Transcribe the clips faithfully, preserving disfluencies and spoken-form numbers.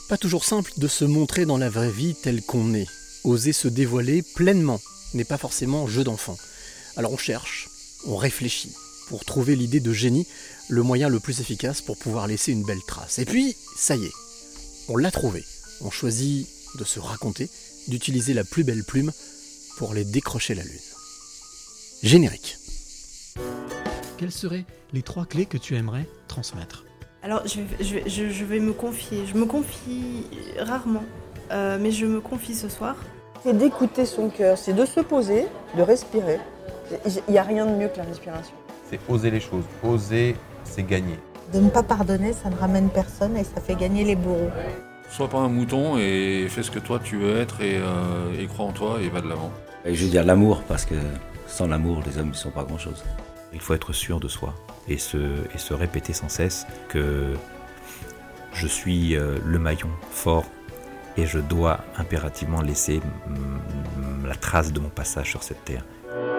Pas toujours simple de se montrer dans la vraie vie tel qu'on est. Oser se dévoiler pleinement n'est pas forcément jeu d'enfant. Alors on cherche, on réfléchit, pour trouver l'idée de génie, le moyen le plus efficace pour pouvoir laisser une belle trace. Et puis, ça y est, on l'a trouvé. On choisit de se raconter, d'utiliser la plus belle plume pour aller décrocher la lune. Générique. Quelles seraient les trois clés que tu aimerais transmettre ? Alors, je, je, je, je vais me confier. Je me confie rarement, euh, mais je me confie ce soir. C'est d'écouter son cœur, c'est de se poser, de respirer. Il n'y a rien de mieux que la respiration. C'est oser les choses. Oser, c'est gagner. De ne pas pardonner, ça ne ramène personne et ça fait gagner les bourreaux. Sois pas un mouton et fais ce que toi tu veux être et, euh, et crois en toi et va de l'avant. Et je veux dire l'amour, parce que sans l'amour, les hommes ne sont pas grand-chose. Il faut être sûr de soi et se, et se répéter sans cesse que je suis euh, le maillon fort et je dois impérativement laisser m- m- la trace de mon passage sur cette terre.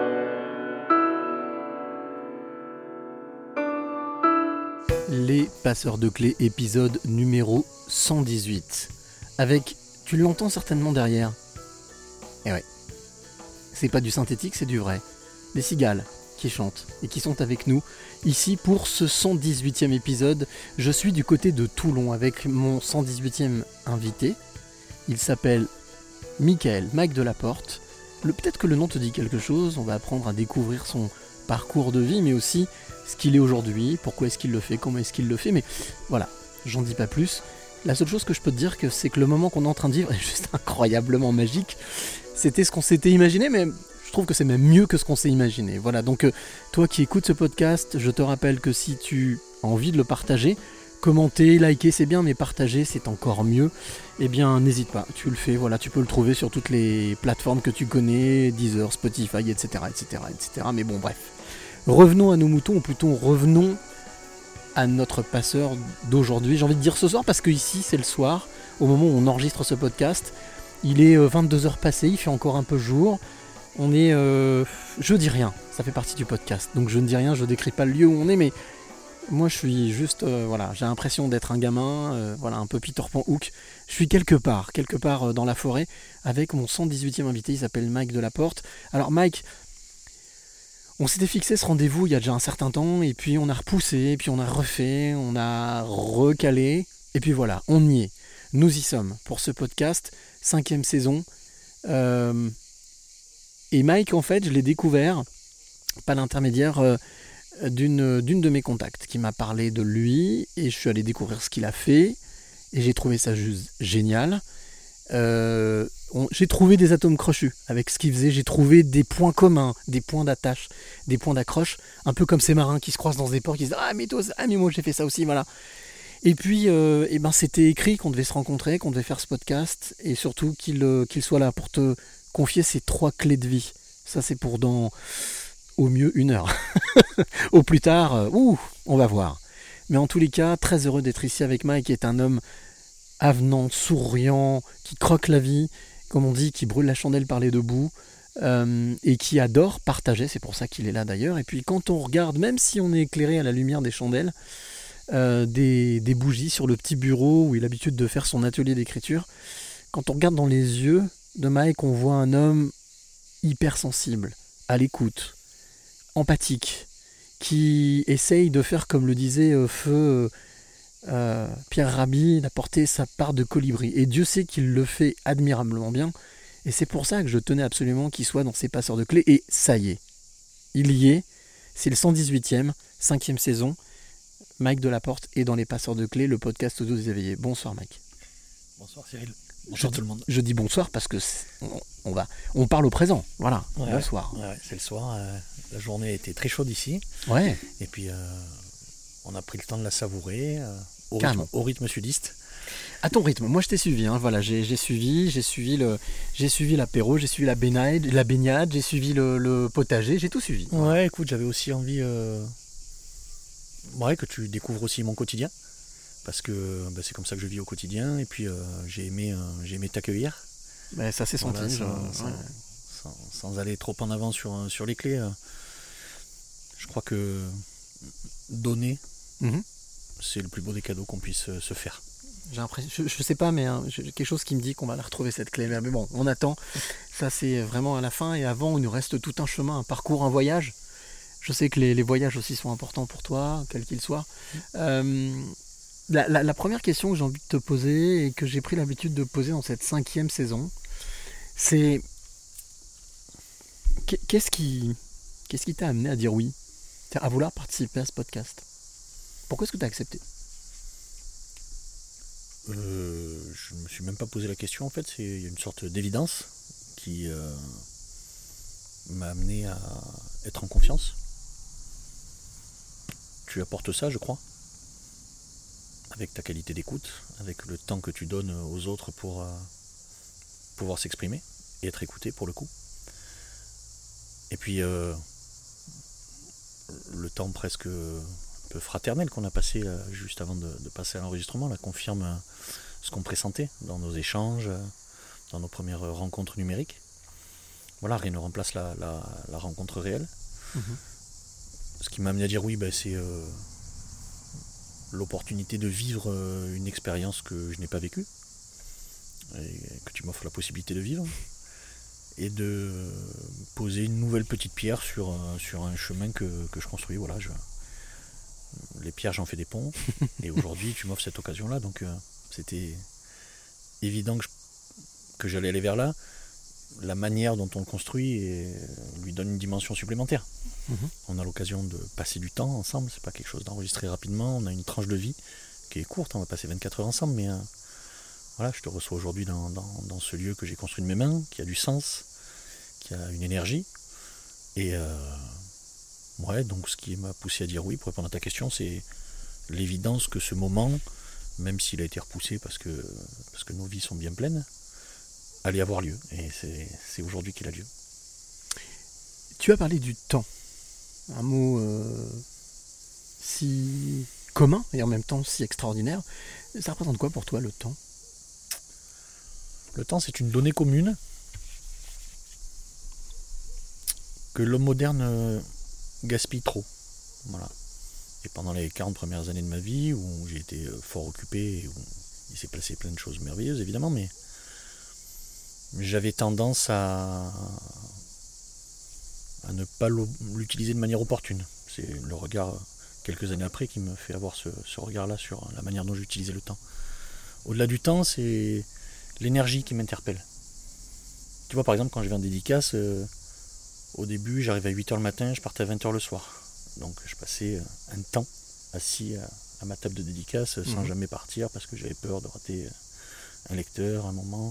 Les passeurs de clés, épisode numéro cent dix-huit. Avec, tu l'entends certainement derrière. Eh ouais, c'est pas du synthétique, c'est du vrai. Des cigales qui chantent et qui sont avec nous ici pour ce cent dix-huitième épisode. Je suis du côté de Toulon avec mon cent dix-huitième invité. Il s'appelle Michael, Mike Delaporte. Le, peut-être que le nom te dit quelque chose, on va apprendre à découvrir son parcours de vie, mais aussi ce qu'il est aujourd'hui, pourquoi est-ce qu'il le fait, comment est-ce qu'il le fait, mais voilà, j'en dis pas plus. La seule chose que je peux te dire, que c'est que le moment qu'on est en train de vivre est juste incroyablement magique. C'était ce qu'on s'était imaginé, mais je trouve que c'est même mieux que ce qu'on s'est imaginé. Voilà, donc euh, toi qui écoutes ce podcast, je te rappelle que si tu as envie de le partager, commenter, liker c'est bien, mais partager c'est encore mieux. Eh bien n'hésite pas, tu le fais, voilà, tu peux le trouver sur toutes les plateformes que tu connais, Deezer, Spotify, et cetera, et cetera, et cetera. Mais bon, bref. Revenons à nos moutons, ou plutôt revenons à notre passeur d'aujourd'hui. J'ai envie de dire ce soir, parce que ici c'est le soir, au moment où on enregistre ce podcast. Il est vingt-deux heures passées, il fait encore un peu jour. On est... Euh, je dis rien, ça fait partie du podcast. Donc je ne dis rien, je ne décris pas le lieu où on est, mais moi je suis juste... Euh, voilà, j'ai l'impression d'être un gamin, euh, voilà, un peu Peter Pan Hook. Je suis quelque part, quelque part dans la forêt, avec mon cent dix-huitième invité, il s'appelle Mike Delaporte. Alors Mike... On s'était fixé ce rendez-vous il y a déjà un certain temps, et puis on a repoussé, et puis on a refait, on a recalé, et puis voilà, on y est. Nous y sommes pour ce podcast, cinquième saison. Euh, et Mike, en fait, je l'ai découvert par l'intermédiaire euh, d'une, d'une de mes contacts qui m'a parlé de lui, et je suis allé découvrir ce qu'il a fait, et j'ai trouvé ça juste génial. Euh, on, j'ai trouvé des atomes crochus avec ce qu'il faisait, j'ai trouvé des points communs, des points d'attache, des points d'accroche, un peu comme ces marins qui se croisent dans des ports, qui se disent ah mais toi, ah mais moi j'ai fait ça aussi, voilà. Et puis euh, et ben c'était écrit qu'on devait se rencontrer, qu'on devait faire ce podcast, et surtout qu'il, euh, qu'il soit là pour te confier ses trois clés de vie. Ça c'est pour dans au mieux une heure. Au plus tard, euh, ouh, on va voir. Mais en tous les cas, très heureux d'être ici avec Mike, qui est un homme avenant, souriant, qui croque la vie, comme on dit, qui brûle la chandelle par les deux bouts, euh, et qui adore partager, c'est pour ça qu'il est là d'ailleurs. Et puis quand on regarde, même si on est éclairé à la lumière des chandelles, euh, des, des bougies sur le petit bureau où il a l'habitude de faire son atelier d'écriture, quand on regarde dans les yeux de Mike, on voit un homme hypersensible, à l'écoute, empathique, qui essaye de faire, comme le disait euh, Feu... Euh, Pierre Rabhi, d'apporter sa part de colibri, et Dieu sait qu'il le fait admirablement bien, et c'est pour ça que je tenais absolument qu'il soit dans ces passeurs de clés, et ça y est, il y est, c'est le cent dix-huitième, cinquième saison, Mike Delaporte est dans les passeurs de clés, le podcast audio des éveillés. Bonsoir Mike. Bonsoir Cyril. Bonsoir je, tout le monde. Je dis bonsoir parce que on, on va, on parle au présent, voilà, ouais, bonsoir. Ouais, c'est le soir, euh, la journée était très chaude ici, ouais. Et puis euh, on a pris le temps de la savourer, euh, Au rythme, au rythme sudiste. À ton rythme, moi je t'ai suivi, hein, voilà, j'ai, j'ai suivi, j'ai suivi le, j'ai suivi l'apéro, j'ai suivi la baignade, la baignade, j'ai suivi le, le potager, j'ai tout suivi. Ouais, écoute, j'avais aussi envie, euh... ouais, que tu découvres aussi mon quotidien, parce que bah, c'est comme ça que je vis au quotidien, et puis euh, j'ai aimé, euh, j'ai aimé t'accueillir. Bah, ça s'est senti. Voilà, je... sans, sans, ouais. sans, sans aller trop en avant sur sur les clés. Euh, je crois que donner. Mm-hmm. C'est le plus beau des cadeaux qu'on puisse se faire. J'ai l'impression, je, je sais pas, mais hein, j'ai quelque chose qui me dit qu'on va la retrouver cette clé. Mais bon, on attend. Ça, c'est vraiment à la fin. Et avant, il nous reste tout un chemin, un parcours, un voyage. Je sais que les, les voyages aussi sont importants pour toi, quels qu'ils soient. Euh, la, la, la première question que j'ai envie de te poser et que j'ai pris l'habitude de poser dans cette cinquième saison, c'est qu'est-ce qui, qu'est-ce qui t'a amené à dire oui, à vouloir participer à ce podcast? Pourquoi est-ce que tu as accepté? Euh, je ne me suis même pas posé la question en fait, c'est il y a une sorte d'évidence qui euh, m'a amené à être en confiance. Tu apportes ça, je crois, avec ta qualité d'écoute, avec le temps que tu donnes aux autres pour euh, pouvoir s'exprimer et être écouté pour le coup. Et puis euh, le temps presque un peu fraternel qu'on a passé là, juste avant de, de passer à l'enregistrement, là, confirme euh, ce qu'on pressentait dans nos échanges, euh, dans nos premières rencontres numériques. Voilà, rien ne remplace la, la, la rencontre réelle. Mmh. Ce qui m'a amené à dire oui, ben, c'est euh, l'opportunité de vivre euh, une expérience que je n'ai pas vécue, et que tu m'offres la possibilité de vivre, et de poser une nouvelle petite pierre sur, euh, sur un chemin que, que je construis. Voilà, je, les pierres, j'en fais des ponts, et aujourd'hui, tu m'offres cette occasion-là, donc euh, c'était évident que, je, que j'allais aller vers là. La manière dont on le construit et lui donne une dimension supplémentaire. Mmh. On a l'occasion de passer du temps ensemble, c'est pas quelque chose d'enregistré rapidement, on a une tranche de vie qui est courte, on va passer vingt-quatre heures ensemble, mais euh, voilà, je te reçois aujourd'hui dans, dans, dans ce lieu que j'ai construit de mes mains, qui a du sens, qui a une énergie, et euh, ouais, donc ce qui m'a poussé à dire oui, pour répondre à ta question, c'est l'évidence que ce moment, même s'il a été repoussé parce que, parce que nos vies sont bien pleines, allait avoir lieu, et c'est, c'est aujourd'hui qu'il a lieu. Tu as parlé du temps, un mot euh, si commun et en même temps si extraordinaire. Ça représente quoi pour toi le temps? Le temps, c'est une donnée commune que l'homme moderne gaspille trop. Voilà. Et pendant les quarante premières années de ma vie, où j'ai été fort occupé, et où il s'est passé plein de choses merveilleuses évidemment, mais j'avais tendance à, à ne pas l'utiliser de manière opportune. C'est le regard, quelques années après, qui me fait avoir ce, ce regard-là sur la manière dont j'utilisais le temps. Au-delà du temps, c'est l'énergie qui m'interpelle. Tu vois, par exemple, quand je vais en dédicace, euh, au début, j'arrivais à huit heures le matin, je partais à vingt heures le soir. Donc je passais un temps assis à, à ma table de dédicace sans mmh. jamais partir parce que j'avais peur de rater un lecteur, un moment...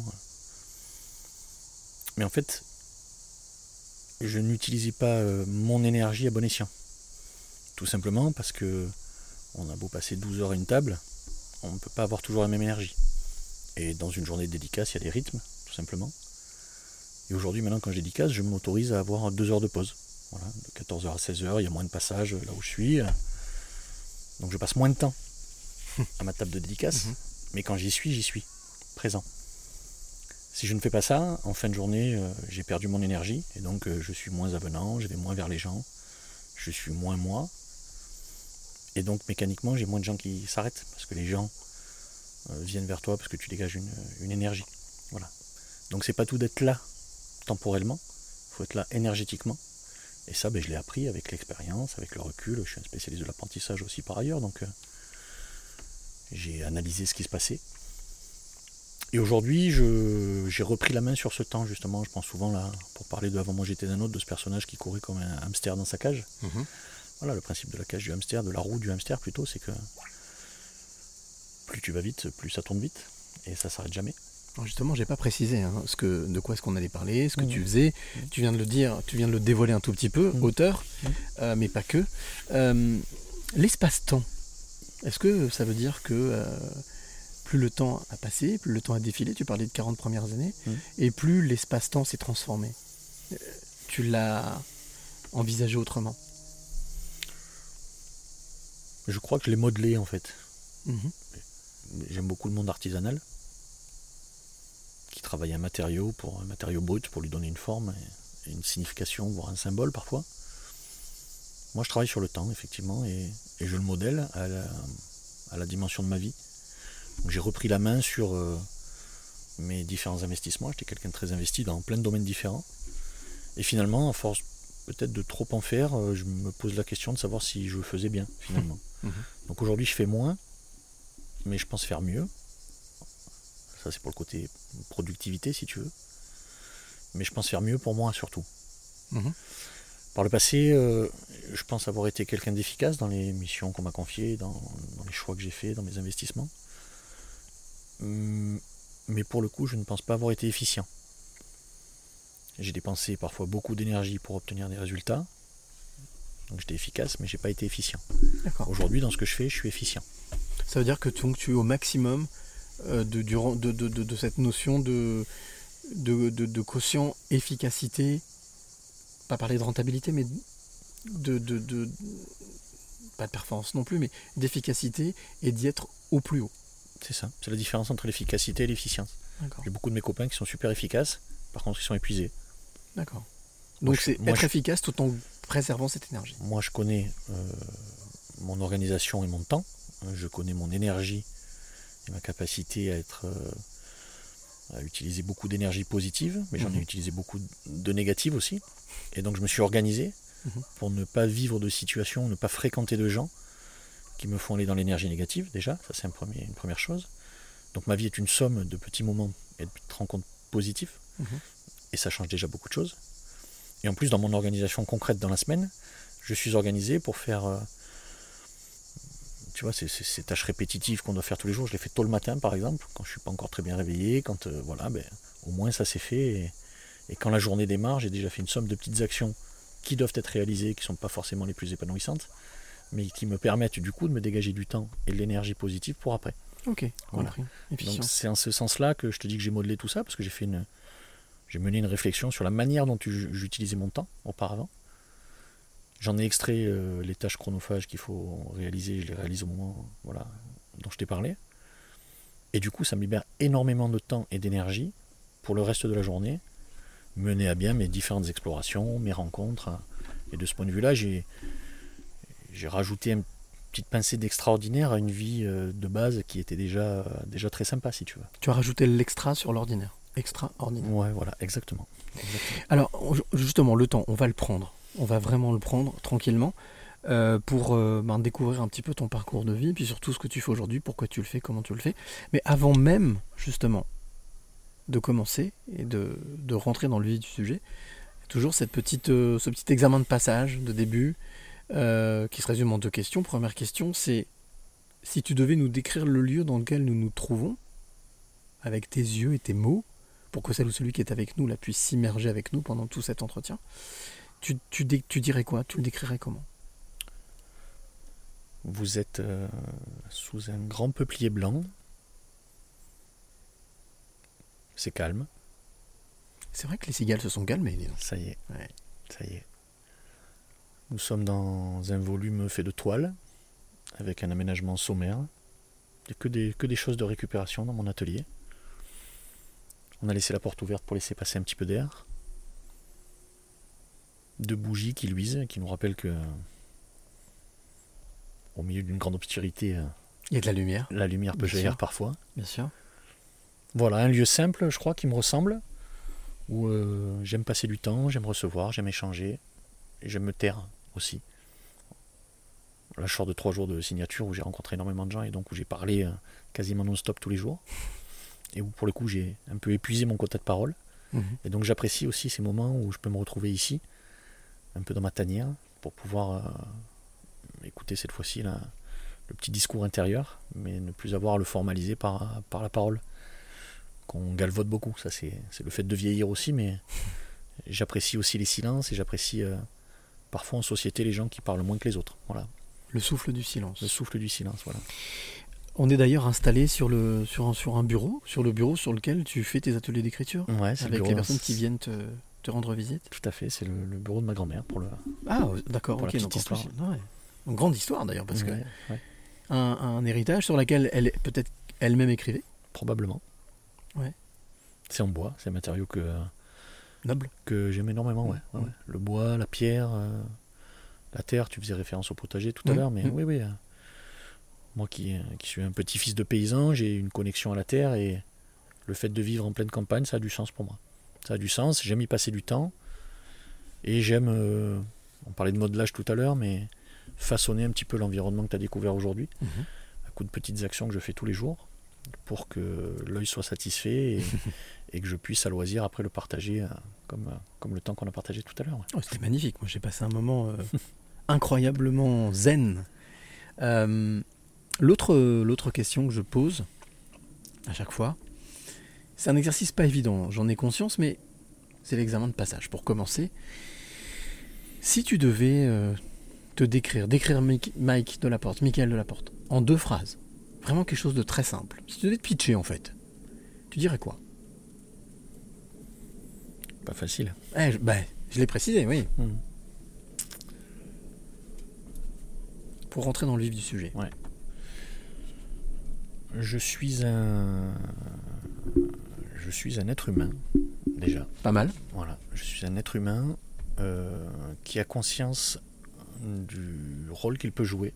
Mais en fait, je n'utilisais pas euh, mon énergie à bon escient. Tout simplement parce que on a beau passer douze heures à une table, on ne peut pas avoir toujours la même énergie. Et dans une journée de dédicace, il y a des rythmes, tout simplement. Et aujourd'hui, maintenant, quand je dédicace, je m'autorise à avoir deux heures de pause. Voilà, de quatorze heures à seize heures, il y a moins de passages là où je suis. Donc je passe moins de temps à ma table de dédicace, mmh. mais quand j'y suis, j'y suis, présent. Si je ne fais pas ça, en fin de journée, euh, j'ai perdu mon énergie, et donc euh, je suis moins avenant, je vais moins vers les gens, je suis moins moi, et donc mécaniquement, j'ai moins de gens qui s'arrêtent, parce que les gens euh, viennent vers toi parce que tu dégages une, une énergie. Voilà. Donc c'est pas tout d'être là, temporellement, il faut être là énergétiquement, et ça, ben, je l'ai appris avec l'expérience, avec le recul, je suis un spécialiste de l'apprentissage aussi par ailleurs, donc euh, j'ai analysé ce qui se passait. Et aujourd'hui, je, j'ai repris la main sur ce temps, justement. Je pense souvent, là, pour parler de Avant moi j'étais d'un autre, de ce personnage qui courait comme un hamster dans sa cage. Mmh. Voilà, le principe de la cage du hamster, de la roue du hamster plutôt, c'est que plus tu vas vite, plus ça tourne vite, et ça s'arrête jamais. Alors justement, j'ai pas précisé hein, ce que, de quoi est-ce qu'on allait parler, ce que mmh. tu faisais. Mmh. Tu viens de le dire, tu viens de le dévoiler un tout petit peu, mmh. auteur, mmh. Euh, mais pas que. Euh, l'espace-temps, est-ce que ça veut dire que... Euh, plus le temps a passé, plus le temps a défilé, tu parlais de quarante premières années, mmh. et plus l'espace-temps s'est transformé. Tu l'as envisagé autrement? Je crois que je l'ai modelé en fait. Mmh. J'aime beaucoup le monde artisanal, qui travaille un matériau, pour un matériau brut, pour lui donner une forme, et une signification, voire un symbole parfois. Moi je travaille sur le temps, effectivement, et, et je le modèle à la, à la dimension de ma vie. Donc, j'ai repris la main sur euh, mes différents investissements. J'étais quelqu'un de très investi dans plein de domaines différents. Et finalement, à force peut-être de trop en faire, euh, je me pose la question de savoir si je le faisais bien, finalement. Mmh. Donc aujourd'hui, je fais moins, mais je pense faire mieux. Ça, c'est pour le côté productivité, si tu veux. Mais je pense faire mieux pour moi, surtout. Mmh. Par le passé, euh, je pense avoir été quelqu'un d'efficace dans les missions qu'on m'a confiées, dans, dans les choix que j'ai faits, dans mes investissements. Hum, mais pour le coup, je ne pense pas avoir été efficient. J'ai dépensé parfois beaucoup d'énergie pour obtenir des résultats. Donc j'étais efficace, mais j'ai pas été efficient. D'accord. Aujourd'hui, dans ce que je fais, je suis efficient. Ça veut dire que donc, tu es au maximum euh, de, du, de, de, de, de cette notion de, de, de, de quotient efficacité, pas parler de rentabilité, mais de, de, de pas de performance non plus, mais d'efficacité et d'y être au plus haut. C'est ça. C'est la différence entre l'efficacité et l'efficience. D'accord. J'ai beaucoup de mes copains qui sont super efficaces, par contre, ils sont épuisés. D'accord. Moi, Donc je- c'est moi, être je- efficace tout en préservant cette énergie. Moi, je connais euh, mon organisation et mon temps. Je connais mon énergie et ma capacité à être euh, à utiliser beaucoup d'énergie positive, mais j'en ai Mhm. utilisé beaucoup de négative aussi. Et donc, je me suis organisé Mhm. pour ne pas vivre de situations, ne pas fréquenter de gens qui me font aller dans l'énergie négative, déjà. Ça, c'est un premier- une première chose. Donc, ma vie est une somme de petits moments et de petites rencontres positives. Mhm. Et ça change déjà beaucoup de choses. Et en plus, dans mon organisation concrète dans la semaine, je suis organisé pour faire, euh, tu vois, ces, ces- ces tâches répétitives qu'on doit faire tous les jours. Je les fais tôt le matin, par exemple, quand je suis pas encore très bien réveillé, quand, euh, voilà, ben, au moins ça c'est fait. Et, et quand la journée démarre, j'ai déjà fait une somme de petites actions qui doivent être réalisées, qui sont pas forcément les plus épanouissantes, mais qui me permettent du coup de me dégager du temps et de l'énergie positive pour après. Ok, Voilà. compris. Efficient. Donc c'est en ce sens-là que je te dis que j'ai modelé tout ça, parce que j'ai fait une, j'ai mené une réflexion sur la manière dont tu- j'utilisais mon temps auparavant. J'en ai extrait euh, les tâches chronophages qu'il faut réaliser, je les réalise au moment voilà, dont je t'ai parlé. Et du coup, ça me libère énormément de temps et d'énergie pour le reste de la journée, mener à bien mes différentes explorations, mes rencontres. Et de ce point de vue-là, j'ai, j'ai rajouté une petite pincée d'extraordinaire à une vie euh, de base qui était déjà, déjà très sympa, si tu veux. Tu as rajouté l'extra sur l'ordinaire. Extraordinaire. Ouais, voilà, exactement. exactement. Alors, on- justement, le temps, on va le prendre. On va vraiment le prendre tranquillement euh, pour euh, ben, découvrir un petit peu ton parcours de vie, puis surtout ce que tu fais aujourd'hui, pourquoi tu le fais, comment tu le fais. Mais avant même, justement, de commencer et de, de rentrer dans le vif du sujet, toujours cette petite, euh, ce petit examen de passage, de début, euh, qui se résume en deux questions. Première question, c'est si tu devais nous décrire le lieu dans lequel nous nous trouvons, avec tes yeux et tes mots, pour que celle ou celui qui est avec nous là puisse s'immerger avec nous pendant tout cet entretien, tu, tu, dé- tu dirais quoi? Tu le décrirais comment? Vous êtes euh, sous un grand peuplier blanc. C'est calme, C'est vrai que les cigales se sont calmées, dis donc. ça y est. Ouais. Ça y est. Nous sommes dans un volume fait de toile, avec un aménagement sommaire. Il n'y a que des, que des choses de récupération dans mon atelier. On a laissé la porte ouverte pour laisser passer un petit peu d'air. Deux bougies qui luisent, qui nous rappellent que au milieu d'une grande obscurité, euh, Il y a de la lumière, la lumière peut Bien jaillir sûr. parfois. bien sûr. Voilà, un lieu simple, je crois, qui me ressemble, où euh, j'aime passer du temps, j'aime recevoir, j'aime échanger, et j'aime me taire aussi. Là, je sors de trois jours de signature où j'ai rencontré énormément de gens et donc où j'ai parlé euh, quasiment non-stop tous les jours, et où pour le coup j'ai un peu épuisé mon quota de parole. Mhm. Et donc j'apprécie aussi ces moments où je peux me retrouver ici, un peu dans ma tanière, pour pouvoir euh, écouter cette fois-ci la- le petit discours intérieur, mais ne plus avoir à le formaliser par, par la parole, qu'on galvaude beaucoup. Ça, c'est, c'est le fait de vieillir aussi, mais j'apprécie aussi les silences et j'apprécie euh, parfois en société les gens qui parlent moins que les autres. Voilà, Le souffle du silence. le souffle du silence. Voilà. On est d'ailleurs installé sur, le, sur, un, sur un bureau, sur le bureau sur lequel tu fais tes ateliers d'écriture, Ouais, c'est le avec bureau, les personnes qui c'est- viennent te, te rendre visite. Tout à fait, c'est le, le bureau de ma grand-mère pour le. Ah, d'accord, Pour la ok. petite donc en histoire. plus, ouais. Une grande histoire d'ailleurs, parce Ouais, que ouais, un, un héritage sur lequel elle peut-être elle-même écrivait, probablement. Ouais. C'est en bois, c'est un matériau que, noble. que j'aime énormément. Ouais, ouais, Mm. ouais. Le bois, la pierre, euh, la terre, tu faisais référence au potager tout à Mm, l'heure, mais mm. oui, oui. euh, Moi qui, qui suis un petit-fils de paysan, j'ai une connexion à la terre et le fait de vivre en pleine campagne, ça a du sens pour moi. Ça a du sens, j'aime y passer du temps et j'aime, euh, on parlait de modelage tout à l'heure, mais façonner un petit peu l'environnement que tu as découvert aujourd'hui, mmh. à coup de petites actions que je fais tous les jours pour que l'œil soit satisfait et, et que je puisse à loisir après le partager euh, comme, euh, comme le temps qu'on a partagé tout à l'heure. Ouais. Oh, c'était magnifique, moi j'ai passé un moment euh, incroyablement zen. Euh, l'autre, l'autre question que je pose à chaque fois, c'est un exercice pas évident, j'en ai conscience, mais c'est l'examen de passage. Pour commencer, si tu devais euh, te décrire, décrire Mike, Mike Delaporte, Michael Delaporte, en deux phrases, vraiment quelque chose de très simple, si tu devais te pitcher en fait, tu dirais quoi? Pas facile. Eh, je, bah, je l'ai précisé, oui. Mmh. Pour rentrer dans le vif du sujet. Ouais. Je suis un... Je suis un être humain, déjà. Pas mal. Voilà. Je suis un être humain euh, qui a conscience du rôle qu'il peut jouer.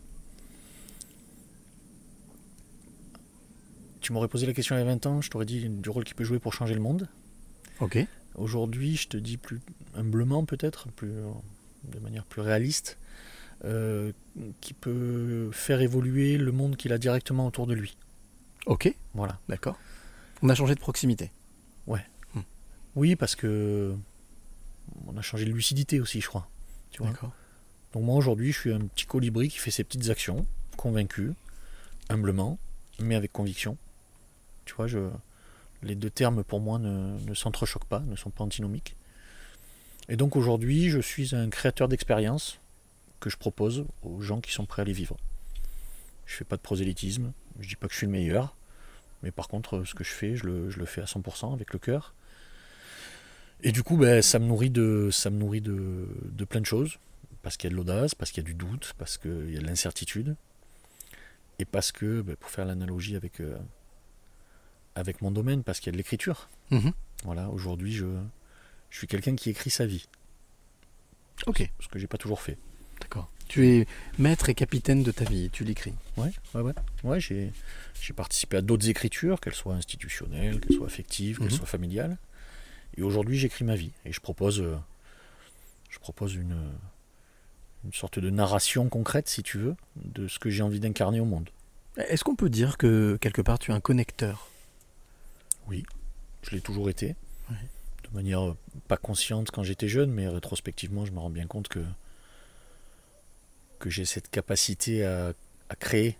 Tu m'aurais posé la question il y a vingt ans, je t'aurais dit du rôle qu'il peut jouer pour changer le monde. Ok. Aujourd'hui, je te dis plus humblement peut-être, plus, de manière plus réaliste, euh, qui peut faire évoluer le monde qu'il a directement autour de lui. Ok. Voilà. D'accord. On a changé de proximité. Ouais. Hmm. Oui, parce que on a changé de lucidité aussi, je crois. Tu vois. D'accord. Donc moi aujourd'hui, je suis un petit colibri qui fait ses petites actions, convaincu, humblement, mais avec conviction. Tu vois, je, les deux termes pour moi ne, ne s'entrechoquent pas, ne sont pas antinomiques. Et donc aujourd'hui, je suis un créateur d'expériences que je propose aux gens qui sont prêts à les vivre. Je fais pas de prosélytisme, je dis pas que je suis le meilleur, mais par contre, ce que je fais, je le, je le fais à cent pour cent avec le cœur. Et du coup, ben, ça me nourrit de, ça me nourrit de, de plein de choses, parce qu'il y a de l'audace, parce qu'il y a du doute, parce qu'il y a de l'incertitude, et parce que, ben, pour faire l'analogie avec, euh, avec mon domaine, parce qu'il y a de l'écriture. Mmh. Voilà, aujourd'hui, je, je suis quelqu'un qui écrit sa vie. Ok. Ce que j'ai pas toujours fait. D'accord. Tu es maître et capitaine de ta vie, tu l'écris. Ouais, ouais, ouais. Ouais, j'ai, j'ai participé à d'autres écritures, qu'elles soient institutionnelles, qu'elles soient affectives, qu'elles mmh. soient familiales. Et aujourd'hui, j'écris ma vie. Et je propose, euh, je propose une, une sorte de narration concrète, si tu veux, de ce que j'ai envie d'incarner au monde. Est-ce qu'on peut dire que, quelque part, tu es un connecteur ? Oui, je l'ai toujours été. Ouais. De manière pas consciente quand j'étais jeune, mais rétrospectivement, je me rends bien compte que, que j'ai cette capacité à, à créer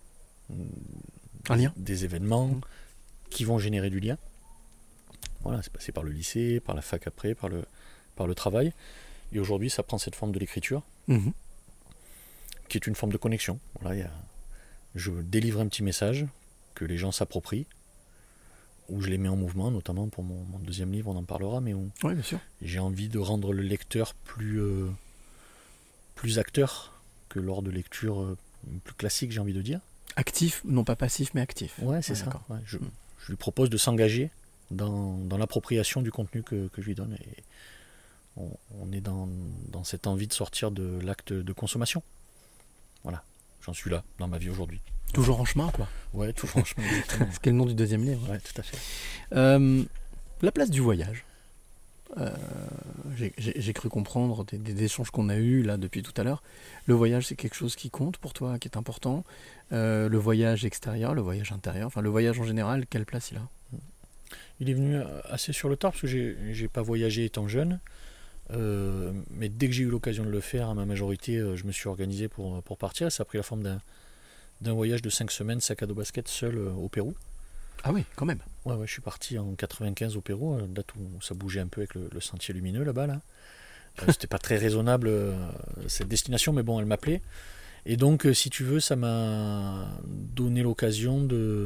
un lien, des événements mmh. qui vont générer du lien. Voilà, c'est passé par le lycée, par la fac après, par le, par le travail. Et aujourd'hui, ça prend cette forme de l'écriture, mmh. qui est une forme de connexion. Voilà, y a, je délivre un petit message que les gens s'approprient, où je les mets en mouvement, notamment pour mon, mon deuxième livre, on en parlera, mais où oui, bien sûr. J'ai envie de rendre le lecteur plus, euh, plus acteur que lors de lecture euh, plus classique, j'ai envie de dire. Actif, non pas passif, mais actif. Ouais, c'est ouais, ça. Ouais, je, mmh. je lui propose de s'engager dans, dans l'appropriation du contenu que, que je lui donne. Et on, on est dans, dans cette envie de sortir de l'acte de consommation. Voilà, j'en suis là, dans ma vie aujourd'hui. Toujours en chemin, quoi. Ouais, toujours en chemin. C'est le nom du deuxième livre. Ouais, tout à fait. Euh, la place du voyage. Euh, j'ai, j'ai, j'ai cru comprendre des, des échanges qu'on a eus là depuis tout à l'heure. Le voyage, c'est quelque chose qui compte pour toi, qui est important. Euh, le voyage extérieur, le voyage intérieur, enfin le voyage en général, quelle place il a ? Il est venu assez sur le tard parce que j'ai, j'ai pas voyagé étant jeune. Euh, mais dès que j'ai eu l'occasion de le faire, à ma majorité, je me suis organisé pour, pour partir. Ça a pris la forme d'un d'un voyage de cinq semaines, sac à dos basket, seul euh, au Pérou. Ah oui, quand même. Ouais, ouais, je suis parti en quatre-vingt-quinze au Pérou, euh, date où ça bougeait un peu avec le, le sentier lumineux là-bas. Là. Euh, c'était pas très raisonnable euh, cette destination, mais bon, elle m'appelait. Et donc, euh, si tu veux, ça m'a donné l'occasion de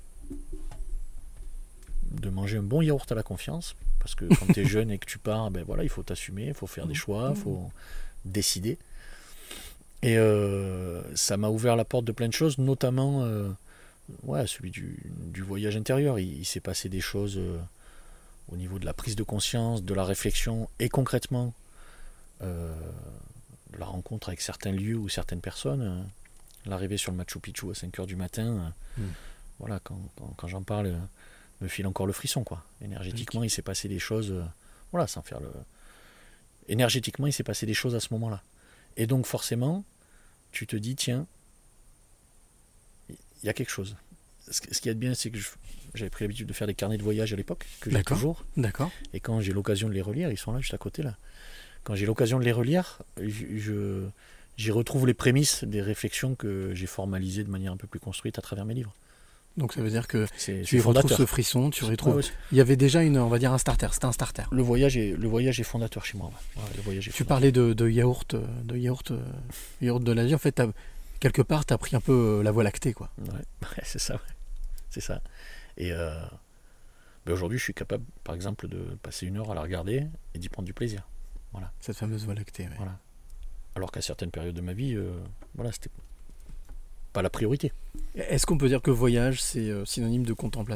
de manger un bon yaourt à la confiance, parce que quand tu es jeune et que tu pars, ben voilà, il faut t'assumer, il faut faire des choix, il faut décider. Et euh, ça m'a ouvert la porte de plein de choses, notamment euh, ouais, celui du, du voyage intérieur. Il, il s'est passé des choses euh, au niveau de la prise de conscience, de la réflexion et concrètement euh, de la rencontre avec certains lieux ou certaines personnes euh, L'arrivée sur le Machu Picchu à cinq heures du matin, euh, mm. voilà, quand, quand, quand j'en parle, euh, me file encore le frisson, quoi. Énergétiquement, il s'est passé des choses, euh, voilà, sans faire le... Énergétiquement, il s'est passé des choses à ce moment-là. Et donc, forcément, tu te dis, tiens, il y a quelque chose. Ce qu'il y a de bien, c'est que je, j'avais pris l'habitude de faire des carnets de voyage à l'époque, que j'ai toujours. D'accord. Et quand j'ai l'occasion de les relire, ils sont là, juste à côté, là. Quand j'ai l'occasion de les relire, je, je, j'y retrouve les prémices des réflexions que j'ai formalisées de manière un peu plus construite à travers mes livres. Donc ça veut dire que c'est, tu c'est retrouves ce frisson, tu retrouves... Ouais, ouais. Il y avait déjà une, on va dire un starter, c'était un starter. Le voyage est, le voyage est fondateur chez moi. Ouais. Ouais, le voyage est tu fondateur. parlais de, de yaourt, de yaourt, euh, yaourt de la vie. En fait, t'as, quelque part, tu as pris un peu la voie lactée, quoi. Ouais, ouais c'est ça. Ouais. C'est ça. Et euh, ben aujourd'hui, je suis capable, par exemple, de passer une heure à la regarder et d'y prendre du plaisir. Voilà. Cette fameuse voie lactée. Ouais. Voilà. Alors qu'à certaines périodes de ma vie, euh, voilà, c'était pas la priorité. Est-ce qu'on peut dire que voyage, c'est euh, synonyme de contemplation ?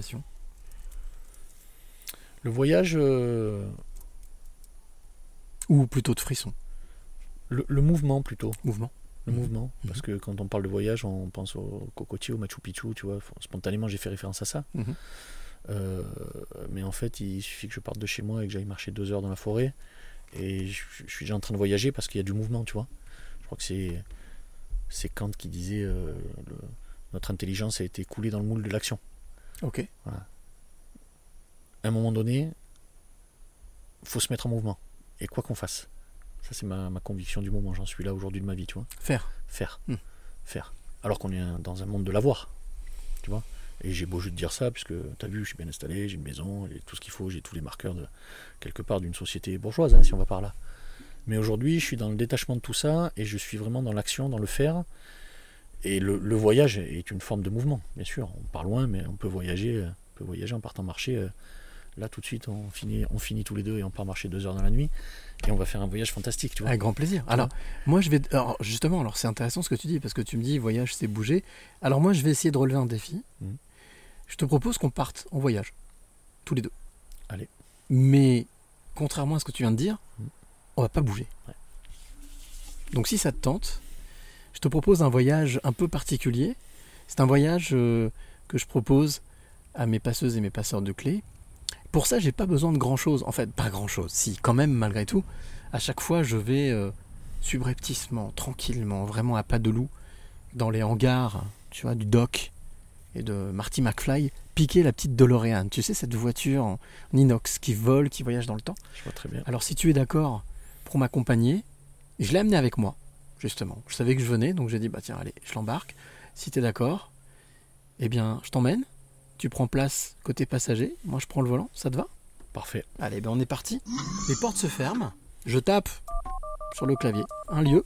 Le voyage... Euh... Ou plutôt de frisson ? Le, le mouvement, plutôt. Mouvement. Le mmh. mouvement. Mmh. Parce que quand on parle de voyage, on pense au cocotier, au Machu Picchu, tu vois. Spontanément, j'ai fait référence à ça. Mmh. Euh, mais en fait, il suffit que je parte de chez moi et que j'aille marcher deux heures dans la forêt. Et je, je suis déjà en train de voyager parce qu'il y a du mouvement, tu vois. Je crois que c'est, c'est Kant qui disait euh, le, notre intelligence a été coulée dans le moule de l'action. Ok. Voilà. À un moment donné, il faut se mettre en mouvement. Et quoi qu'on fasse. Ça, c'est ma, ma conviction du moment. J'en suis là aujourd'hui de ma vie, tu vois. Faire. Faire. Mmh. Faire. Alors qu'on est dans un monde de l'avoir, tu vois. Et j'ai beau jeu de dire ça, puisque tu as vu, je suis bien installé, j'ai une maison, j'ai tout ce qu'il faut, j'ai tous les marqueurs de quelque part d'une société bourgeoise, hein, si on va par là. Mais aujourd'hui, je suis dans le détachement de tout ça, et je suis vraiment dans l'action, dans le faire. Et le, le voyage est une forme de mouvement, bien sûr. On part loin, mais on peut voyager, on peut voyager en partant marcher. Là, tout de suite, on finit, on finit tous les deux et on part marcher deux heures dans la nuit. Et on va faire un voyage fantastique, tu vois. Avec grand plaisir. Alors, moi, je vais... Alors, justement, alors, c'est intéressant ce que tu dis, parce que tu me dis, voyage, c'est bouger. Alors, moi, je vais essayer de relever un défi. Mmh. Je te propose qu'on parte en voyage, tous les deux. Allez. Mais, contrairement à ce que tu viens de dire, mmh. on va pas bouger. Ouais. Donc, si ça te tente, je te propose un voyage un peu particulier. C'est un voyage euh, que je propose à mes passeuses et mes passeurs de clés. Pour ça, j'ai pas besoin de grand-chose. En fait, pas grand-chose. Si, quand même, malgré tout, à chaque fois, je vais euh, subrepticement, tranquillement, vraiment à pas de loup, dans les hangars, tu vois, du Doc et de Marty McFly, piquer la petite DeLorean. Tu sais, cette voiture en inox qui vole, qui voyage dans le temps. Je vois très bien. Alors, si tu es d'accord pour m'accompagner, je l'ai amené avec moi, justement. Je savais que je venais, donc j'ai dit, bah tiens, allez, je l'embarque. Si tu es d'accord, eh bien, je t'emmène. Tu prends place côté passager, moi je prends le volant, ça te va ? Parfait. Allez, ben on est parti. Les portes se ferment, je tape sur le clavier un lieu,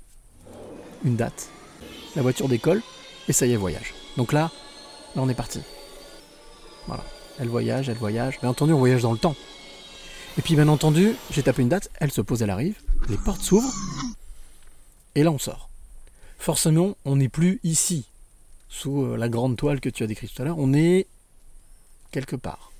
une date, la voiture décolle, et ça y est, voyage. Donc là, là on est parti. Voilà, elle voyage, elle voyage. Bien entendu, on voyage dans le temps. Et puis bien entendu, j'ai tapé une date, elle se pose, elle arrive, les portes s'ouvrent, et là on sort. Forcément, on n'est plus ici. Sous la grande toile que tu as décrite tout à l'heure, on est quelque part.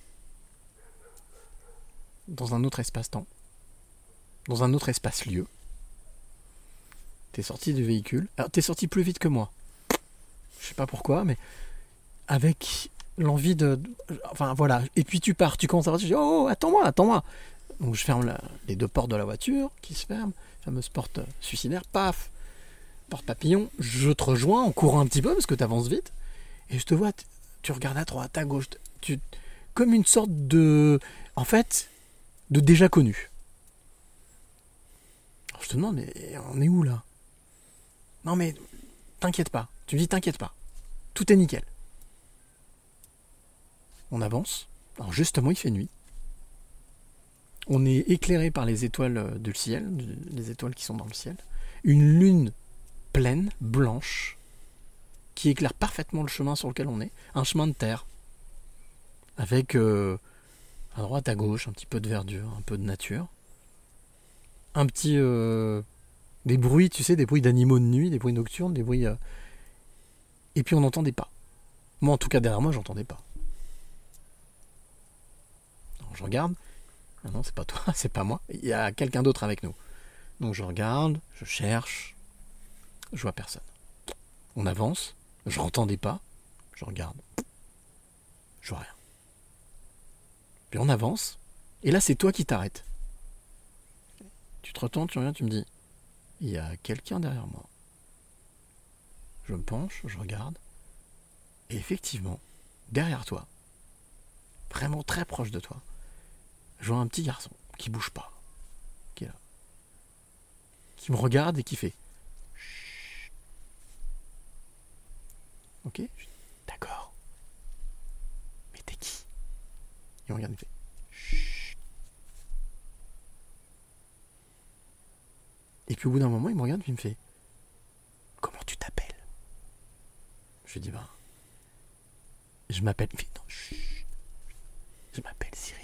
Dans un autre espace-temps. Dans un autre espace-lieu. T'es sorti du véhicule. Alors, t'es sorti plus vite que moi. Je sais pas pourquoi, mais avec l'envie de... Enfin, voilà. Et puis tu pars, tu commences à partir, je dis, oh, attends-moi, attends-moi. Donc je ferme la... les deux portes de la voiture qui se ferment. Fameuse porte suicidaire, paf. Porte papillon, je te rejoins en courant un petit peu parce que tu avances vite et je te vois, tu, tu regardes à droite, à gauche, tu, comme une sorte de, en fait, de déjà connu. Alors je te demande, mais on est où là ? Non mais t'inquiète pas, tu me dis t'inquiète pas, tout est nickel. On avance, alors justement il fait nuit. On est éclairé par les étoiles du ciel, les étoiles qui sont dans le ciel. Une lune pleine, blanche, qui éclaire parfaitement le chemin sur lequel on est, un chemin de terre, avec euh, à droite, à gauche, un petit peu de verdure, un peu de nature, un petit... Euh, des bruits, tu sais, des bruits d'animaux de nuit, des bruits nocturnes, des bruits... Euh, et puis on n'entend des pas. Moi, en tout cas, derrière moi, j'entendais pas. Alors, je regarde, ah non, c'est pas toi, c'est pas moi, il y a quelqu'un d'autre avec nous. Donc je regarde, je cherche, je vois personne. On avance, je entends des pas, je regarde, je vois rien. Puis on avance, et là c'est toi qui t'arrêtes. Tu te retournes, tu reviens, tu me dis, il y a quelqu'un derrière moi. Je me penche, je regarde, et effectivement, derrière toi, vraiment très proche de toi, je vois un petit garçon qui bouge pas, qui est là, qui me regarde et qui fait chut. Ok, je dis, d'accord. Mais t'es qui? Il me regarde et il fait chut. Et puis au bout d'un moment, il me regarde et il me fait comment tu t'appelles? Je lui dis ben je m'appelle. Il fait non, chut. Je m'appelle Cyril.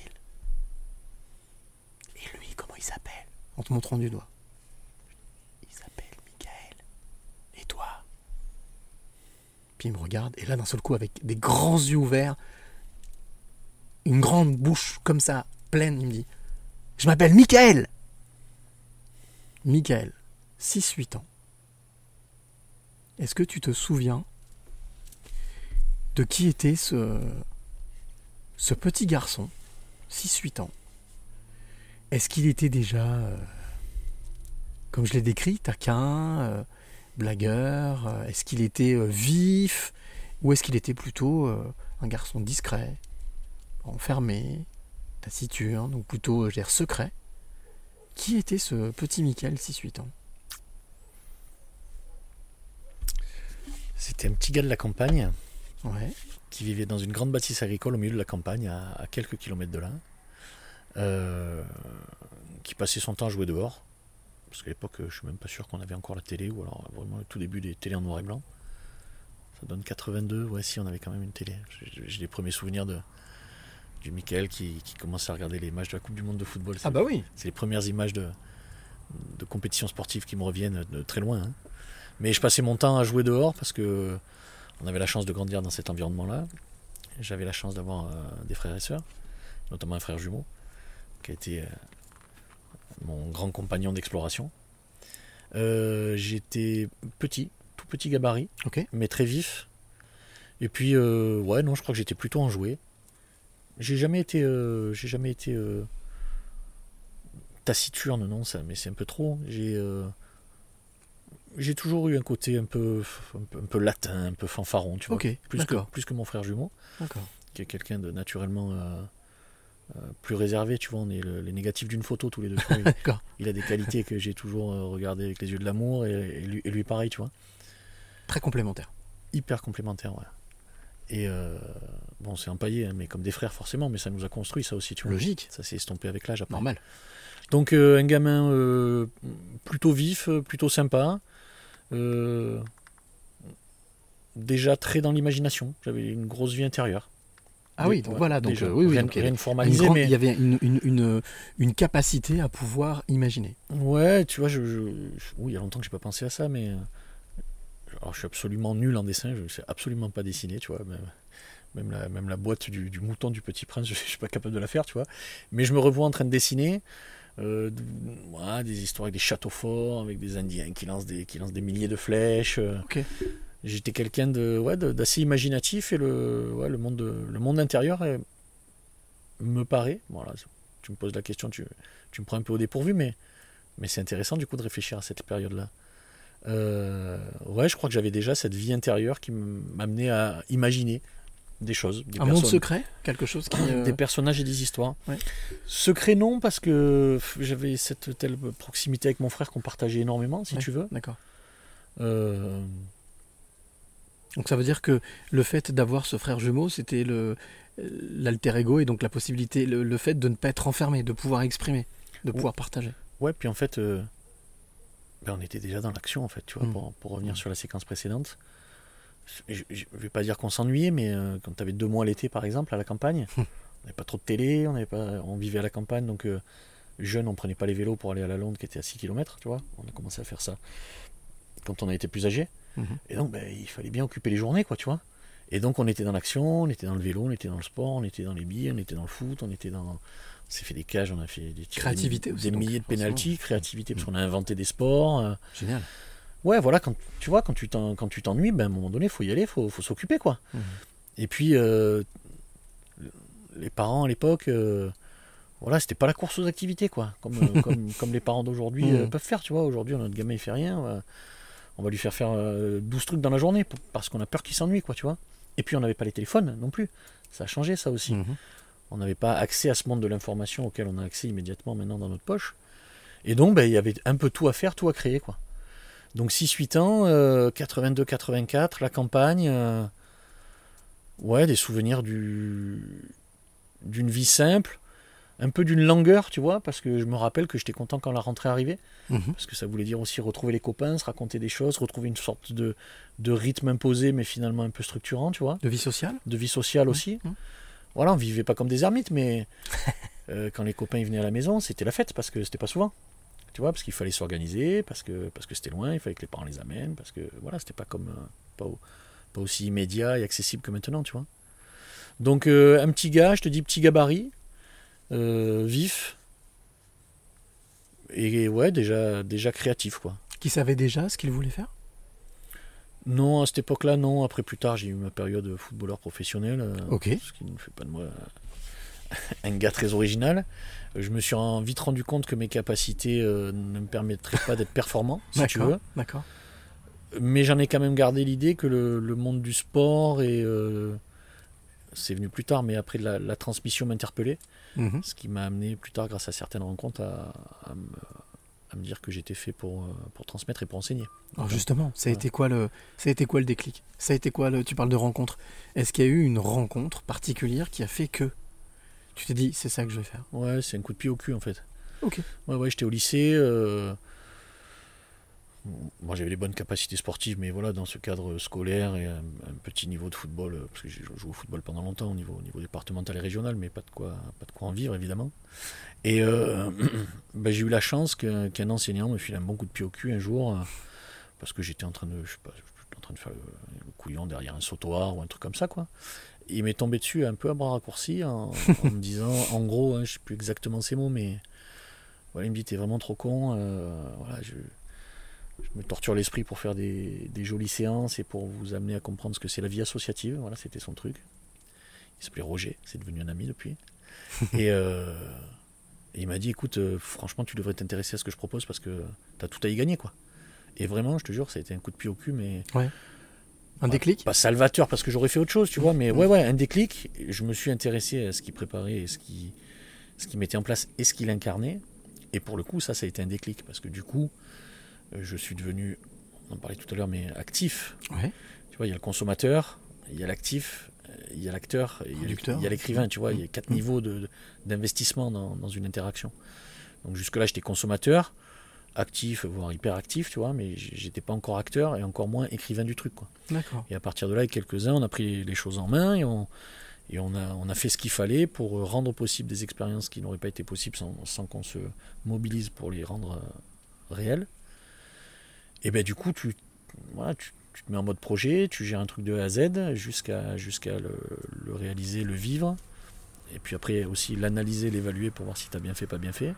Et lui, comment il s'appelle? En te montrant du doigt. Il s'appelle Michael. Et toi? Puis il me regarde, et là d'un seul coup, avec des grands yeux ouverts, une grande bouche comme ça, pleine, il me dit je m'appelle Michael. Michael, six huit ans. Est-ce que tu te souviens de qui était ce, ce petit garçon, six huit ans? Est-ce qu'il était déjà, euh, comme je l'ai décrit, taquin, euh, blagueur? euh, Est-ce qu'il était euh, vif? Ou est-ce qu'il était plutôt euh, un garçon discret, enfermé, taciturne, ou plutôt, euh, je veux dire, secret? Qui était ce petit Michael, six huit ans? C'était un petit gars de la campagne. Ouais. Qui vivait dans une grande bâtisse agricole au milieu de la campagne, à, à quelques kilomètres de là, euh, qui passait son temps à jouer dehors, parce qu'à l'époque, je ne suis même pas sûr qu'on avait encore la télé, ou alors vraiment le tout début des télés en noir et blanc. Ça donne quatre-vingt-deux, ouais, si, on avait quand même une télé. J'ai, j'ai les premiers souvenirs de, du Michael qui, qui commençait à regarder les matchs de la Coupe du Monde de football. C'est, ah bah oui. C'est les premières images de, de compétitions sportives qui me reviennent de très loin. Hein. Mais je passais mon temps à jouer dehors parce que on avait la chance de grandir dans cet environnement-là. J'avais la chance d'avoir euh, des frères et sœurs, notamment un frère jumeau, qui a été euh, mon grand compagnon d'exploration. Euh, j'étais petit, tout petit gabarit, okay. mais très vif. Et puis, euh, ouais, non, je crois que j'étais plutôt enjoué. J'ai jamais été, euh, j'ai jamais été euh, taciturne, non, ça, mais c'est un peu trop. J'ai euh, J'ai toujours eu un côté un peu, un peu, un peu latin, un peu fanfaron, tu vois. Okay, plus, que, plus que mon frère jumeau, d'accord. qui est quelqu'un de naturellement euh, euh, plus réservé, tu vois. On est le, les négatifs d'une photo tous les deux. Il, il a des qualités que j'ai toujours euh, regardées avec les yeux de l'amour, et, et, lui, et lui pareil, tu vois. Très complémentaire. Hyper complémentaire, ouais. Et euh, bon, c'est empaillé, hein, mais comme des frères forcément, mais ça nous a construit ça aussi, tu vois. Logique. Ça s'est estompé avec l'âge après. Normal. Donc euh, un gamin euh, plutôt vif, plutôt sympa. Euh, déjà très dans l'imagination. J'avais une grosse vie intérieure. Ah oui, donc ouais, voilà, donc déjà, euh, oui, oui, rien, donc, rien de formalisé, formalisé, grande, mais il y avait une, une, une, une capacité à pouvoir imaginer. Ouais, tu vois, je, je, je oui, il y a longtemps que j'ai pas pensé à ça, mais alors je suis absolument nul en dessin, je ne sais absolument pas dessiner, tu vois, même, même la, même la boîte du, du mouton du Petit Prince, je, je suis pas capable de la faire, tu vois. Mais je me revois en train de dessiner. Euh, ouais, des histoires avec des châteaux forts, avec des Indiens qui lancent des, qui lancent des milliers de flèches. Okay. J'étais quelqu'un de, ouais, de, d'assez imaginatif, et le, ouais, le, monde de, le monde intérieur est, me paraît, voilà, tu me poses la question, tu, tu me prends un peu au dépourvu, mais, mais c'est intéressant du coup de réfléchir à cette période-là. Euh, ouais, je crois que j'avais déjà cette vie intérieure qui m'amenait à imaginer des choses. Des un monde secret, quelque chose qui... Euh... Des personnages et des histoires. Ouais. Secret non, parce que j'avais cette telle proximité avec mon frère qu'on partageait énormément, si ouais, tu veux. D'accord. Euh... Donc ça veut dire que le fait d'avoir ce frère jumeau, c'était le l'alter ego, et donc la possibilité, le, le fait de ne pas être enfermé, de pouvoir exprimer, de pouvoir ouais. partager. Ouais, puis en fait, euh... ben, on était déjà dans l'action, en fait, tu vois, mmh. pour, pour revenir mmh. sur la séquence précédente. Je ne vais pas dire qu'on s'ennuyait, mais euh, quand tu avais deux mois l'été, par exemple, à la campagne, on n'avait pas trop de télé, on, n'avait pas, on vivait à la campagne, donc euh, jeune, on ne prenait pas les vélos pour aller à la Londe, qui était à six kilomètres, tu vois. On a commencé à faire ça quand on a été plus âgé. Mmh. Et donc, ben, il fallait bien occuper les journées, quoi, tu vois. Et donc, on était dans l'action, on était dans le vélo, on était dans le sport, on était dans les billes, on était dans le foot, on était dans... On s'est fait des cages, on a fait des tirs, créativité des, aussi, des milliers de pénaltys, créativité, parce qu'on a inventé des sports. Euh, Génial. Ouais, voilà, quand, tu vois, quand tu, t'en, quand tu t'ennuies, ben, à un moment donné, il faut y aller, il faut, faut s'occuper, quoi. Mmh. Et puis, euh, les parents à l'époque, euh, voilà, c'était pas la course aux activités, quoi, comme, euh, comme, comme les parents d'aujourd'hui Mmh. euh, peuvent faire, tu vois. Aujourd'hui, notre gamin, il fait rien, euh, on va lui faire faire euh, douze trucs dans la journée pour- parce qu'on a peur qu'il s'ennuie, quoi, tu vois. Et puis, on n'avait pas les téléphones non plus. Ça a changé, ça aussi. Mmh. On n'avait pas accès à ce monde de l'information auquel on a accès immédiatement maintenant dans notre poche. Et donc, ben, il y avait un peu tout à faire, tout à créer, quoi. Donc six huit ans, euh, quatre-vingt-deux quatre-vingt-quatre, la campagne, euh, ouais, des souvenirs du, d'une vie simple, un peu d'une langueur, tu vois, parce que je me rappelle que j'étais content quand la rentrée arrivait, Mmh. parce que ça voulait dire aussi retrouver les copains, se raconter des choses, retrouver une sorte de, de rythme imposé, mais finalement un peu structurant, tu vois, De vie sociale. de vie sociale aussi. Mmh. Voilà, on vivait pas comme des ermites, mais euh, quand les copains ils venaient à la maison, c'était la fête, parce que c'était pas souvent. Tu vois, parce qu'il fallait s'organiser, parce que, parce que c'était loin, il fallait que les parents les amènent, parce que voilà, c'était pas comme euh, pas, au- pas aussi immédiat et accessible que maintenant, tu vois. Donc euh, un petit gars, je te dis petit gabarit, euh, vif, et ouais, déjà, déjà créatif, quoi. Qui savait déjà ce qu'il voulait faire? Non, à cette époque-là, non. Après, plus tard, j'ai eu ma période footballeur professionnel, euh, Ok. ce qui ne fait pas de moi euh, un gars très original. Je me suis en- vite rendu compte que mes capacités euh, ne me permettraient pas d'être performant, si tu D'accord. veux. D'accord. Mais j'en ai quand même gardé l'idée que le, le monde du sport et euh, c'est venu plus tard, mais après la, la transmission m'interpellait, Mmh. ce qui m'a amené plus tard, grâce à certaines rencontres, à, à me, à me dire que j'étais fait pour, euh, pour transmettre et pour enseigner. Alors justement, ça a Ouais. été quoi le, ça a été quoi le déclic? Ça a été quoi le, tu parles de rencontre. Est-ce qu'il y a eu une rencontre particulière qui a fait que tu t'es dit c'est ça que je vais faire? Ouais, c'est un coup de pied au cul en fait. Ok. Ouais, ouais, j'étais au lycée. euh, Moi, j'avais les bonnes capacités sportives, mais voilà, dans ce cadre scolaire et un, un petit niveau de football, euh, parce que j'ai joué au football pendant longtemps, au niveau, au niveau départemental et régional, mais pas de quoi, pas de quoi en vivre, évidemment. Et euh, ben, j'ai eu la chance qu'un, qu'un enseignant me file un bon coup de pied au cul un jour, euh, parce que j'étais en train de, je sais pas, j'étais en train de faire le, le couillon derrière un sautoir ou un truc comme ça, quoi. Et il m'est tombé dessus un peu à bras raccourcis en, en me disant, en gros, hein, je sais plus exactement ces mots, mais voilà, il me dit t'es vraiment trop con, euh, voilà, je, je me torture l'esprit pour faire des, des jolies séances et pour vous amener à comprendre ce que c'est la vie associative, voilà, c'était son truc. Il s'appelait Roger, c'est devenu un ami depuis. et, euh, et il m'a dit écoute, euh, franchement tu devrais t'intéresser à ce que je propose parce que t'as tout à y gagner, quoi. Et vraiment, je te jure, ça a été un coup de pied au cul, mais Ouais. Un déclic? pas salvateur parce que j'aurais fait autre chose, tu vois, mais ouais, ouais, un déclic. Je me suis intéressé à ce qu'il préparait et ce qu'il ce qu'il mettait en place et ce qu'il incarnait. Et pour le coup, ça, ça a été un déclic parce que du coup, euh, je suis devenu, on en parlait tout à l'heure, mais actif. Ouais. Tu vois, il y a le consommateur, il y a l'actif, euh, il y a l'acteur, et il y a Producteur. l'éc- il y a l'écrivain, tu vois, il y a quatre Mmh. niveaux de- de- d'investissement dans, dans une interaction. Donc jusque-là, j'étais consommateur, actif, voire hyper actif, tu vois, mais j- j'étais pas encore acteur et encore moins écrivain du truc, quoi. D'accord. Et à partir de là, avec quelques-uns, on a pris les choses en main et on, et on, a, on a fait ce qu'il fallait pour rendre possible des expériences qui n'auraient pas été possibles sans, sans qu'on se mobilise pour les rendre euh, réelles. Et bien du coup, tu, voilà, tu, tu te mets en mode projet, tu gères un truc de A à Z jusqu'à jusqu'à le, le réaliser, le vivre. Et puis après aussi l'analyser, l'évaluer pour voir si tu as bien fait, pas bien fait.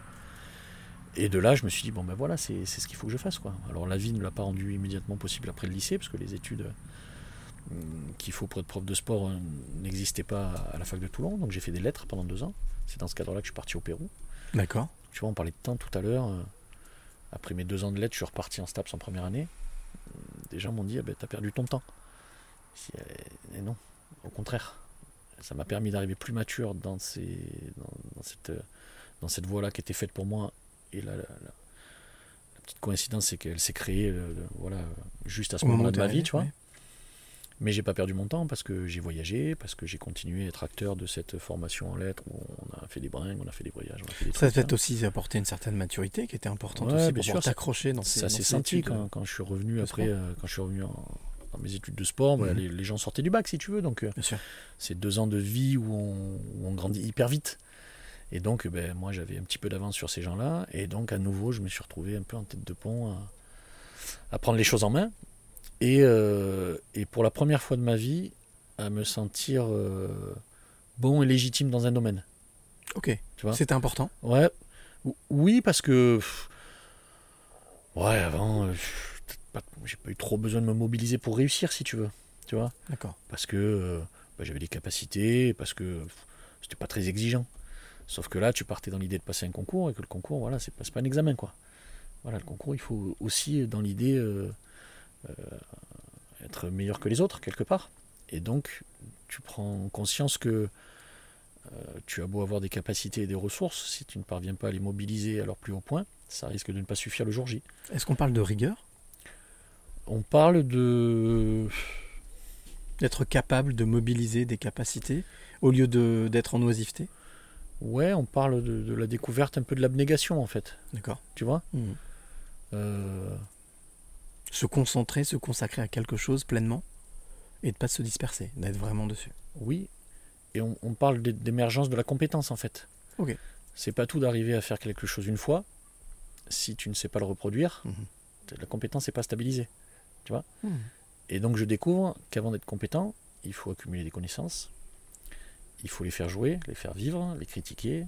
Et de là, je me suis dit, bon ben voilà, c'est c'est ce qu'il faut que je fasse, quoi. Alors la vie ne l'a pas rendu immédiatement possible après le lycée, parce que les études euh, qu'il faut pour être prof de sport euh, n'existaient pas à la fac de Toulon. Donc j'ai fait des lettres pendant deux ans. C'est dans ce cadre-là que je suis parti au Pérou. D'accord. Tu vois, on parlait de temps tout à l'heure. euh, Après mes deux ans de lettres, je suis reparti en STAPS en première année. Des gens m'ont dit, ah ben, t'as perdu ton temps. Si, euh, et non, au contraire. Ça m'a permis d'arriver plus mature dans, ces, dans, dans cette, dans cette voie-là qui était faite pour moi. Et là, la, la- la petite coïncidence, c'est qu'elle s'est créée euh, voilà, juste à ce Au moment moment-là de ma d'arriver, vie, tu vois. ouais. Mais j'ai pas perdu mon temps parce que j'ai voyagé, parce que j'ai continué à être acteur de cette formation en lettres où on a fait des bringues, on a fait des voyages, on a fait des Ça a trucs, hein. peut-être aussi apporté une certaine maturité qui était importante Ouais, aussi bien pour sûr, pouvoir ça- t'accrocher dans ces Ça dans s'est ces senti études. quand, quand je suis revenu de après, sport. euh, quand je suis revenu en, dans mes études de sport, bah, Mhm. les, les gens sortaient du bac si tu veux, donc euh, Bien sûr. c'est deux ans de vie où on, où on grandit hyper vite. Et donc ben, moi j'avais un petit peu d'avance sur ces gens-là, et donc à nouveau je me suis retrouvé un peu en tête de pont à, à prendre les choses en main, et, euh, et pour la première fois de ma vie à me sentir euh, bon et légitime dans un domaine. Ok. Tu vois. C'était important. Ouais, Ou- oui, parce que pff, ouais, avant, euh, pff, pas, j'ai pas eu trop besoin de me mobiliser pour réussir, si tu veux. Tu vois ? D'accord. Parce que euh, bah, j'avais les capacités, parce que c'était pas très exigeant. Sauf que là, tu partais dans l'idée de passer un concours, et que le concours, voilà, c'est pas, c'est pas un examen, quoi. Voilà, le concours, il faut aussi, dans l'idée, euh, euh, être meilleur que les autres, quelque part. Et donc, tu prends conscience que euh, tu as beau avoir des capacités et des ressources, si tu ne parviens pas à les mobiliser à leur plus haut point, ça risque de ne pas suffire le jour J. Est-ce qu'on parle de rigueur ? On parle de... D'être capable de mobiliser des capacités au lieu de, d'être en oisiveté ? Ouais, on parle de, de la découverte un peu de l'abnégation, en fait. D'accord. Tu vois ? Mmh. euh... Se concentrer, se consacrer à quelque chose pleinement et de ne pas se disperser, d'être vraiment dessus. Oui, et on, on parle d'émergence de la compétence, en fait. Ok. C'est pas tout d'arriver à faire quelque chose une fois. Si tu ne sais pas le reproduire, mmh. la compétence n'est pas stabilisée. Tu vois ? mmh. Et donc je découvre qu'avant d'être compétent, il faut accumuler des connaissances, il faut les faire jouer, les faire vivre, les critiquer,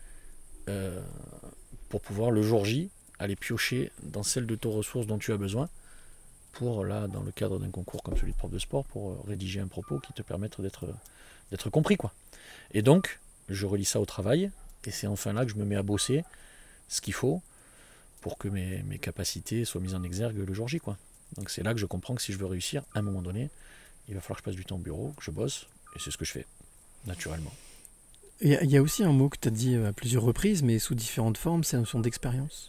euh, pour pouvoir le jour J aller piocher dans celle de tes ressources dont tu as besoin, pour là, dans le cadre d'un concours comme celui de prof de sport, pour rédiger un propos qui te permette d'être, d'être compris, quoi. Et donc, je relie ça au travail, et c'est enfin là que je me mets à bosser ce qu'il faut pour que mes, mes capacités soient mises en exergue le jour J, quoi. Donc c'est là que je comprends que si je veux réussir, à un moment donné, il va falloir que je passe du temps au bureau, que je bosse, et c'est ce que je fais, naturellement. Il y, y a aussi un mot que tu as dit à plusieurs reprises, mais sous différentes formes, c'est la notion d'expérience.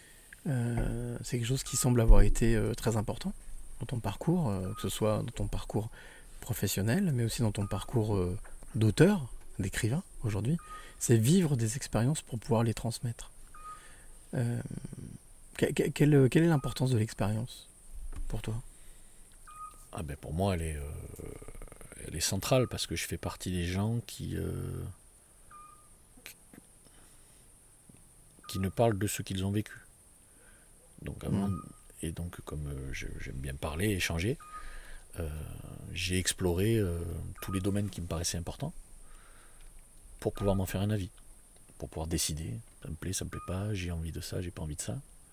Euh, c'est quelque chose qui semble avoir été euh, très important dans ton parcours, euh, que ce soit dans ton parcours professionnel, mais aussi dans ton parcours euh, d'auteur, d'écrivain aujourd'hui. C'est vivre des expériences pour pouvoir les transmettre. Euh, que, que, quelle, quelle est l'importance de l'expérience pour toi ? Ah ben pour moi, elle est, euh, elle est centrale parce que je fais partie des gens qui, euh, qui ne parlent de ce qu'ils ont vécu. Donc avant, mmh. Et donc comme euh, je, j'aime bien parler, échanger, euh, j'ai exploré euh, tous les domaines qui me paraissaient importants pour pouvoir m'en faire un avis, pour pouvoir décider, ça me plaît, ça me plaît pas, j'ai envie de ça, j'ai pas envie de ça.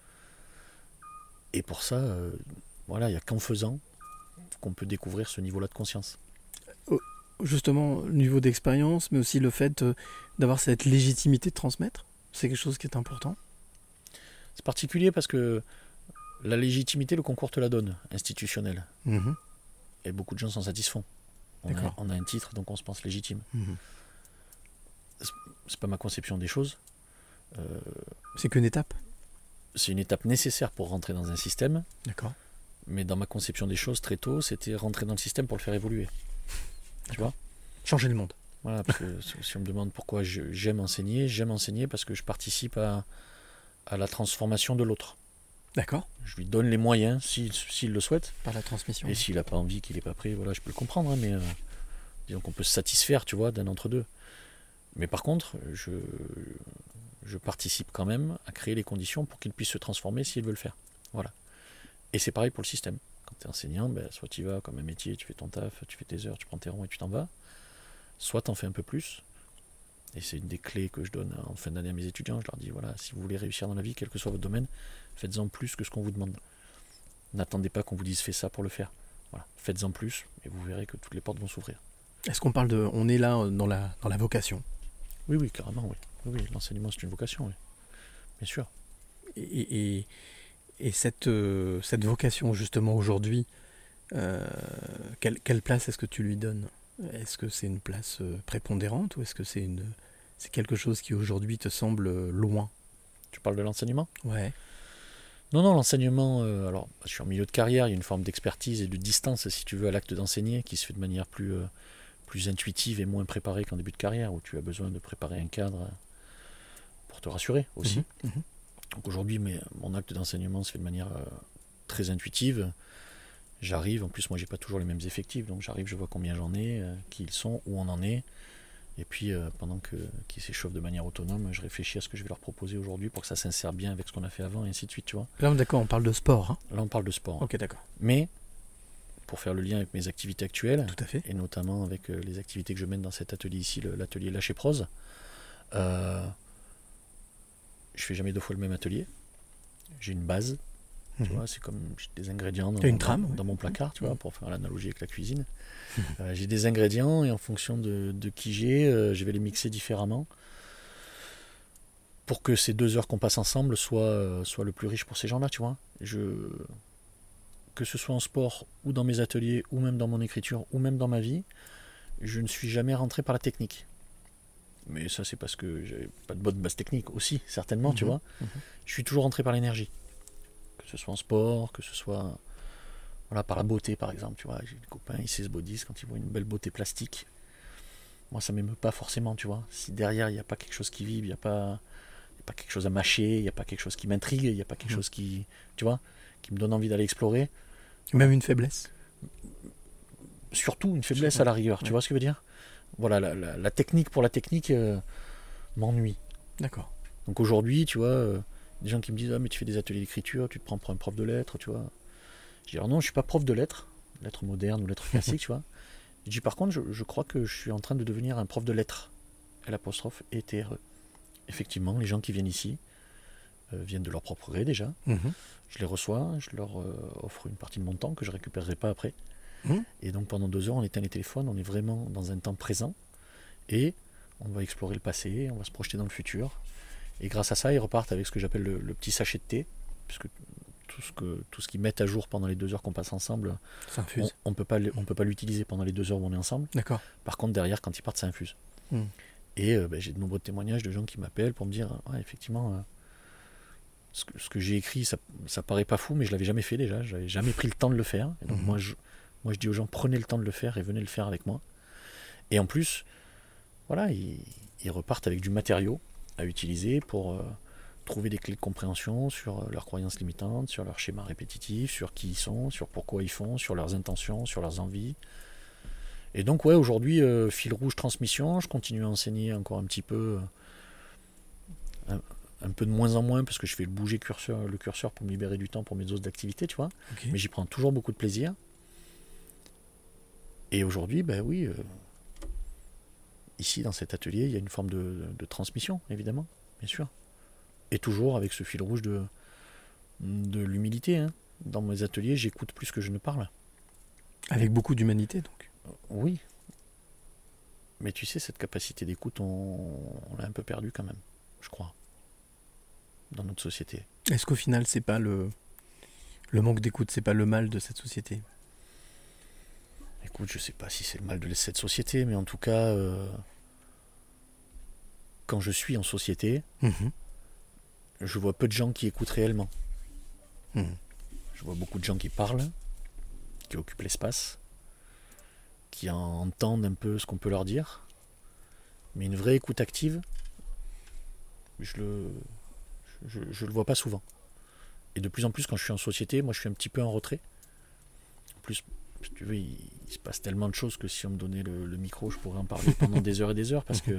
Et pour ça, euh, voilà, il n'y a qu'en faisant qu'on peut découvrir ce niveau-là de conscience. Justement, le niveau d'expérience, mais aussi le fait d'avoir cette légitimité de transmettre, c'est quelque chose qui est important. C'est particulier parce que la légitimité, le concours te la donne, institutionnelle. Mmh. Et beaucoup de gens s'en satisfont. On a, on a un titre, donc on se pense légitime. Mmh. C'est pas ma conception des choses. Euh, c'est qu'une étape. C'est une étape nécessaire pour rentrer dans un système. D'accord. Mais dans ma conception des choses, très tôt, c'était rentrer dans le système pour le faire évoluer. Tu vois ? Changer le monde. Voilà, parce que si on me demande pourquoi je, j'aime enseigner, j'aime enseigner parce que je participe à, à la transformation de l'autre. D'accord. Je lui donne les moyens, s'il, s'il le souhaite. Par la transmission. Et s'il n'a pas envie, qu'il n'est pas prêt, voilà, je peux le comprendre, hein, mais euh, disons qu'on peut se satisfaire, tu vois, d'un entre-deux. Mais par contre, je, je participe quand même à créer les conditions pour qu'il puisse se transformer s'il veut le faire. Voilà. Et c'est pareil pour le système. Quand tu es enseignant, ben, soit tu vas comme un métier, tu fais ton taf, tu fais tes heures, tu prends tes ronds et tu t'en vas. Soit tu en fais un peu plus. Et c'est une des clés que je donne en fin d'année à mes étudiants. Je leur dis, voilà, si vous voulez réussir dans la vie, quel que soit votre domaine, faites-en plus que ce qu'on vous demande. N'attendez pas qu'on vous dise, fais ça pour le faire. Voilà. Faites-en plus et vous verrez que toutes les portes vont s'ouvrir. Est-ce qu'on parle de... On est là dans la, dans la vocation ? Oui, oui, carrément, oui. Oui, oui, l'enseignement, c'est une vocation, oui. Bien sûr. Et... et... Et cette, euh, cette vocation, justement, aujourd'hui, euh, quelle, quelle place est-ce que tu lui donnes ? Est-ce que c'est une place euh, prépondérante ou est-ce que c'est, une, c'est quelque chose qui, aujourd'hui, te semble loin ? Tu parles de l'enseignement ? Ouais. Non, non, l'enseignement... Euh, alors, je suis en milieu de carrière, il y a une forme d'expertise et de distance, si tu veux, à l'acte d'enseigner, qui se fait de manière plus, euh, plus intuitive et moins préparée qu'en début de carrière, où tu as besoin de préparer un cadre pour te rassurer, aussi. Mmh, mmh. Donc aujourd'hui, mais mon acte d'enseignement se fait de manière euh, très intuitive. J'arrive, en plus moi j'ai pas toujours les mêmes effectifs, donc j'arrive, je vois combien j'en ai, euh, qui ils sont, où on en est. Et puis euh, pendant que, qu'ils s'échauffent de manière autonome, je réfléchis à ce que je vais leur proposer aujourd'hui pour que ça s'insère bien avec ce qu'on a fait avant, et ainsi de suite, tu vois. Là, d'accord, on parle de sport. Hein. Là on parle de sport. Ok, d'accord. Mais, pour faire le lien avec mes activités actuelles, tout à fait. Et notamment avec euh, les activités que je mène dans cet atelier ici, le, l'atelier Lâcher Prose, euh, je fais jamais deux fois le même atelier. J'ai une base. Tu Mhm. vois, c'est comme j'ai des ingrédients dans, T'as une dans- trame, dans ouais. mon placard, tu vois, pour faire l'analogie avec la cuisine. Mhm. Euh, j'ai des ingrédients et en fonction de, de qui j'ai, euh, je vais les mixer différemment pour que ces deux heures qu'on passe ensemble soient, euh, soient le plus riche pour ces gens-là, tu vois. Je... Que ce soit en sport ou dans mes ateliers ou même dans mon écriture ou même dans ma vie, je ne suis jamais rentré par la technique. Mais ça, c'est parce que j'avais pas de bonne base technique aussi, certainement, tu Mhm. vois. Mhm. Je suis toujours rentré par l'énergie. Que ce soit en sport, que ce soit voilà, par la beauté, par exemple. Tu vois, j'ai des copains, ils s'esbaudissent quand ils voient une belle beauté plastique. Moi, ça m'émeut pas forcément, tu vois. Si derrière, il n'y a pas quelque chose qui vibre, il n'y a pas, il y a pas quelque chose à mâcher, il n'y a pas quelque chose qui m'intrigue, il n'y a pas quelque Mhm. chose qui, tu vois, qui me donne envie d'aller explorer. Même une faiblesse. Surtout une faiblesse Surtout. à la rigueur, tu Ouais. vois ce que je veux dire. Voilà, la, la- la technique pour la technique euh, m'ennuie. D'accord. Donc aujourd'hui, tu vois, euh, des gens qui me disent ah mais tu fais des ateliers d'écriture, tu te prends pour un prof de lettres, tu vois. Je dis alors non, je suis pas prof de lettres, lettres modernes ou lettres classiques, tu vois. Je dis par contre, je, je crois que je suis en train de devenir un prof de lettres. L apostrophe et T R E. Effectivement, les gens qui viennent ici euh, viennent de leur propre gré déjà. Mhm. Je les reçois, je leur euh, offre une partie de mon temps que je récupérerai pas après. Mhm. Et donc pendant deux heures, on éteint les téléphones, on est vraiment dans un temps présent et on va explorer le passé, on va se projeter dans le futur. Et grâce à ça, ils repartent avec ce que j'appelle le, le petit sachet de thé, puisque tout ce que tout ce qu'ils mettent à jour pendant les deux heures qu'on passe ensemble, Ça on, infuse. on peut pas le- on peut pas l'utiliser pendant les deux heures où on est ensemble. D'accord. Par contre, derrière, quand ils partent, ça infuse. Mhm. Et euh, ben, j'ai de nombreux témoignages de gens qui m'appellent pour me dire ouais, effectivement, euh, ce que, ce que j'ai écrit, ça, ça paraît pas fou, mais je l'avais jamais fait déjà, j'avais jamais pris le temps de le faire. Et donc Mhm. moi, je, moi, je dis aux gens prenez le temps de le faire et venez le faire avec moi. Et en plus, voilà, ils, ils repartent avec du matériau à utiliser pour euh, trouver des clés de compréhension sur euh, leurs croyances limitantes, sur leurs schémas répétitifs, sur qui ils sont, sur pourquoi ils font, sur leurs intentions, sur leurs envies. Et donc ouais, aujourd'hui, euh, fil rouge transmission, je continue à enseigner encore un petit peu, euh, un, un peu de moins en moins, parce que je fais le bouger curseur, le curseur pour me libérer du temps pour mes autres d'activité, tu vois. Ok. Mais j'y prends toujours beaucoup de plaisir. Et aujourd'hui, ben oui, euh, ici dans cet atelier, il y a une forme de, de transmission, évidemment, bien sûr. Et toujours avec ce fil rouge de, de l'humilité. Hein. Dans mes ateliers, j'écoute plus que je ne parle. Avec beaucoup d'humanité, donc. Oui. Mais tu sais, cette capacité d'écoute, on, on l'a un peu perdue quand même, je crois, dans notre société. Est-ce qu'au final, c'est pas le le manque d'écoute, c'est pas le mal de cette société? Écoute, je sais pas si c'est le mal de cette société, mais en tout cas, euh, quand je suis en société, Mhm. je vois peu de gens qui écoutent réellement. Mhm. Je vois beaucoup de gens qui parlent, qui occupent l'espace, qui entendent un peu ce qu'on peut leur dire, mais une vraie écoute active, je le, je, je le vois pas souvent. Et de plus en plus, quand je suis en société, moi je suis un petit peu en retrait. En plus, si tu veux, il, il se passe tellement de choses que si on me donnait le, le micro, je pourrais en parler pendant des heures et des heures, parce que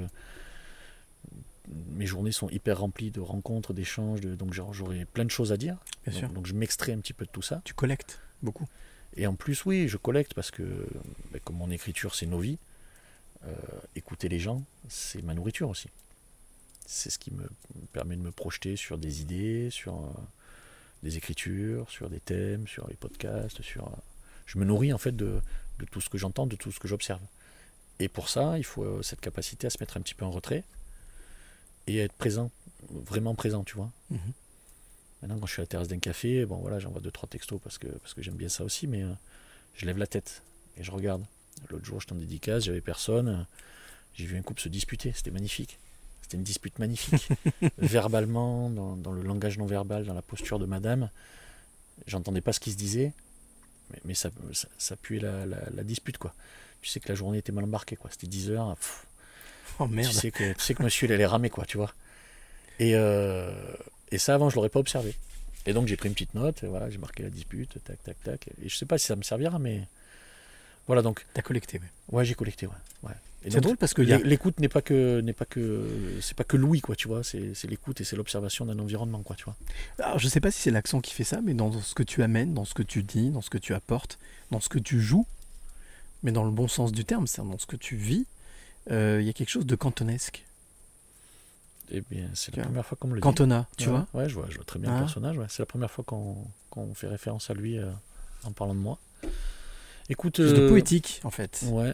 mes journées sont hyper remplies de rencontres, d'échanges, de, donc genre, j'aurais plein de choses à dire. Bien donc, sûr. donc je m'extrais un petit peu de tout ça. Tu collectes beaucoup. Et en plus, oui, je collecte parce que, ben, comme mon écriture, c'est nos vies, euh, écouter les gens, c'est ma nourriture aussi. C'est ce qui me permet de me projeter sur des idées, sur euh, des écritures, sur des thèmes, sur les podcasts, sur... euh, je me nourris en fait de, de tout ce que j'entends, de tout ce que j'observe. Et pour ça, il faut euh, cette capacité à se mettre un petit peu en retrait et à être présent, vraiment présent, tu vois. Mhm. Maintenant, quand je suis à la terrasse d'un café, bon voilà, j'envoie deux trois textos parce que, parce que j'aime bien ça aussi, mais euh, je lève la tête et je regarde. L'autre jour, j'étais en dédicace, j'avais personne, euh, j'ai vu un couple se disputer, c'était magnifique. C'était une dispute magnifique. Verbalement, dans, dans le langage non verbal, dans la posture de madame, j'entendais pas ce qui se disait, mais, mais ça, ça, ça puait la, la, la dispute, quoi. Tu sais que la journée était mal embarquée, quoi. C'était dix heures, pff, Oh merde. tu sais que, tu sais que monsieur il allait ramer, quoi, tu vois. Et, euh, et ça, avant, je l'aurais pas observé. Et donc, j'ai pris une petite note, et voilà, j'ai marqué la dispute, tac, tac, tac. Et je sais pas si ça me servira, mais voilà, donc. T'as collecté, ouais. Ouais, j'ai collecté, ouais. ouais. Et C'est donc, drôle parce que il y a- l'é- l'écoute n'est pas que, n'est pas que, c'est pas que l'ouïe, quoi, tu vois. C'est, c'est l'écoute et c'est l'observation d'un environnement, quoi, tu vois. Alors, je sais pas si c'est l'accent qui fait ça, mais dans ce que tu amènes, dans ce que tu dis, dans ce que tu apportes, dans ce que tu joues, mais dans le bon sens du terme, c'est-à-dire dans ce que tu vis, euh, il y a quelque chose de cantonesque. Eh bien, c'est Tu la vois. première fois qu'on me le dit. Cantona, tu Ouais, vois. Ouais, je vois, je vois très bien Hein le personnage. Ouais. C'est la première fois qu'on qu'on fait référence à lui euh, en parlant de moi. Écoute. Juste de euh, poétique, en fait. Ouais.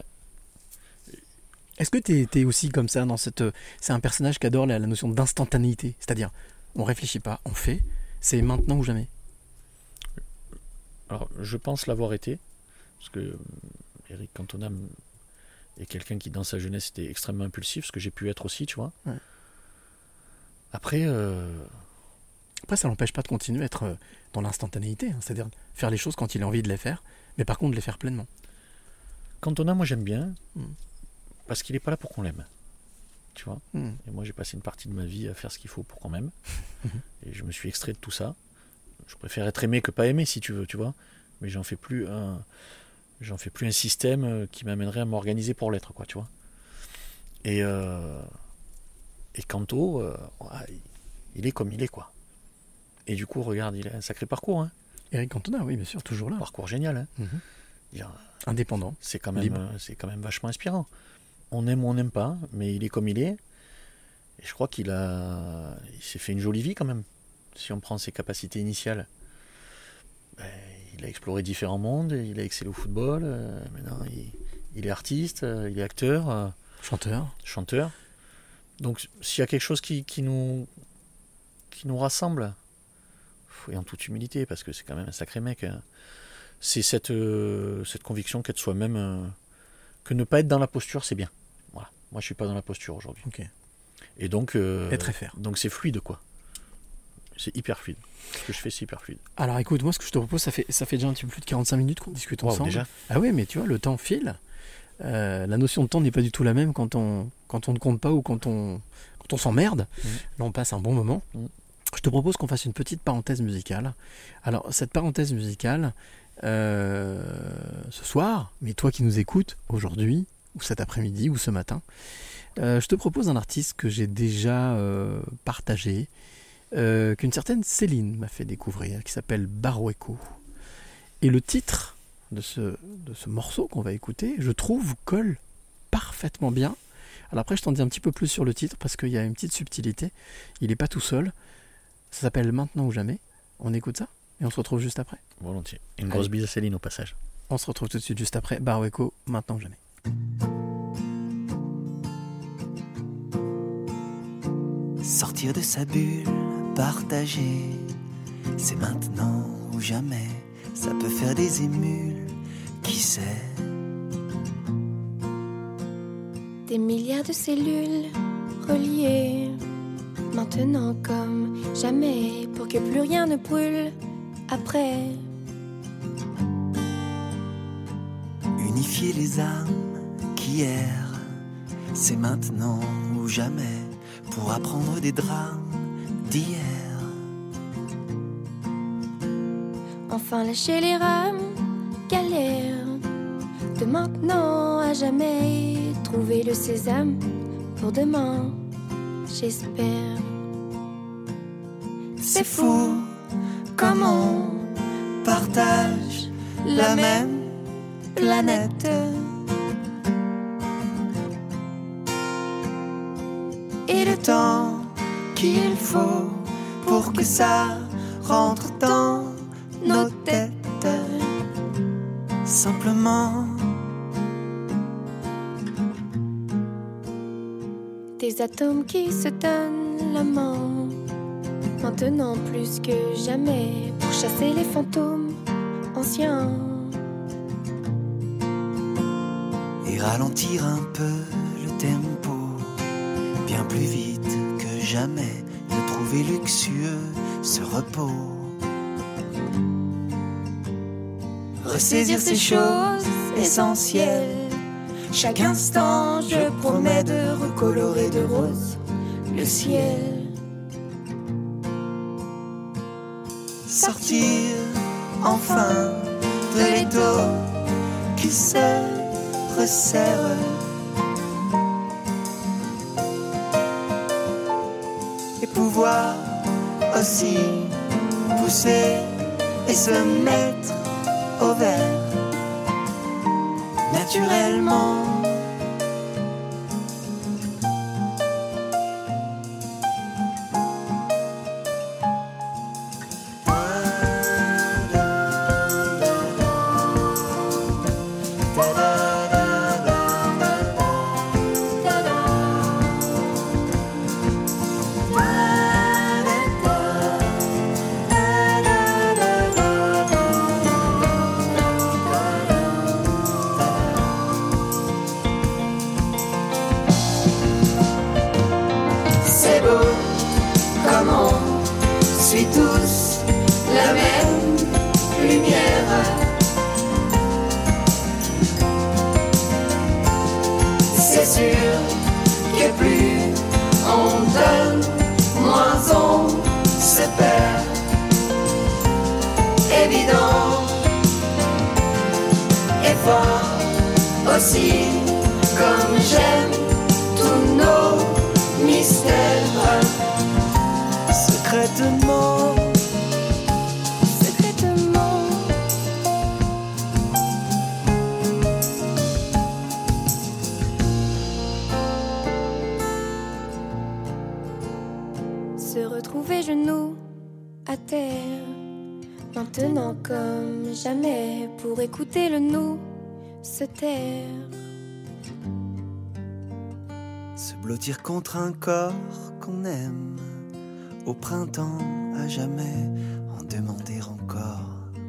Est-ce que t'es, t'es aussi comme ça dans cette... C'est un personnage qui adore la, la notion d'instantanéité. C'est-à-dire, on réfléchit pas, on fait. C'est maintenant ou jamais. Alors, je pense l'avoir été. Parce que euh, Eric Cantona m- est quelqu'un qui, dans sa jeunesse, était extrêmement impulsif. Ce que j'ai pu être aussi, tu vois. Ouais. Après. euh, Après, ça l'empêche pas de continuer à être euh, dans l'instantanéité. hein. C'est-à-dire faire les choses quand il a envie de les faire. Mais par contre, de les faire pleinement. Cantona, moi, j'aime bien. Mm. Parce qu'il n'est pas là pour qu'on l'aime. Tu vois. Hmm. Et moi, j'ai passé une partie de ma vie à faire ce qu'il faut pour qu'on m'aime. Et je me suis extrait de tout ça. Je préfère être aimé que pas aimé, si tu veux, tu vois. Mais j'en fais plus un, j'en fais plus un système euh, qui m'amènerait à m'organiser pour l'être, quoi, tu vois. Et euh, et Canto, euh, ouais, il- il est comme il est, quoi. Et du coup, regarde, il a un sacré parcours, hein. Eric Cantona, oui, bien sûr, toujours là. Parcours génial, hein. Mhm. Il a- Indépendant. c'est quand même, Libre. euh, c'est quand même vachement inspirant. On aime ou on n'aime pas, mais il est comme il est. Et je crois qu'il a, il s'est fait une jolie vie quand même. Si on prend ses capacités initiales, ben, il a exploré différents mondes, il a excellé au football. euh, maintenant, il, il est artiste, euh, il est acteur, euh, Chanteur. chanteur. Donc, s'il y a quelque chose qui, qui nous, qui nous rassemble, et en toute humilité, parce que c'est quand même un sacré mec, hein, c'est cette, euh, cette conviction qu'être soi-même, euh, que ne pas être dans la posture, c'est bien. Voilà. Moi, je suis pas dans la posture aujourd'hui. Ok. Et donc, euh, Être et faire. donc c'est fluide, quoi. C'est hyper fluide. Ce que je fais, c'est hyper fluide. Alors écoute, moi ce que je te propose, ça fait, ça fait déjà un petit peu plus de quarante-cinq minutes qu'on discute Wow, ensemble. déjà. Ah oui, mais tu vois, le temps file. Euh, la notion de temps n'est pas du tout la même quand on, quand on ne compte pas ou quand on, quand on s'emmerde. Mhm. Là, on passe un bon moment. Mhm. Je te propose qu'on fasse une petite parenthèse musicale. Alors, cette parenthèse musicale, euh, ce soir, mais toi qui nous écoutes aujourd'hui, ou cet après-midi, ou ce matin, euh, je te propose un artiste que j'ai déjà euh, partagé, euh, qu'une certaine Céline m'a fait découvrir, qui s'appelle Baroeco. Et le titre de ce, de ce morceau qu'on va écouter, je trouve, colle parfaitement bien. Alors après, je t'en dis un petit peu plus sur le titre, parce qu'il y a une petite subtilité. Il n'est pas tout seul. Ça s'appelle Maintenant ou Jamais. On écoute ça et on se retrouve juste après. Volontiers. Une grosse Allez. bise à Céline au passage. On se retrouve tout de suite juste après. Baroeco, Maintenant ou Jamais. Sortir de sa bulle, partager, c'est maintenant ou jamais. Ça peut faire des émules, qui sait. Des milliards de cellules reliées, maintenant comme jamais, pour que plus rien ne brûle après. Unifier les âmes qui errent, c'est maintenant ou jamais. Pour apprendre des drames d'hier. Enfin lâcher les rames, galère, de maintenant à jamais. Trouver le sésame pour demain, j'espère. C'est fou comme on partage la même planète. Et le temps qu'il faut pour que ça rentre dans nos têtes. Simplement. Des atomes qui se donnent la main, maintenant plus que jamais, pour chasser les fantômes anciens. Et ralentir un peu le tempo, bien plus vite que jamais, de trouver luxueux ce repos. Ressaisir ces choses essentielles, chaque instant je promets de recolorer de rose le ciel. Sortir enfin de l'étau qui se resserre. Et pouvoir aussi pousser et se mettre au vert naturellement. C'est beau, comme on suit tous la même lumière. C'est sûr que plus on donne, moins on se perd. Évident et fort aussi, comme j'aime tous nos mystères. Secrètement, Secrètement, se retrouver genoux à terre, maintenant comme jamais, pour écouter le nous se taire. se blottir contre un corps qu'on aime, au printemps à jamais, en demander encore.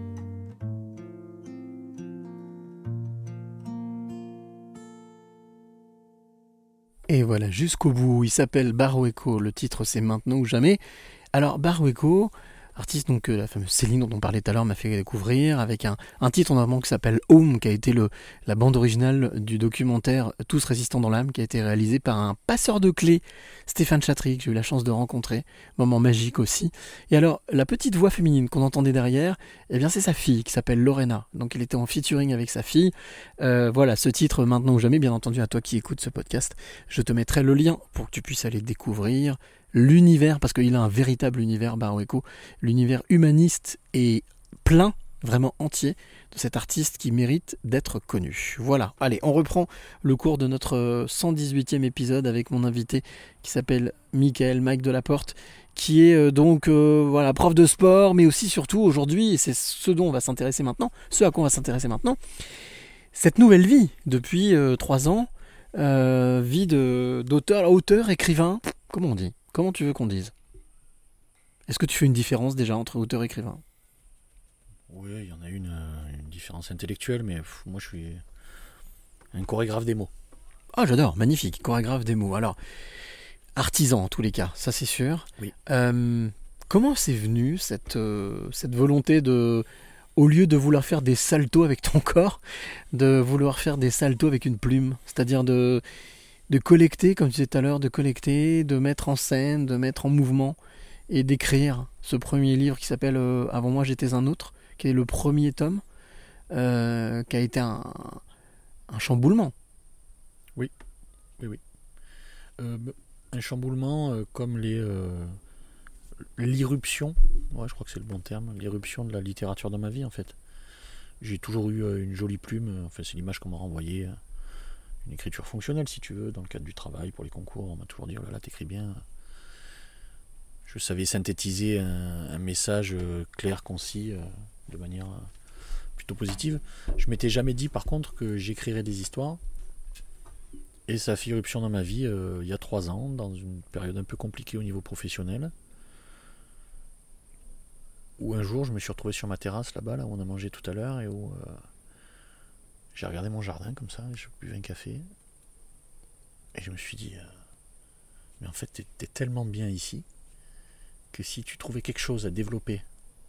Et voilà, jusqu'au bout, il s'appelle Barueco, le titre c'est Maintenant ou Jamais. Alors Barueco, artiste donc euh, la fameuse Céline dont on parlait tout à l'heure m'a fait découvrir, avec un, un titre notamment qui s'appelle Home, qui a été le, la bande originale du documentaire Tous résistants dans l'âme, qui a été réalisé par un passeur de clés, Stéphane Chatry, que j'ai eu la chance de rencontrer, moment magique aussi. Et alors, la petite voix féminine qu'on entendait derrière, eh bien c'est sa fille qui s'appelle Lorena, donc il était en featuring avec sa fille. Euh, voilà, ce titre Maintenant ou Jamais, bien entendu à toi qui écoutes ce podcast, je te mettrai le lien pour que tu puisses aller découvrir l'univers, parce qu'il a un véritable univers, Barueco, l'univers humaniste et plein, vraiment entier, de cet artiste qui mérite d'être connu. Voilà, allez, on reprend le cours de notre cent dix-huitième épisode avec mon invité qui s'appelle Michael Mike Delaporte, qui est euh, donc euh, voilà, prof de sport, mais aussi surtout aujourd'hui, et c'est ce dont on va s'intéresser maintenant, ce à quoi on va s'intéresser maintenant, cette nouvelle vie depuis euh, trois ans, euh, vie de, d'auteur, auteur, écrivain, comment on dit ? Comment tu veux qu'on dise ? Est-ce que tu fais une différence déjà entre auteur et écrivain ? Oui, il y en a une, une différence intellectuelle, mais pff, moi je suis un chorégraphe des mots. Ah, j'adore, magnifique, chorégraphe des mots. Alors, artisan en tous les cas, ça c'est sûr. Oui. Euh, comment c'est venu cette, euh, cette volonté de, au lieu de vouloir faire des saltos avec ton corps, de vouloir faire des saltos avec une plume ? C'est-à-dire de... de collecter, comme tu disais tout à l'heure, de collecter, de mettre en scène, de mettre en mouvement et d'écrire ce premier livre qui s'appelle euh, Avant moi j'étais un autre, qui est le premier tome, euh, qui a été un, un chamboulement. Oui, oui, oui. Euh, un chamboulement euh, comme les, euh, l'irruption, ouais, je crois que c'est le bon terme, l'irruption de la littérature dans ma vie en fait. J'ai toujours eu euh, une jolie plume, enfin c'est l'image qu'on m'a renvoyée. Une écriture fonctionnelle si tu veux, dans le cadre du travail, pour les concours, on m'a toujours dit oh là là t'écris bien. Je savais synthétiser un, un message clair, concis, euh, de manière plutôt positive. Je m'étais jamais dit par contre que j'écrirais des histoires, et ça a fait irruption dans ma vie euh, il y a trois ans, dans une période un peu compliquée au niveau professionnel, où un jour je me suis retrouvé sur ma terrasse là-bas, là où on a mangé tout à l'heure, et où euh, j'ai regardé mon jardin comme ça, je buvais un café, et je me suis dit, euh, mais en fait t'es, t'es tellement bien ici, que si tu trouvais quelque chose à développer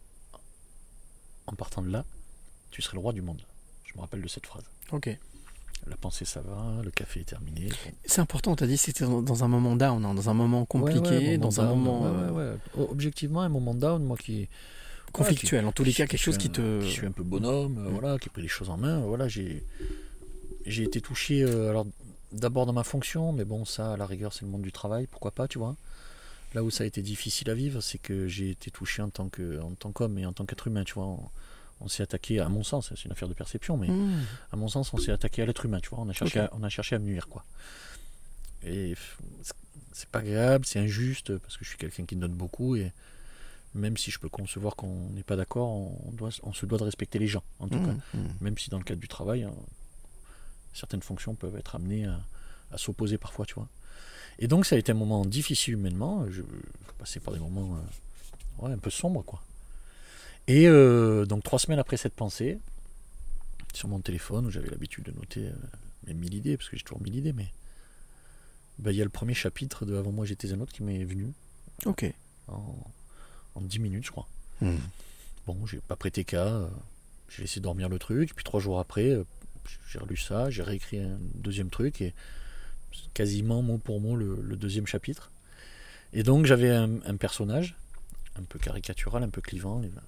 en partant de là, tu serais le roi du monde. Je me rappelle de cette phrase. Ok. La pensée ça va, le café est terminé. C'est important, tu as dit que c'était dans, dans un moment down, hein, dans un moment compliqué, ouais, ouais, dans down, un moment... Ouais, ouais, ouais. Objectivement, un moment down, moi qui... conflictuel, voilà, en tous les qui, cas, quelque chose un, qui te... qui suis un peu bonhomme, mmh. euh, voilà, qui a pris les choses en main, voilà, j'ai, j'ai été touché, euh, alors d'abord dans ma fonction, mais bon, ça, à la rigueur, c'est le monde du travail, pourquoi pas, tu vois. Là où ça a été difficile à vivre, c'est que j'ai été touché en tant, que, en tant qu'homme et en tant qu'être humain, tu vois. On, on s'est attaqué, à mon sens, c'est une affaire de perception, mais mmh. à mon sens, on s'est attaqué à l'être humain, tu vois. On a cherché, okay. à, on a cherché à me nuire, quoi. Et c'est pas agréable, c'est injuste, parce que je suis quelqu'un qui donne beaucoup, et même si je peux concevoir qu'on n'est pas d'accord, on, doit, on se doit de respecter les gens, en tout mmh, cas. Mmh. Même si dans le cadre du travail, hein, certaines fonctions peuvent être amenées à, à s'opposer parfois, tu vois. Et donc ça a été un moment difficile humainement, je, je passais par des moments euh, ouais, un peu sombres, quoi. Et euh, donc trois semaines après cette pensée, sur mon téléphone, où j'avais l'habitude de noter euh, mes mille idées, parce que j'ai toujours mille idées, mais Ben, y a le premier chapitre de Avant moi j'étais un autre qui m'est venu. Ok. En, en dix minutes, je crois. Mmh. Bon, j'ai pas prêté cas, euh, j'ai laissé dormir le truc, puis trois jours après, euh, j'ai relu ça, j'ai réécrit un deuxième truc, et quasiment mot pour mot le, le deuxième chapitre. Et donc j'avais un, un personnage, un peu caricatural, un peu clivant, les-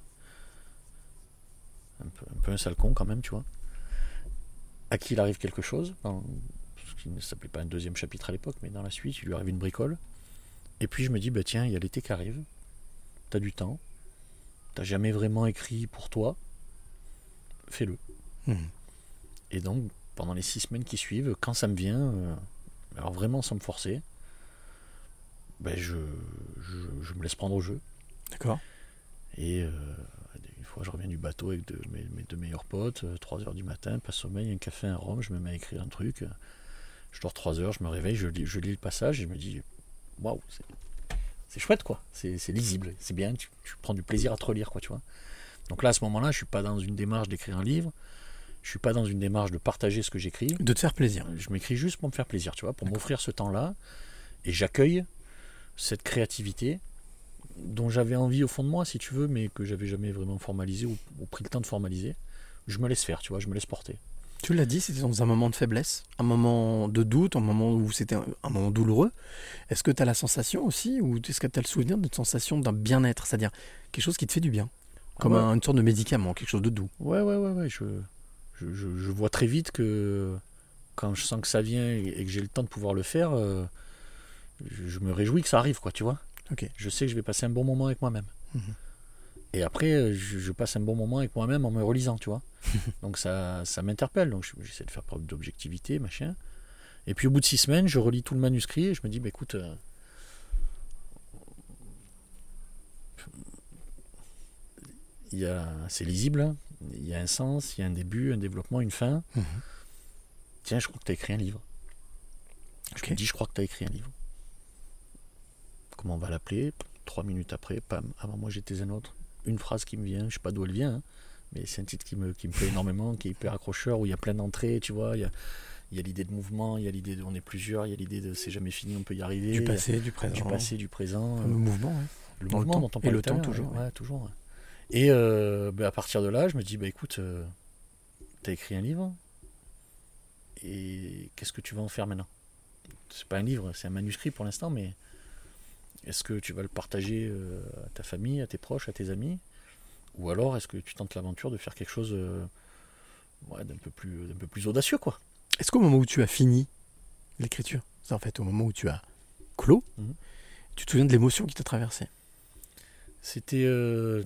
un peu, un peu un sale con quand même, tu vois, à qui il arrive quelque chose, dans, ce qui ne s'appelait pas un deuxième chapitre à l'époque, mais dans la suite, il lui arrive une bricole. Et puis je me dis, bah tiens, il y a l'été qui arrive, t'as du temps, t'as jamais vraiment écrit pour toi, fais-le. Mmh. Et donc, pendant les six semaines qui suivent, quand ça me vient, euh, alors vraiment sans me forcer, ben je, je, je me laisse prendre au jeu. D'accord. Et euh, une fois, je reviens du bateau avec de, mes, mes deux meilleurs potes, euh, trois heures du matin, pas sommeil, un café, un rhum, je me mets à écrire un truc. euh, Je dors trois heures, je me réveille, je lis, je lis le passage et je me dis, waouh, c'est, c'est chouette quoi, c'est, c'est lisible, c'est bien, tu, tu prends du plaisir à te relire quoi, tu vois. Donc là, à ce moment-là, je suis pas dans une démarche d'écrire un livre, je suis pas dans une démarche de partager ce que j'écris. De te faire plaisir. Je m'écris juste pour me faire plaisir, tu vois, pour m'offrir ce temps-là, et j'accueille cette créativité dont j'avais envie au fond de moi, si tu veux, mais que j'avais jamais vraiment formalisé ou, ou pris le temps de formaliser. Je me laisse faire, tu vois, je me laisse porter. Tu l'as dit, c'était dans un moment de faiblesse, un moment de doute, un moment où c'était un, un moment douloureux. Est-ce que tu as la sensation aussi, ou est-ce que tu as le souvenir d'une sensation d'un bien-être, c'est-à-dire quelque chose qui te fait du bien, comme Ah ouais. un- une sorte de médicament, quelque chose de doux? Ouais, ouais, ouais, ouais. Je, je, je, je vois très vite que quand je sens que ça vient et, et que j'ai le temps de pouvoir le faire, euh, je, je me réjouis que ça arrive, quoi, tu vois. Ok. Je sais que je vais passer un bon moment avec moi-même. Mhm. Et après, euh, je, je passe un bon moment avec moi-même en me relisant, tu vois. Donc ça, ça m'interpelle. Donc je- j'essaie de faire preuve d'objectivité, machin. Et puis au bout de six semaines, je relis tout le manuscrit et je me dis, bah, écoute, euh, il y a, c'est lisible, hein. Il y a un sens, il y a un début, un développement, une fin. Mhm. Tiens, je crois que tu as écrit un livre. Je Ok. me dis, je crois que tu as écrit un livre. Comment on va l'appeler? Trois minutes après, pam, avant moi j'étais un autre. Une phrase qui me vient, je sais pas d'où elle vient, hein, mais c'est un titre qui me, qui me plaît énormément, qui est hyper accrocheur, où il y a plein d'entrées, tu vois. Il y a, il y a l'idée de mouvement, il y a l'idée de on est plusieurs, il y a l'idée de c'est jamais fini, on peut y arriver. Du passé, du présent. Du passé, du présent. Le euh, mouvement, ouais. le Dans le mouvement temps. dont on Et parlait le tout à temps, l'heure, toujours, ouais, ouais. ouais, toujours. ouais. Et euh, ben, à partir de là, je me dis, bah écoute, euh, t'as écrit un livre, et qu'est-ce que tu vas en faire maintenant? C'est pas un livre, c'est un manuscrit pour l'instant, mais est-ce que tu vas le partager euh, à ta famille, à tes proches, à tes amis? Ou alors est-ce que tu tentes l'aventure de faire quelque chose euh, ouais, d'un peu plus, d'un peu plus audacieux, quoi? Est-ce qu'au moment où tu as fini l'écriture, c'est en fait au moment où tu as clos, Mhm. tu te souviens de l'émotion qui t'a traversé? C'était euh,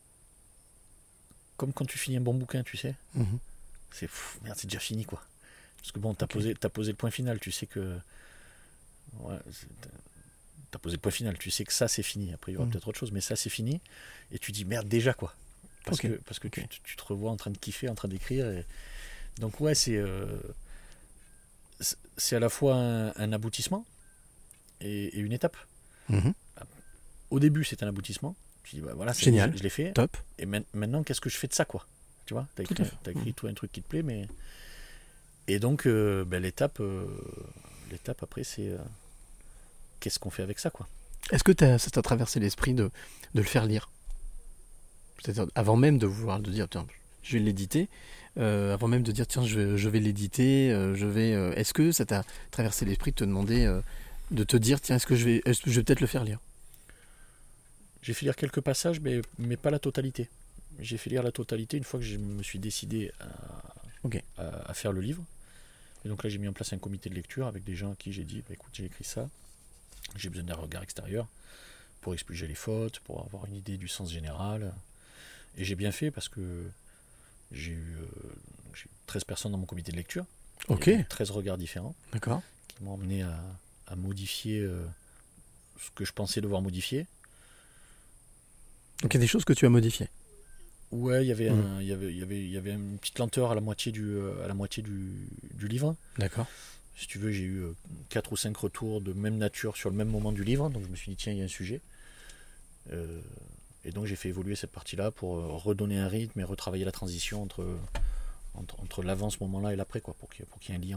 comme quand tu finis un bon bouquin, tu sais. Mhm. C'est pff, merde, c'est déjà fini, quoi. Parce que bon, t'as Ok. posé, t'as posé le point final, tu sais que. Ouais, c'est- t'as- t'as posé le point final, tu sais que ça c'est fini. Après, il y aura Mhm. peut-être autre chose, mais ça c'est fini. Et tu dis merde, déjà, quoi. Parce Ok. que, parce que tu, Ok. tu te revois en train de kiffer, en train d'écrire. Et... Donc, ouais, c'est. euh, c'est- C'est à la fois un, un aboutissement et, et une étape. Mhm. Au début, c'est un aboutissement. Tu dis, bah voilà, c'est- Génial. je, je l'ai fait. Top. Et main- maintenant, qu'est-ce que je fais de ça, quoi? Tu vois, t'as Tout écrit, à fait. t'as écrit Mhm. tout un truc qui te plaît, mais. Et donc, euh, ben, l'étape, euh, l'étape après, c'est euh, qu'est-ce qu'on fait avec ça, quoi? Est-ce que t'as- ça t'a traversé l'esprit de, de le faire lire? C'est-à-dire avant même de vouloir de dire tiens, je vais l'éditer, euh, avant même de dire tiens, je vais, je vais l'éditer, euh, je vais. euh, est-ce que ça t'a traversé l'esprit de te demander, euh, de te dire tiens, est-ce que je vais, est-ce que je vais peut-être le faire lire? J'ai fait lire quelques passages, mais, mais pas la totalité. J'ai fait lire la totalité une fois que je me suis décidé à, Ok. à, à faire le livre. Et donc là, j'ai mis en place un comité de lecture avec des gens à qui j'ai dit bah, écoute, j'ai écrit ça, j'ai besoin d'un regard extérieur pour expliquer les fautes, pour avoir une idée du sens général. Et j'ai bien fait parce que j'ai eu, euh, j'ai eu treize personnes dans mon comité de lecture. Ok. Il y avait treize regards différents D'accord. qui m'ont amené à, à modifier euh, ce que je pensais devoir modifier. Donc il y a des choses que tu as modifiées. Ouais, il y avait Mhm. un, il y avait, il y avait, il y avait une petite lenteur à la moitié du, euh, à la moitié du, du livre. D'accord. Si tu veux, j'ai eu euh, quatre ou cinq retours de même nature sur le même moment du livre, donc je me suis dit tiens, il y a un sujet. Euh, et donc j'ai fait évoluer cette partie-là pour euh, redonner un rythme et retravailler la transition entre, entre, entre l'avant ce moment-là et l'après, quoi, pour qu'il y ait- pour qu'il y ait un lien, quoi.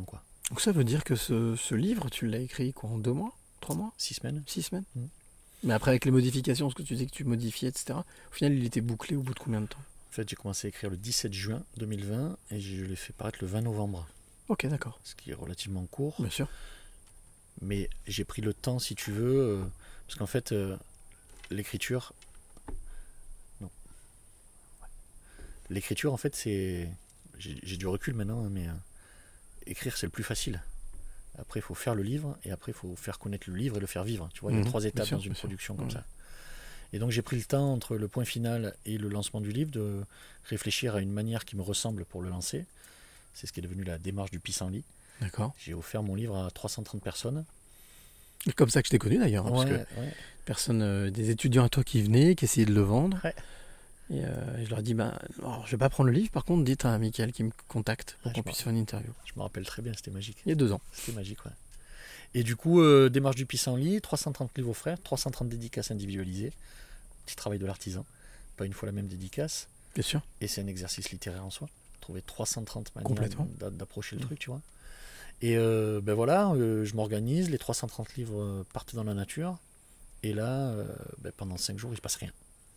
Donc ça veut dire que ce, ce livre, tu l'as écrit quoi, en deux mois, trois mois, six semaines. Six semaines. Mmh. Mais après avec les modifications, ce que tu dis que tu modifiais, et cetera. Au final, il était bouclé au bout de combien de temps? En fait, j'ai commencé à écrire le dix-sept juin deux mille vingt et je l'ai fait paraître le vingt novembre. Ok, d'accord. Ce qui est relativement court. Bien sûr. Mais j'ai pris le temps, si tu veux, euh, parce qu'en fait, euh, l'écriture... Non. Ouais. L'écriture, en fait, c'est... J'ai, j'ai du recul maintenant, mais euh, écrire, c'est le plus facile. Après, il faut faire le livre, et après, il faut faire connaître le livre et le faire vivre. Tu vois, mmh, il y a trois étapes sûr, dans une production sûr. Comme mmh. ça. Et donc, j'ai pris le temps, entre le point final et le lancement du livre, de réfléchir à une manière qui me ressemble pour le lancer. C'est ce qui est devenu la démarche du pissenlit. D'accord. J'ai offert mon livre à trois cent trente personnes. C'est comme ça que je t'ai connu d'ailleurs, hein, ouais, parce que ouais. personne, euh, des étudiants à toi qui venaient, qui essayaient de le vendre. Ouais. Et, euh, et je leur ai dit, ben, alors, je vais pas prendre le livre, par contre, dites à Mickaël qui me contacte pour ah, qu'on puisse faire une interview. Je me rappelle très bien, c'était magique. Il y a deux ans. C'était magique, ouais. Et du coup, euh, démarche du pissenlit, trois cent trente livres offerts, trois cent trente dédicaces individualisées. Petit travail de l'artisan, pas une fois la même dédicace. Bien sûr. Et c'est un exercice littéraire en soi. Trouver trois cent trente manières d'a- d'approcher le mmh. truc, tu vois. Et euh, ben voilà, euh, je m'organise, les trois cent trente livres euh, partent dans la nature, et là, euh, ben pendant cinq jours, il se passe rien.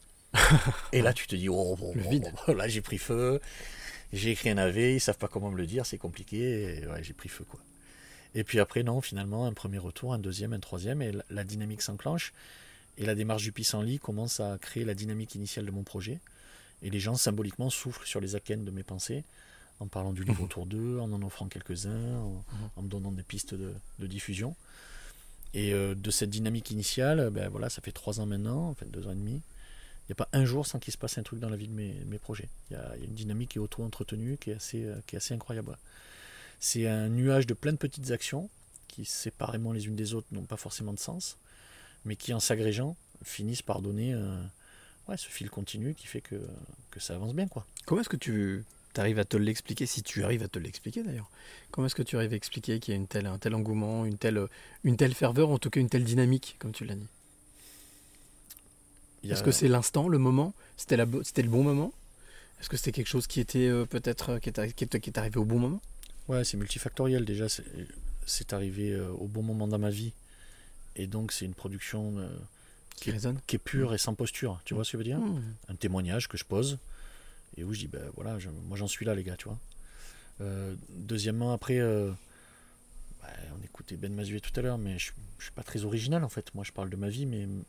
Et là, tu te dis, oh, oh, le oh, vide. Oh, là, j'ai pris feu, j'ai écrit un A V, ils savent pas comment me le dire, c'est compliqué, et ouais, j'ai pris feu, quoi. Et puis après, non, finalement, un premier retour, un deuxième, un troisième, et la, la dynamique s'enclenche, et la démarche du pissenlit commence à créer la dynamique initiale de mon projet, et les gens, symboliquement, soufflent sur les akènes de mes pensées, en parlant du livre mmh. autour d'eux, en en offrant quelques-uns, en, mmh. en me donnant des pistes de, de diffusion. Et euh, de cette dynamique initiale, ben voilà, ça fait trois ans maintenant, en fait deux ans et demi. Il n'y a pas un jour sans qu'il se passe un truc dans la vie de mes, mes projets. Il y, a, il y a une dynamique qui est auto-entretenue, qui est assez, euh, qui est assez incroyable. C'est un nuage de plein de petites actions qui, séparément les unes des autres, n'ont pas forcément de sens, mais qui, en s'agrégeant, finissent par donner euh, ouais, ce fil continu qui fait que, que ça avance bien, quoi. Comment est-ce que tu... Tu arrives à te l'expliquer, si tu arrives à te l'expliquer d'ailleurs. Comment est-ce que tu arrives à expliquer qu'il y a une telle, un tel engouement, une telle, une telle ferveur, en tout cas une telle dynamique, comme tu l'as dit? A... Est-ce que c'est l'instant, le moment? C'était, la, c'était le bon moment? Est-ce que c'était quelque chose qui était euh, peut-être qui est, qui, est, qui est arrivé au bon moment? Ouais, c'est multifactoriel déjà. C'est, c'est arrivé euh, au bon moment dans ma vie. Et donc c'est une production euh, qui, qui, est, qui est pure mmh. et sans posture. Tu mmh. vois ce que je veux dire? mmh. Un témoignage que je pose. Et où je dis, ben voilà, je, moi j'en suis là, les gars, tu vois. Euh, deuxièmement, après, euh, bah, on écoutait Ben Mazuet tout à l'heure, mais je ne suis pas très original en fait. Moi je parle de ma vie, mais m-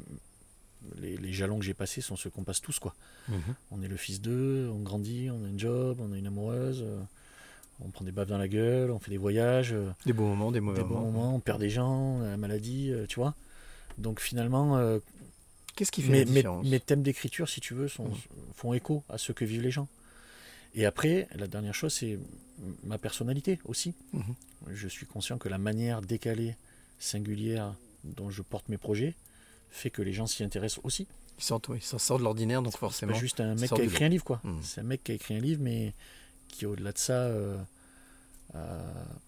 les, les jalons que j'ai passés sont ceux qu'on passe tous, quoi. Mm-hmm. On est le fils d'eux, on grandit, on a un job, on a une amoureuse, euh, on prend des baffes dans la gueule, on fait des voyages. Euh, des bons moments, des mauvais des moments. Bons moments, on perd des gens, la maladie, euh, tu vois. Donc finalement. Euh, Qu'est-ce qui fait mes, la différence? mes, mes thèmes d'écriture, si tu veux, sont, mmh. font écho à ce que vivent les gens. Et après, la dernière chose, c'est ma personnalité aussi. Mmh. Je suis conscient que la manière décalée, singulière dont je porte mes projets fait que les gens s'y intéressent aussi. Ils sortent, oui, ça sort de l'ordinaire, donc forcément. C'est pas juste un mec qui a écrit un livre, quoi. Mmh. C'est un mec qui a écrit un livre, mais qui, au-delà de ça, euh, a,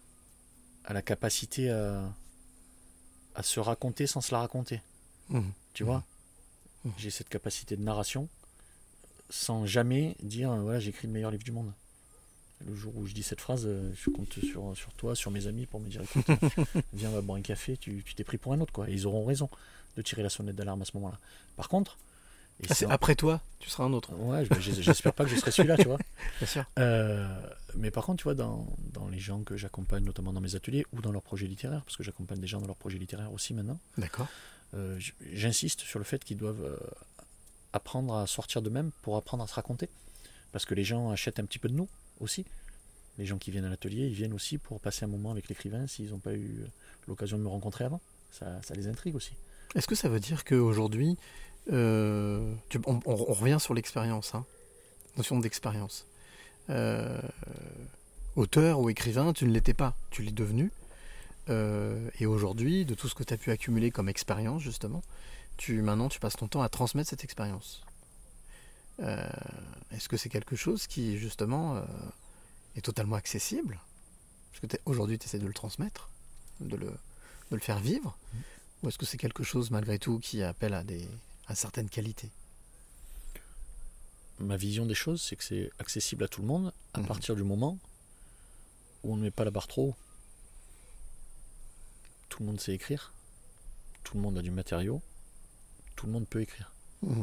a la capacité à, à se raconter sans se la raconter. Mmh. Tu vois? Mmh. J'ai cette capacité de narration sans jamais dire voilà, j'ai écrit le meilleur livre du monde. Le jour où je dis cette phrase, je compte sur, sur toi, sur mes amis pour me dire écoute, viens, on va boire un café, tu, tu t'es pris pour un autre, quoi. Et ils auront raison de tirer la sonnette d'alarme à ce moment-là. Par contre, et ah, c'est c'est après toi, tu seras un autre. Ouais, j'espère pas que je serai celui-là, tu vois. Bien sûr. Euh, mais par contre, tu vois, dans, dans les gens que j'accompagne, notamment dans mes ateliers ou dans leurs projets littéraires, parce que j'accompagne des gens dans leurs projets littéraires aussi maintenant. D'accord. Euh, j'insiste sur le fait qu'ils doivent euh, apprendre à sortir d'eux-mêmes pour apprendre à se raconter. Parce que les gens achètent un petit peu de nous aussi. Les gens qui viennent à l'atelier, ils viennent aussi pour passer un moment avec l'écrivain s'ils n'ont pas eu l'occasion de me rencontrer avant. Ça, ça les intrigue aussi. Est-ce que ça veut dire qu'aujourd'hui, euh, tu, on, on, on revient sur l'expérience, hein, notion d'expérience. Euh, auteur ou écrivain, tu ne l'étais pas, tu l'es devenu. Euh, et aujourd'hui, de tout ce que tu as pu accumuler comme expérience, justement, tu, maintenant tu passes ton temps à transmettre cette expérience. Euh, est-ce que c'est quelque chose qui, justement, euh, est totalement accessible? Parce que aujourd'hui, tu essaies de le transmettre, de le, de le faire vivre. Mmh. Ou est-ce que c'est quelque chose, malgré tout, qui appelle à, des, à certaines qualités? Ma vision des choses, c'est que c'est accessible à tout le monde à mmh. partir du moment où on ne met pas la barre trop haut. tout le monde sait écrire, tout le monde a du matériau, tout le monde peut écrire. Mmh.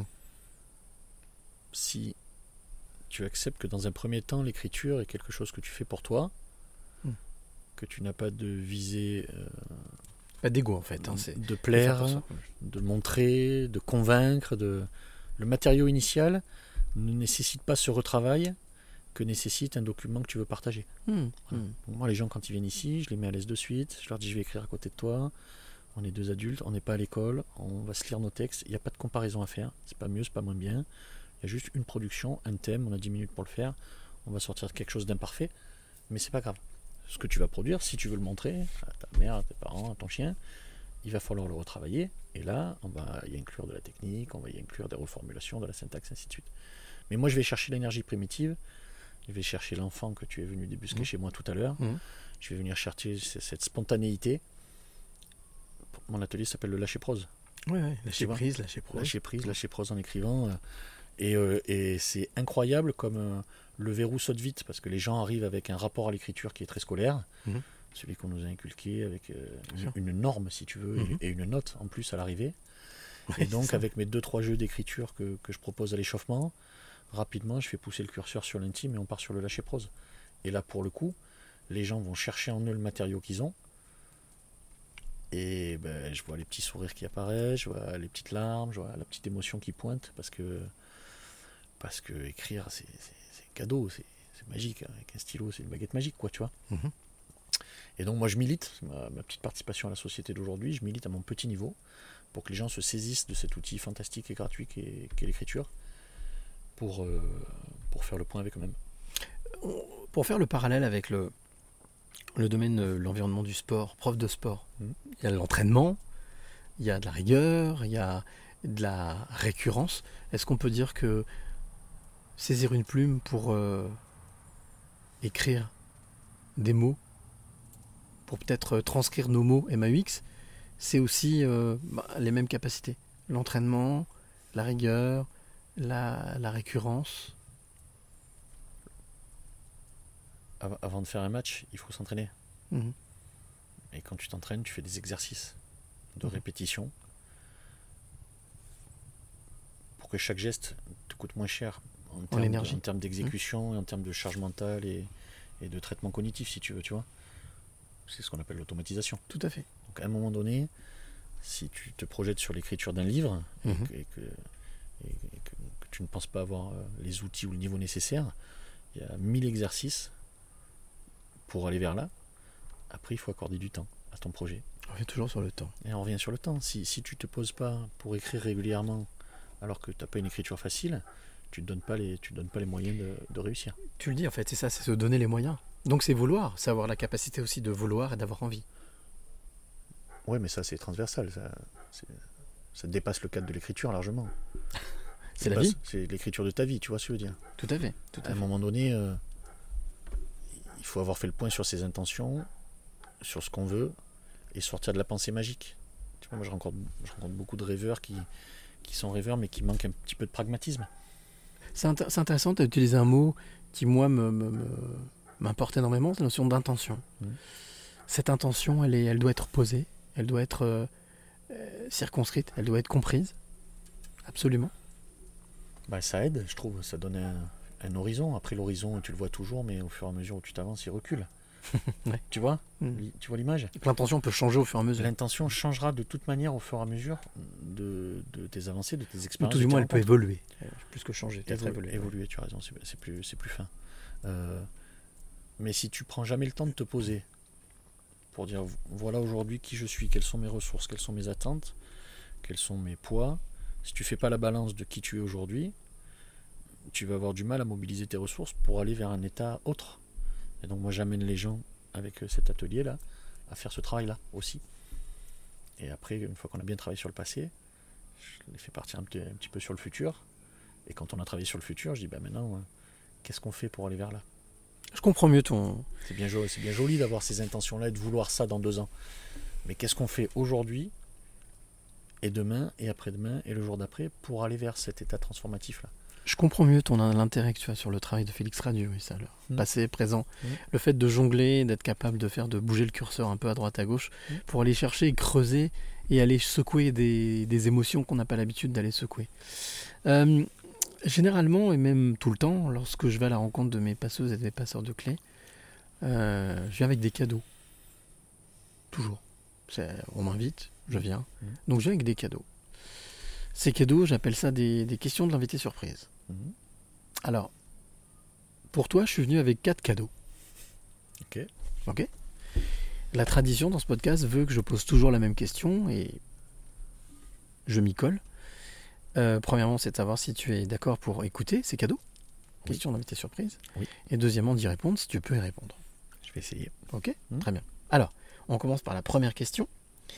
Si tu acceptes que dans un premier temps, l'écriture est quelque chose que tu fais pour toi, mmh. que tu n'as pas de visée... Euh, pas d'ego en fait. Hein, c'est de plaire, de montrer, de convaincre. De... Le matériau initial ne nécessite pas ce retravail que nécessite un document que tu veux partager. Mmh. Voilà. Mmh. Donc moi, les gens, quand ils viennent ici, je les mets à l'aise de suite. Je leur dis, je vais écrire à côté de toi. On est deux adultes, on n'est pas à l'école, on va se lire nos textes. Il n'y a pas de comparaison à faire. C'est pas mieux, c'est pas moins bien. Il y a juste une production, un thème. On a dix minutes pour le faire. On va sortir quelque chose d'imparfait, mais c'est pas grave. Ce que tu vas produire, si tu veux le montrer à ta mère, à tes parents, à ton chien, il va falloir le retravailler. Et là, on va y inclure de la technique, on va y inclure des reformulations, de la syntaxe, ainsi de suite. Mais moi, je vais chercher l'énergie primitive. Je vais chercher l'enfant que tu es venu débusquer mmh. chez moi tout à l'heure. Mmh. Je vais venir chercher cette spontanéité. Mon atelier s'appelle le lâcher prose. Oui, ouais, lâcher prise, lâcher prose. Lâcher prise, lâcher prose en écrivant. Et, euh, et c'est incroyable comme euh, le verrou saute vite, parce que les gens arrivent avec un rapport à l'écriture qui est très scolaire, mmh. celui qu'on nous a inculqué avec euh, une, une norme, si tu veux, mmh. et, et une note en plus à l'arrivée. Ouais, et donc, avec mes deux trois jeux d'écriture que, que je propose à l'échauffement, rapidement, je fais pousser le curseur sur l'intime et on part sur le lâcher prose. Et là, pour le coup, les gens vont chercher en eux le matériau qu'ils ont. Et ben, je vois les petits sourires qui apparaissent, je vois les petites larmes, je vois la petite émotion qui pointe, parce que, parce que écrire, c'est, c'est, c'est cadeau, c'est, c'est magique. Avec un stylo, c'est une baguette magique, quoi, tu vois. Mmh. Et donc, moi, je milite, ma, ma petite participation à la société d'aujourd'hui, je milite à mon petit niveau pour que les gens se saisissent de cet outil fantastique et gratuit qu'est, qu'est l'écriture, pour, euh, pour faire le point avec eux-mêmes. Pour faire le parallèle avec le, le domaine de l'environnement du sport, prof de sport, mmh. il y a l'entraînement, il y a de la rigueur, il y a de la récurrence. Est-ce qu'on peut dire que saisir une plume pour euh, écrire des mots, pour peut-être transcrire nos mots M A U X, c'est aussi euh, bah, les mêmes capacités. L'entraînement, la rigueur, la, la récurrence. Avant de faire un match, il faut s'entraîner. Mmh. Et quand tu t'entraînes, tu fais des exercices de mmh. répétition pour que chaque geste te coûte moins cher en, en, termes, de, en termes d'exécution, mmh. et en termes de charge mentale et, et de traitement cognitif, si tu veux, tu vois. C'est ce qu'on appelle l'automatisation. Tout à fait. Donc à un moment donné, si tu te projettes sur l'écriture d'un livre mmh. et, que, et, que, et que, que tu ne penses pas avoir les outils ou le niveau nécessaire, il y a mille exercices pour aller vers là. Après, il faut accorder du temps à ton projet. On revient toujours sur le temps. Et on revient sur le temps. Si, si tu ne te poses pas pour écrire régulièrement, alors que tu n'as pas une écriture facile, tu ne te donnes pas les, tu te donnes pas les moyens de, de réussir. Tu le dis, en fait, c'est ça, c'est se donner les moyens. Donc c'est vouloir, c'est avoir la capacité aussi de vouloir et d'avoir envie. Oui, mais ça, c'est transversal. Ça, c'est, ça dépasse le cadre de l'écriture largement. C'est la vie. C'est l'écriture de ta vie, tu vois ce que je veux dire. Tout à fait. Tout à, à un fait. moment donné... Euh, il faut avoir fait le point sur ses intentions, sur ce qu'on veut, et sortir de la pensée magique. Tu vois, moi, je rencontre, je rencontre beaucoup de rêveurs qui, qui sont rêveurs, mais qui manquent un petit peu de pragmatisme. C'est, int- c'est intéressant, tu as utilisé un mot qui, moi, me, me, me, m'importe énormément, c'est la notion d'intention. Mmh. Cette intention, elle, est, elle doit être posée, elle doit être euh, euh, circonscrite, elle doit être comprise. Absolument. Bah, ça aide, je trouve, ça donne un... un horizon. Après, l'horizon, tu le vois toujours, mais au fur et à mesure où tu t'avances, il recule. Ouais. Tu vois mmh. Tu vois l'image? L'intention peut changer au fur et à mesure. L'intention changera de toute manière au fur et à mesure de, de tes avancées, de tes expériences. Ou tout du moins, elle peut évoluer. Plus que changer, peut-être Évolu- évoluer. Évoluer, tu as raison, c'est, c'est, plus, c'est plus fin. Euh, mais si tu prends jamais le temps de te poser pour dire, voilà aujourd'hui qui je suis, quelles sont mes ressources, quelles sont mes attentes, quels sont mes poids, si tu fais pas la balance de qui tu es aujourd'hui, tu vas avoir du mal à mobiliser tes ressources pour aller vers un état autre. Et donc moi j'amène les gens avec cet atelier-là à faire ce travail-là aussi. Et après, une fois qu'on a bien travaillé sur le passé, je les fais partir un petit, un petit peu sur le futur. Et quand on a travaillé sur le futur, je dis bah maintenant, euh, qu'est-ce qu'on fait pour aller vers là? Je comprends mieux ton... C'est bien joli, c'est bien joli d'avoir ces intentions-là et de vouloir ça dans deux ans. Mais qu'est-ce qu'on fait aujourd'hui et demain et après-demain et le jour d'après pour aller vers cet état transformatif-là? Je comprends mieux ton l'intérêt que tu as sur le travail de Félix Radio, oui, ça, le Mm. passé, présent, Mm. le fait de jongler, d'être capable de faire, de bouger le curseur un peu à droite à gauche Mm. pour aller chercher, creuser et aller secouer des, des émotions qu'on n'a pas l'habitude d'aller secouer. Euh, généralement, et même tout le temps, lorsque je vais à la rencontre de mes passeuses et des passeurs de clés, euh, je viens avec des cadeaux. Toujours. C'est, on m'invite, je viens. Mm. Donc je viens avec des cadeaux. Ces cadeaux, j'appelle ça des, des questions de l'invité surprise. Mhm. Alors, pour toi, je suis venu avec quatre cadeaux. Ok. Ok. La tradition dans ce podcast veut que je pose toujours la même question et je m'y colle. Euh, premièrement, c'est de savoir si tu es d'accord pour écouter ces cadeaux. Oui. Question d'invité surprise. Oui. Et deuxièmement, d'y répondre si tu peux y répondre. Je vais essayer. Ok. Mhm. Très bien. Alors, on commence par la première question.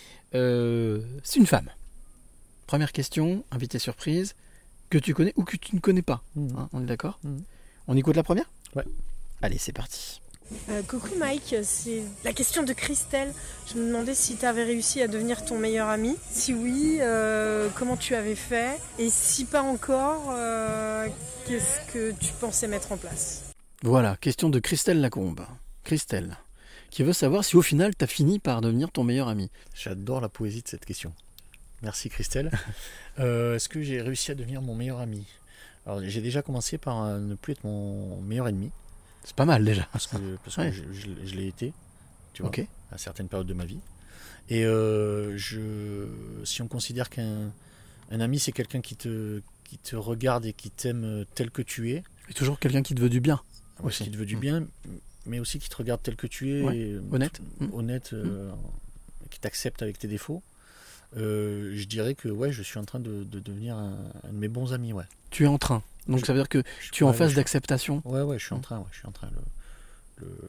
Euh, c'est une femme. Première question, invité surprise, que tu connais ou que tu ne connais pas. Mhm. Hein, on est d'accord? Mhm. On écoute la première? Ouais. Allez, c'est parti. Euh, coucou Mike, c'est la question de Christelle. Je me demandais si tu avais réussi à devenir ton meilleur ami. Si oui, euh, comment tu avais fait? Et si pas encore, euh, qu'est-ce que tu pensais mettre en place? Voilà, question de Christelle Lacombe. Christelle, qui veut savoir si au final tu as fini par devenir ton meilleur ami. J'adore la poésie de cette question. Merci Christelle. euh, est-ce que j'ai réussi à devenir mon meilleur ami? Alors j'ai déjà commencé par euh, ne plus être mon meilleur ennemi. C'est pas mal déjà. Parce que, parce que Ouais. je, je- je l'ai été, tu vois, Ok. à certaines périodes de ma vie. Et euh, je, si on considère qu'un un ami c'est quelqu'un qui te, qui te regarde et qui t'aime tel que tu es, Et toujours quelqu'un qui te veut du bien. ouais, aussi. qui te veut du Mm. bien, mais aussi qui te regarde tel que tu es, Ouais, et, honnête. Mm. honnête, euh, qui t'accepte avec tes défauts. Euh, je dirais que ouais, je suis en train de, de devenir un, un de mes bons amis, ouais. Tu es en train. Donc Je- ça veut dire que Je- tu es en ouais, phase je- d'acceptation. Ouais, ouais, je suis en Mm. train, ouais, je suis en train. Le, le,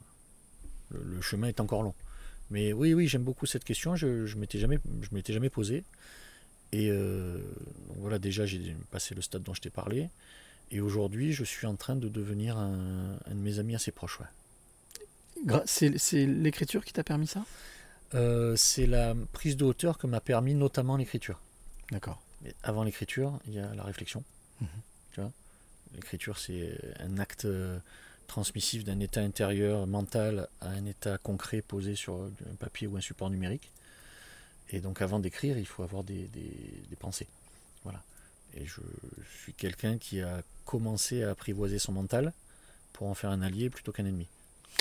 le, le chemin est encore long. Mais oui, oui, j'aime beaucoup cette question. Je, je m'étais jamais, je m'étais jamais posé. Et euh, donc voilà, déjà j'ai passé le stade dont je t'ai parlé. Et aujourd'hui, je suis en train de devenir un, un de mes amis assez proches. Ouais. Gra- C'est, c'est l'écriture qui t'a permis ça? Euh, c'est la prise de hauteur que m'a permis notamment l'écriture. D'accord. Mais avant l'écriture, il y a la réflexion. Mhm. Tu vois, l'écriture, c'est un acte euh, transmissif d'un état intérieur mental à un état concret posé sur un papier ou un support numérique. Et donc, avant d'écrire, il faut avoir des, des, des pensées. Voilà. Et je, je suis quelqu'un qui a commencé à apprivoiser son mental pour en faire un allié plutôt qu'un ennemi.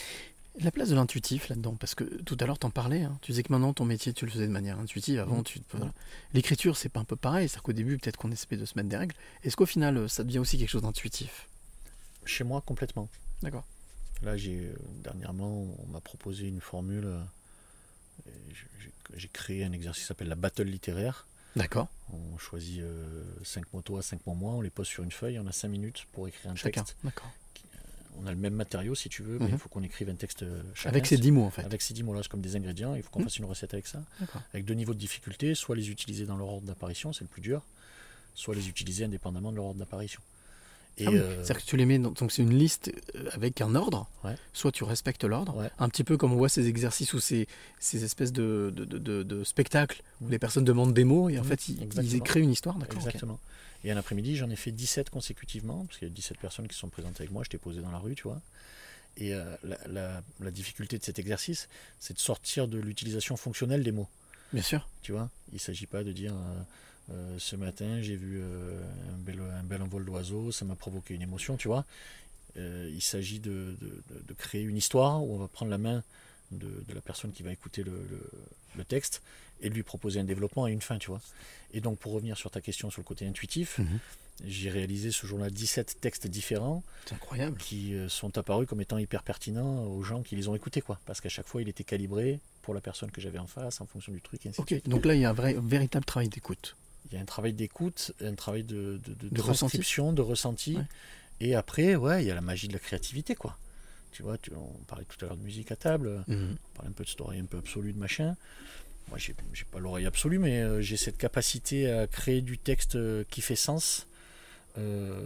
La place de l'intuitif là-dedans, parce que tout à l'heure t'en parlais, hein. Tu disais que maintenant ton métier tu le faisais de manière intuitive, avant Mhm. tu... Voilà. L'écriture c'est pas un peu pareil, c'est-à-dire qu'au début peut-être qu'on essaie de se mettre des règles, est-ce qu'au final euh, ça devient aussi quelque chose d'intuitif? Chez moi, complètement. D'accord. Là, j'ai euh, dernièrement, on m'a proposé une formule. euh, et j'ai- j'ai créé un exercice qui s'appelle la battle littéraire. D'accord. On choisit cinq mots toi, cinq mots moi, on les pose sur une feuille, on a cinq minutes pour écrire un Chacun, texte. d'accord. On a le même matériau si tu veux, mais Mhm. il faut qu'on écrive un texte euh, chacun. Avec ces dix mots en fait. Avec ces dix mots-là, c'est comme des ingrédients, il faut qu'on Mhm. fasse une recette avec ça. D'accord. Avec deux niveaux de difficulté, soit les utiliser dans leur ordre d'apparition, c'est le plus dur, soit les utiliser indépendamment de leur ordre d'apparition. Et Ah oui, euh, c'est-à-dire que tu les mets dans... donc c'est une liste euh, avec un ordre, Ouais. soit tu respectes l'ordre, Ouais. un petit peu comme on voit ces exercices ou ces, ces espèces de, de, de, de- de spectacles où Mhm. les personnes demandent des mots et en Mhm. fait ils, ils Exactement. créent une histoire, d'accord. ok. Exactement. Et un après-midi, j'en ai fait dix-sept consécutivement, parce qu'il y a dix-sept personnes qui sont présentes avec moi, je t'ai posé dans la rue, tu vois. Et euh, la, la- la difficulté de cet exercice, c'est de sortir de l'utilisation fonctionnelle des mots. Bien sûr. Tu vois, il ne s'agit pas de dire euh, euh, ce matin j'ai vu euh, un, bel, un bel envol d'oiseaux, ça m'a provoqué une émotion, tu vois. Euh, il s'agit de, de- de- de créer une histoire où on va prendre la main de, de la personne qui va écouter le, le- le texte et lui proposer un développement et une fin, tu vois. Et donc pour revenir sur ta question sur le côté intuitif, Mhm. j'ai réalisé ce jour-là dix-sept textes différents C'est incroyable. qui euh, sont apparus comme étant hyper pertinents aux gens qui les ont écoutés, quoi. Parce qu'à chaque fois, il était calibré pour la personne que j'avais en face, en fonction du truc, et ainsi de Ok, suite. donc là il y a un vrai, véritable travail d'écoute. Il y a un travail d'écoute, un travail de, de, de De transcription, de ressenti. Ouais. Et après, ouais, il y a la magie de la créativité, quoi. Tu vois, tu, on parlait tout à l'heure de musique à table, Mhm. on parlait un peu de cette oreille un peu absolue de machin. Moi, j'ai, j'ai pas l'oreille absolue, mais euh, j'ai cette capacité à créer du texte euh, qui fait sens euh,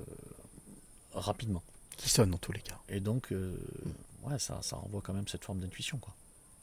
rapidement. Qui sonne dans tous les cas. Et donc, euh, ouais, ça, ça renvoie quand même cette forme d'intuition, quoi.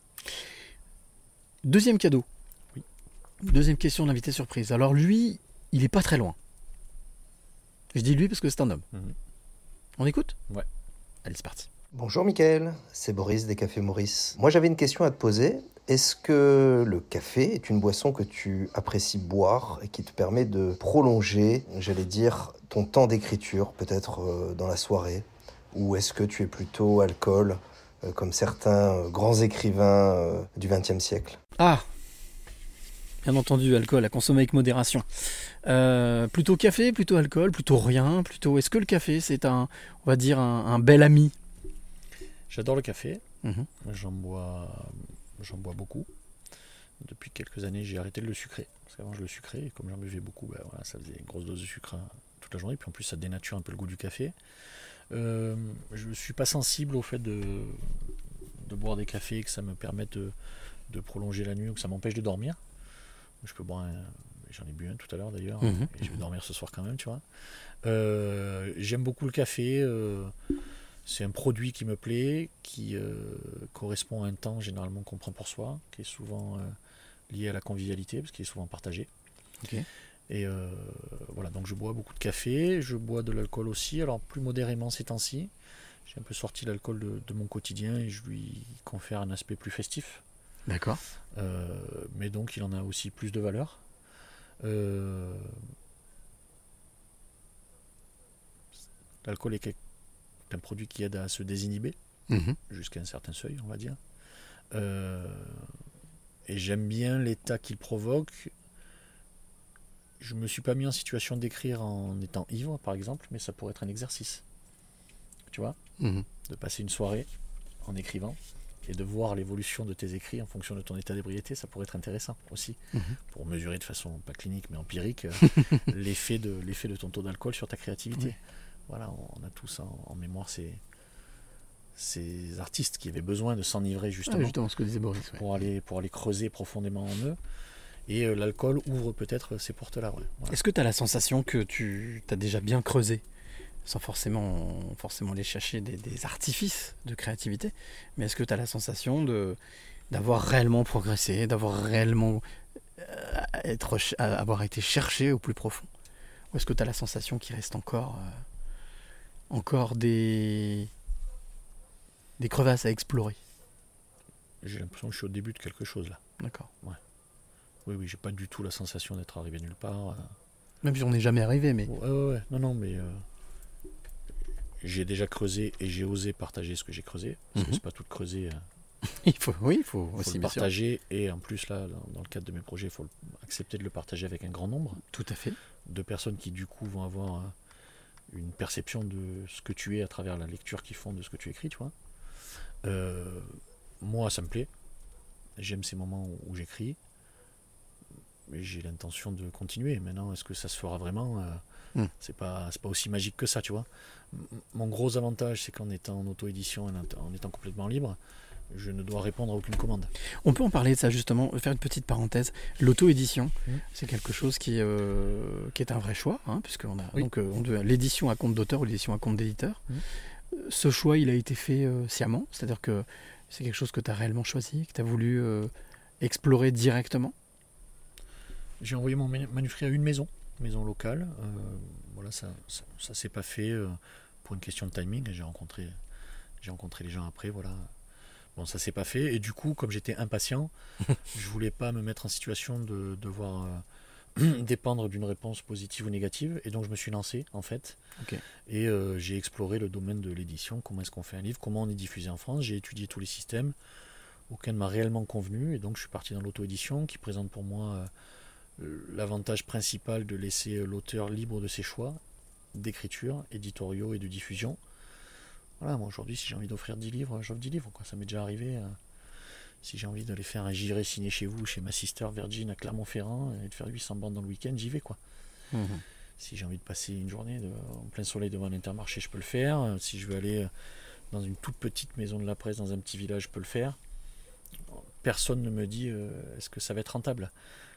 Deuxième cadeau. Oui. Deuxième question de l'invité surprise. Alors lui, il est pas très loin. Je dis lui parce que c'est un homme. Mmh. On écoute ? Ouais. Allez, c'est parti. Bonjour Mickaël, c'est Boris des Cafés Maurice. Moi j'avais une question à te poser. Est-ce que le café est une boisson que tu apprécies boire et qui te permet de prolonger, j'allais dire, ton temps d'écriture, peut-être euh, dans la soirée ? Ou est-ce que tu es plutôt alcool, euh, comme certains euh, grands écrivains euh, du vingtième siècle ? Ah, bien entendu, alcool à consommer avec modération. Euh, plutôt café, plutôt alcool, plutôt rien, plutôt... Est-ce que le café, c'est un, on va dire, un, un bel ami ? J'adore le café. Mmh. J'en bois, j'en bois beaucoup. Depuis quelques années, j'ai arrêté de le sucrer. Parce qu'avant, je le sucrais. Et comme j'en buvais beaucoup, ben voilà, ça faisait une grosse dose de sucre toute la journée. Puis en plus, ça dénature un peu le goût du café. Euh, je ne suis pas sensible au fait de, de boire des cafés, que ça me permette de, de prolonger la nuit ou que ça m'empêche de dormir. Je peux boire un... J'en ai bu un tout à l'heure d'ailleurs. Mmh. Et je vais dormir ce soir quand même, tu vois. Euh, j'aime beaucoup le café. Euh, C'est un produit qui me plaît, qui euh, correspond à un temps généralement qu'on prend pour soi, qui est souvent euh, lié à la convivialité, parce qu'il est souvent partagé. Okay. Et euh, voilà, donc je bois beaucoup de café, je bois de l'alcool aussi, alors plus modérément ces temps-ci. J'ai un peu sorti l'alcool de, de mon quotidien et je lui confère un aspect plus festif. D'accord. Euh, mais donc il en a aussi plus de valeur. Euh, l'alcool est quelque C'est un produit qui aide à se désinhiber, mmh. jusqu'à un certain seuil, on va dire. Euh, et j'aime bien l'état qu'il provoque. Je ne me suis pas mis en situation d'écrire en étant ivre, par exemple, mais ça pourrait être un exercice. Tu vois, mmh. de passer une soirée en écrivant et de voir l'évolution de tes écrits en fonction de ton état d'ébriété, ça pourrait être intéressant aussi, mmh. pour mesurer de façon pas clinique mais empirique l'effet de, l'effet de ton taux d'alcool sur ta créativité. Oui. Voilà, on a tous en, en mémoire ces, ces artistes qui avaient besoin de s'enivrer justement, ah, justement ce que disait Boris, ouais. pour, aller, pour aller creuser profondément en eux. Et euh, l'alcool ouvre peut-être ces portes-là. Ouais. Voilà. Est-ce que tu as la sensation que tu as déjà bien creusé, sans forcément, forcément aller chercher des, des artifices de créativité, mais est-ce que tu as la sensation de, d'avoir réellement progressé, d'avoir réellement euh, être, avoir été cherché au plus profond ? Ou est-ce que tu as la sensation qu'il reste encore... Euh, encore des des crevasses à explorer? J'ai l'impression que je suis au début de quelque chose là. D'accord. Ouais. Oui, oui, j'ai pas du tout la sensation d'être arrivé nulle part. Même si on n'est jamais arrivé, mais... Ouais, ouais, ouais. Non, non, mais... Euh, j'ai déjà creusé et j'ai osé partager ce que j'ai creusé. Parce mm-hmm. que c'est pas tout de creuser... Euh, il faut, oui, il faut, faut aussi le partager. Et en plus, là, dans, dans le cadre de mes projets, il faut accepter de le partager avec un grand nombre. Tout à fait. De personnes qui, du coup, vont avoir... Euh, une perception de ce que tu es à travers la lecture qu'ils font de ce que tu écris, tu vois. Euh, moi, ça me plaît. J'aime ces moments où j'écris. Mais j'ai l'intention de continuer. Maintenant, est-ce que ça se fera vraiment ? euh, mm. C'est pas, c'est pas aussi magique que ça, tu vois. M- mon gros avantage, c'est qu'en étant en auto-édition, en étant complètement libre, je ne dois répondre à aucune commande. On peut en parler de ça justement, faire une petite parenthèse. L'auto-édition, mmh. c'est quelque chose qui, euh, qui est un vrai choix, hein, puisqu'on a oui. donc euh, on doit, l'édition à compte d'auteur ou l'édition à compte d'éditeur. Mmh. Ce choix, il a été fait euh, sciemment, c'est-à-dire que c'est quelque chose que tu as réellement choisi, que tu as voulu euh, explorer directement. J'ai envoyé mon manuscrit à une maison, maison locale. Euh, voilà, ça, ça, ça s'est pas fait euh, pour une question de timing. J'ai rencontré, j'ai rencontré les gens après, voilà. Bon, ça s'est pas fait, et du coup, comme j'étais impatient, je voulais pas me mettre en situation de devoir euh, dépendre d'une réponse positive ou négative, et donc je me suis lancé, en fait. Okay. Et euh, j'ai exploré le domaine de l'édition, comment est-ce qu'on fait un livre, comment on est diffusé en France, j'ai étudié tous les systèmes, aucun ne m'a réellement convenu, et donc je suis parti dans l'auto-édition, qui présente pour moi euh, l'avantage principal de laisser l'auteur libre de ses choix, d'écriture, éditoriaux et de diffusion. Voilà, moi aujourd'hui, si j'ai envie d'offrir dix livres, j'offre dix livres, quoi. Ça m'est déjà arrivé. Euh, si j'ai envie d'aller faire un J-Ré signé chez vous, chez ma sister Virgin à Clermont-Ferrand, et de faire huit cents bandes dans le week-end, j'y vais, quoi. Mmh. Si j'ai envie de passer une journée de, en plein soleil devant l'Intermarché, je peux le faire. Si je veux aller dans une toute petite maison de la presse, dans un petit village, je peux le faire. Personne ne me dit euh, est-ce que ça va être rentable.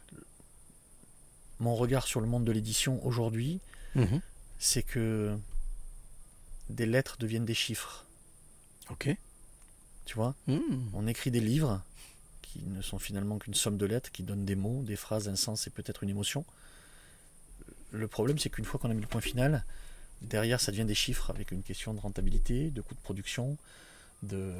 Mon regard sur le monde de l'édition aujourd'hui, mmh. c'est que des lettres deviennent des chiffres. Ok. Tu vois, mmh. on écrit des livres qui ne sont finalement qu'une somme de lettres qui donnent des mots, des phrases, un sens et peut-être une émotion. Le problème, c'est qu'une fois qu'on a mis le point final, derrière, ça devient des chiffres avec une question de rentabilité, de coût de production, de,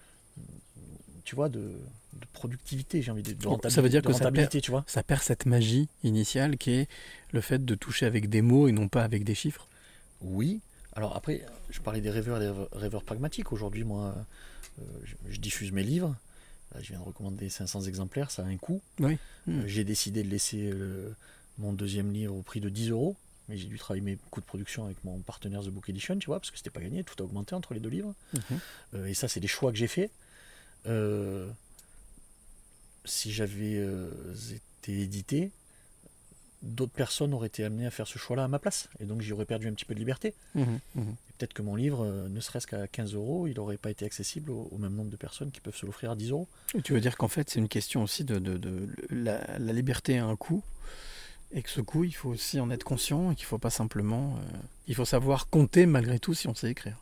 tu vois, de, de productivité, j'ai envie de, de rentabilité. Ça veut dire de que ça perd, tu vois. ça perd cette magie initiale qui est le fait de toucher avec des mots et non pas avec des chiffres. Oui. Alors après, je parlais des rêveurs et des rêveurs pragmatiques. Aujourd'hui, moi, euh, je, je diffuse mes livres. Là, je viens de recommander cinq cents exemplaires, ça a un coût. Oui. Euh, j'ai décidé de laisser euh, mon deuxième livre au prix de dix euros. Mais j'ai dû travailler mes coûts de production avec mon partenaire The Book Edition, tu vois, parce que c'était pas gagné, tout a augmenté entre les deux livres. Mmh. Euh, et ça, c'est des choix que j'ai faits. Euh, si j'avais euh, été édité, d'autres personnes auraient été amenées à faire ce choix-là à ma place. Et donc, j'y aurais perdu un petit peu de liberté. Mmh. Mmh. Et peut-être que mon livre, euh, ne serait-ce qu'à quinze euros, il n'aurait pas été accessible au, au même nombre de personnes qui peuvent se l'offrir à dix euros. Et tu veux dire qu'en fait, c'est une question aussi de, de, de, de la, la liberté a un coût. Et que ce coup, il faut aussi en être conscient et qu'il ne faut pas simplement... Euh, il faut savoir compter malgré tout si on sait écrire.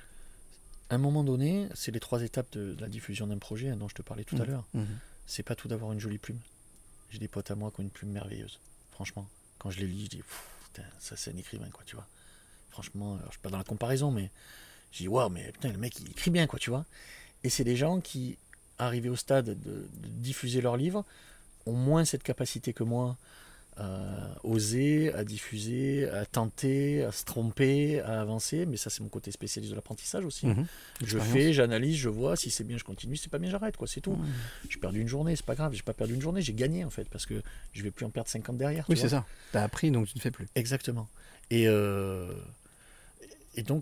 À un moment donné, c'est les trois étapes de, de la diffusion d'un projet hein, dont je te parlais tout mmh. à l'heure. Mmh. C'est pas tout d'avoir une jolie plume. J'ai des potes à moi qui ont une plume merveilleuse. Franchement, quand je les lis, je dis, putain, ça c'est un écrivain, quoi, tu vois. Franchement, alors, je suis pas dans la comparaison, mais je dis, waouh, mais putain, le mec, il écrit bien, quoi, tu vois. Et c'est des gens qui, arrivés au stade de, de diffuser leurs livres, ont moins cette capacité que moi à oser, à diffuser, à tenter, à se tromper, à avancer. Mais ça, c'est mon côté spécialiste de l'apprentissage aussi. Mmh. Je fais, j'analyse, je vois. Si c'est bien, je continue. Si c'est pas bien, j'arrête, quoi. C'est tout. Mmh. J'ai perdu une journée, c'est pas grave. J'ai pas perdu une journée, j'ai gagné en fait, parce que je vais plus en perdre cinquante derrière. Oui, c'est ça. T'as appris, donc tu ne fais plus. Exactement. Et euh, et donc,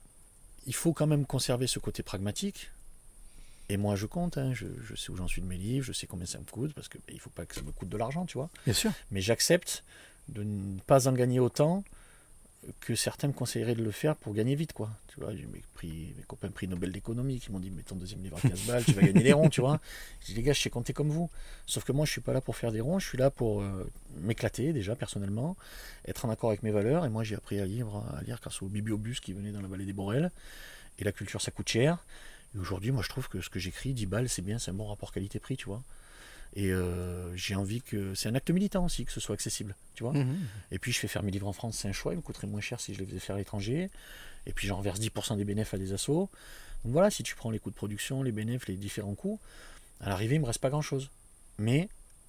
il faut quand même conserver ce côté pragmatique. Et moi, je compte, hein, je, je sais où j'en suis de mes livres, je sais combien ça me coûte, parce qu'il ne faut pas que ça me coûte de l'argent, tu vois. Bien sûr. Mais j'accepte de ne pas en gagner autant que certains me conseilleraient de le faire pour gagner vite, quoi. Tu vois, j'ai mes, prix, mes copains prix Nobel d'économie qui m'ont dit, mets ton deuxième livre à quinze balles, tu vas gagner des ronds, tu vois. J'ai dit, les gars, je sais compter comme vous. Sauf que moi, je ne suis pas là pour faire des ronds, je suis là pour euh, m'éclater, déjà, personnellement, être en accord avec mes valeurs. Et moi, j'ai appris à lire, à lire grâce au bibliobus qui venait dans la vallée des Borels. Et la culture, ça coûte cher. Et aujourd'hui, moi, je trouve que ce que j'écris, dix balles, c'est bien, c'est un bon rapport qualité-prix, tu vois. Et euh, j'ai envie que... C'est un acte militant aussi, que ce soit accessible, tu vois. Mmh. Et puis, je fais faire mes livres en France, c'est un choix, il me coûterait moins cher si je les faisais faire à l'étranger. Et puis, j'en reverse dix pour cent des bénéfices à des assos. Donc voilà, si tu prends les coûts de production, les bénéfices, les différents coûts, à l'arrivée, il ne me reste pas grand-chose. Mais...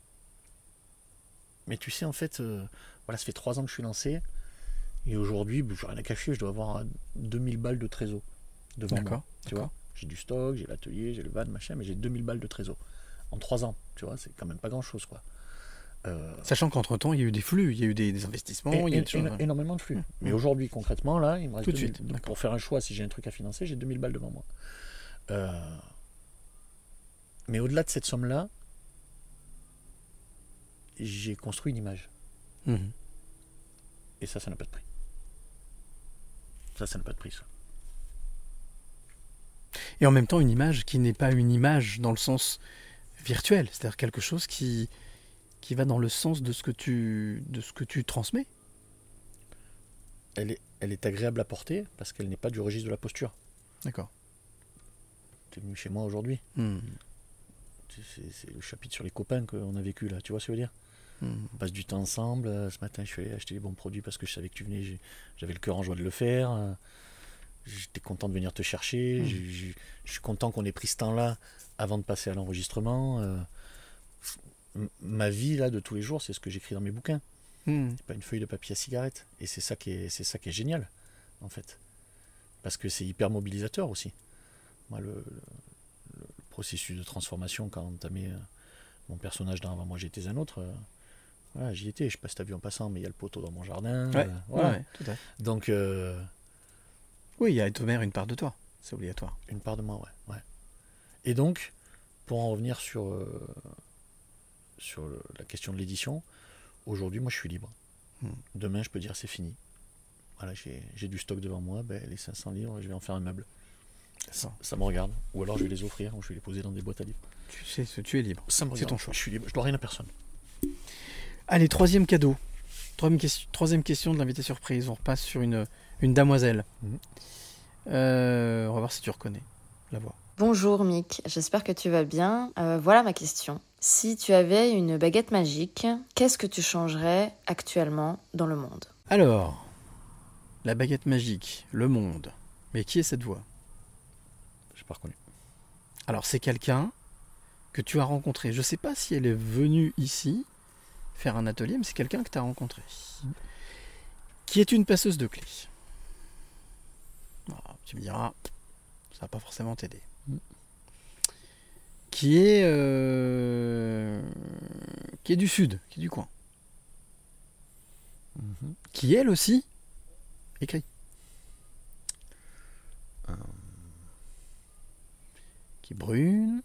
Mais tu sais, en fait, euh, voilà, ça fait trois ans que je suis lancé. Et aujourd'hui, je n'ai rien à cacher, je dois avoir deux mille balles de trésor devant d'accord, moi, tu vois. J'ai du stock, j'ai l'atelier, j'ai le van, machin, mais j'ai deux mille balles de trésor. En trois ans, tu vois, c'est quand même pas grand-chose, quoi. Euh... Sachant qu'entre-temps, il y a eu des flux, il y a eu des, des investissements. Et, il y a et, choses... énormément de flux. Mmh. Mais aujourd'hui, concrètement, là, il me reste tout de suite. Donc, pour faire un choix, si j'ai un truc à financer, j'ai deux mille balles devant moi. Euh... Mais au-delà de cette somme-là, j'ai construit une image. Mmh. Et ça, ça n'a pas de prix. Ça, ça n'a pas de prix, ça. Et en même temps, une image qui n'est pas une image dans le sens virtuel, c'est-à-dire quelque chose qui, qui va dans le sens de ce que tu, de ce que tu transmets. Elle est, elle est agréable à porter parce qu'elle n'est pas du registre de la posture. D'accord. Tu es venu chez moi aujourd'hui. Mmh. C'est, c'est le chapitre sur les copains qu'on a vécu là, tu vois ce que je veux dire. Mmh. On passe du temps ensemble. Ce matin, je suis allé acheter les bons produits parce que je savais que tu venais, j'ai, j'avais le cœur en joie de le faire. J'étais content de venir te chercher. Mmh. Je, je, je suis content qu'on ait pris ce temps-là avant de passer à l'enregistrement. Euh, ma vie là de tous les jours, c'est ce que j'écris dans mes bouquins. Mmh. C'est pas une feuille de papier à cigarette. Et c'est ça qui est, c'est ça qui est génial, en fait, parce que c'est hyper mobilisateur aussi. Moi, le, le, le processus de transformation quand entamé euh, mon personnage dans Avant moi j'étais un autre. Euh, voilà, j'y étais. Je sais pas si t'as vu en passant, mais il y a le poteau dans mon jardin. Ouais, euh, voilà. ouais, tout à fait. Donc euh, oui, il y a tout de même une part de toi, c'est obligatoire. Une part de moi, ouais. ouais. Et donc, pour en revenir sur, euh, sur le, la question de l'édition, aujourd'hui, moi, je suis libre. Hmm. Demain, je peux dire c'est fini. Voilà, j'ai, j'ai du stock devant moi, ben, les cinq cents livres, je vais en faire un meuble. Ça, ça me regarde. Ou alors, je vais les offrir, ou je vais les poser dans des boîtes à livres. Tu sais, tu es libre. Ça me c'est regarde. ton choix. Je suis libre, je dois rien à personne. Allez, troisième cadeau. Troisième question, troisième question de l'invité surprise. On repasse sur une, une damoiselle. Mmh. Euh, on va voir si tu reconnais la voix. Bonjour Mick, j'espère que tu vas bien. Euh, voilà ma question. Si tu avais une baguette magique, qu'est-ce que tu changerais actuellement dans le monde ? Alors, la baguette magique, le monde. Mais qui est cette voix ? Je n'ai pas reconnu. Alors, c'est quelqu'un que tu as rencontré. Je ne sais pas si elle est venue ici faire un atelier, mais c'est quelqu'un que tu as rencontré. Mmh. Qui est une passeuse de clés. Alors, tu me diras, ça va pas forcément t'aider. Mmh. Qui est euh, qui est du sud, qui est du coin. Mmh. Qui elle aussi écrit. Euh... Qui est brune.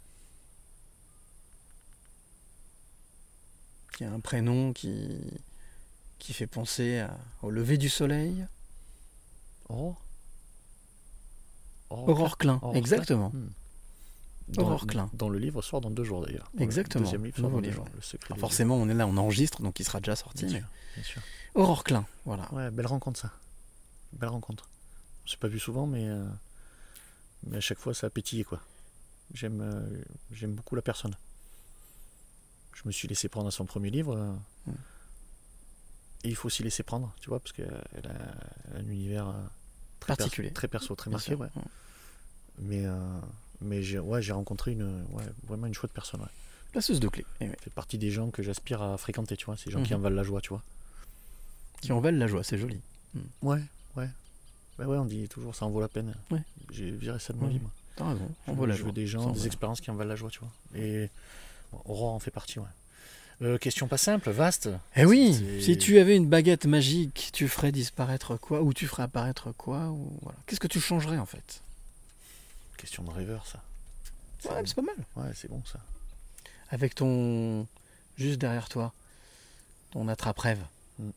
Qui a un prénom qui qui fait penser à, au lever du soleil. Aurore. Aurore, Aurore Klein, Aurore exactement. Klein. Dans, Aurore Klein. Dans le livre sort dans deux jours d'ailleurs. Exactement. Le deuxième livre sort dans deux jours. Le secret Alors forcément, on est là, on enregistre, donc il sera déjà sorti. Bien mais... sûr, bien sûr. Aurore Klein, voilà. Ouais, belle rencontre ça. Belle rencontre. On s'est pas vu souvent, mais euh... mais à chaque fois ça a pétillé quoi. J'aime, euh... j'aime beaucoup la personne. Je me suis laissé prendre à son premier livre. Euh... Mm. Et il faut s'y laisser prendre, tu vois, parce qu'elle a, elle a un univers euh, très particulier, perso, très perso, très marqué, ouais. Mm. Mais euh... mais j'ai, ouais, j'ai rencontré une, ouais, vraiment une chouette personne. Ouais. Passeuse de clés. Eh ouais. fait partie des gens que j'aspire à fréquenter, tu vois, ces gens mmh. qui en valent la joie, tu vois. Qui en valent la joie, c'est joli. Mmh. Ouais, ouais. Ouais, ouais, on dit toujours ça en vaut la peine. Ouais. J'ai viré ça de ma ouais. vie, moi. T'as raison, on je vaut la je joie. veux des gens, des expériences qui en valent la joie, tu vois. Et bon, Aurore en fait partie, ouais. Euh, question pas simple, vaste. Eh oui, c'est... si tu avais une baguette magique, tu ferais disparaître quoi ? Ou tu ferais apparaître quoi ? Ou... voilà. Qu'est-ce que tu changerais en fait ? Question de rêveur, ça. C'est ouais, c'est pas mal. Ouais, c'est bon ça. Avec ton... juste derrière toi, ton attrape-rêve. Il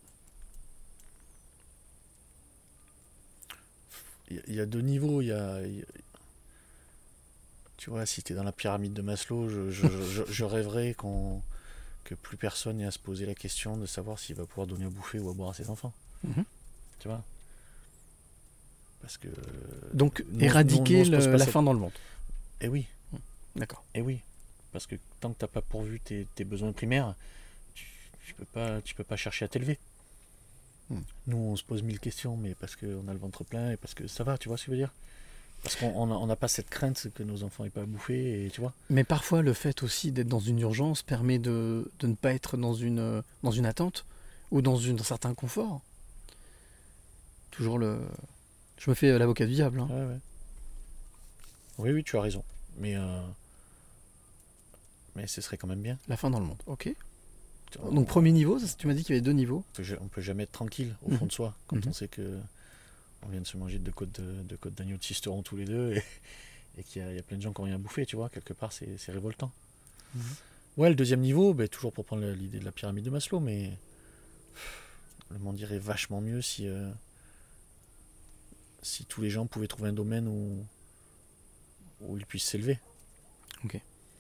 mm. y, y a deux niveaux. Il y a, y a... Tu vois, si t'es dans la pyramide de Maslow, je, je, je, je rêverais qu'on... que plus personne n'ait à se poser la question de savoir s'il va pouvoir donner à bouffer ou à boire à ses enfants. Mm-hmm. Tu vois ? Parce que... Donc, nous, éradiquer nous, nous, le, la cette... faim dans le monde. Eh oui. D'accord. Et oui, parce que tant que tu n'as pas pourvu tes, tes besoins primaires, tu ne peux pas, tu peux pas chercher à t'élever. Hmm. Nous, on se pose mille questions, mais parce qu'on a le ventre plein et parce que ça va, tu vois ce que je veux dire ? Parce qu'on n'a pas cette crainte que nos enfants n'aient pas à bouffer, et, tu vois ? Mais parfois, le fait aussi d'être dans une urgence permet de, de ne pas être dans une, dans une attente ou dans une, un certain confort. Toujours le... Je me fais l'avocat du diable. Hein. Ouais, ouais. Oui, oui, tu as raison. Mais... Euh... Mais ce serait quand même bien. La fin dans le monde, ok. Donc premier niveau, tu m'as dit qu'il y avait deux niveaux. On peut jamais être tranquille au fond mmh. de soi quand mmh. on sait que on vient de se manger deux côtes de, de côtes d'agneau de Sisteron tous les deux et, et qu'il y a, il y a plein de gens qui n'ont rien à bouffer, tu vois. Quelque part, c'est, c'est révoltant. Mmh. Ouais, le deuxième niveau, bah, toujours pour prendre l'idée de la pyramide de Maslow, mais le monde irait vachement mieux si euh, si tous les gens pouvaient trouver un domaine où où ils puissent s'élever. Ok.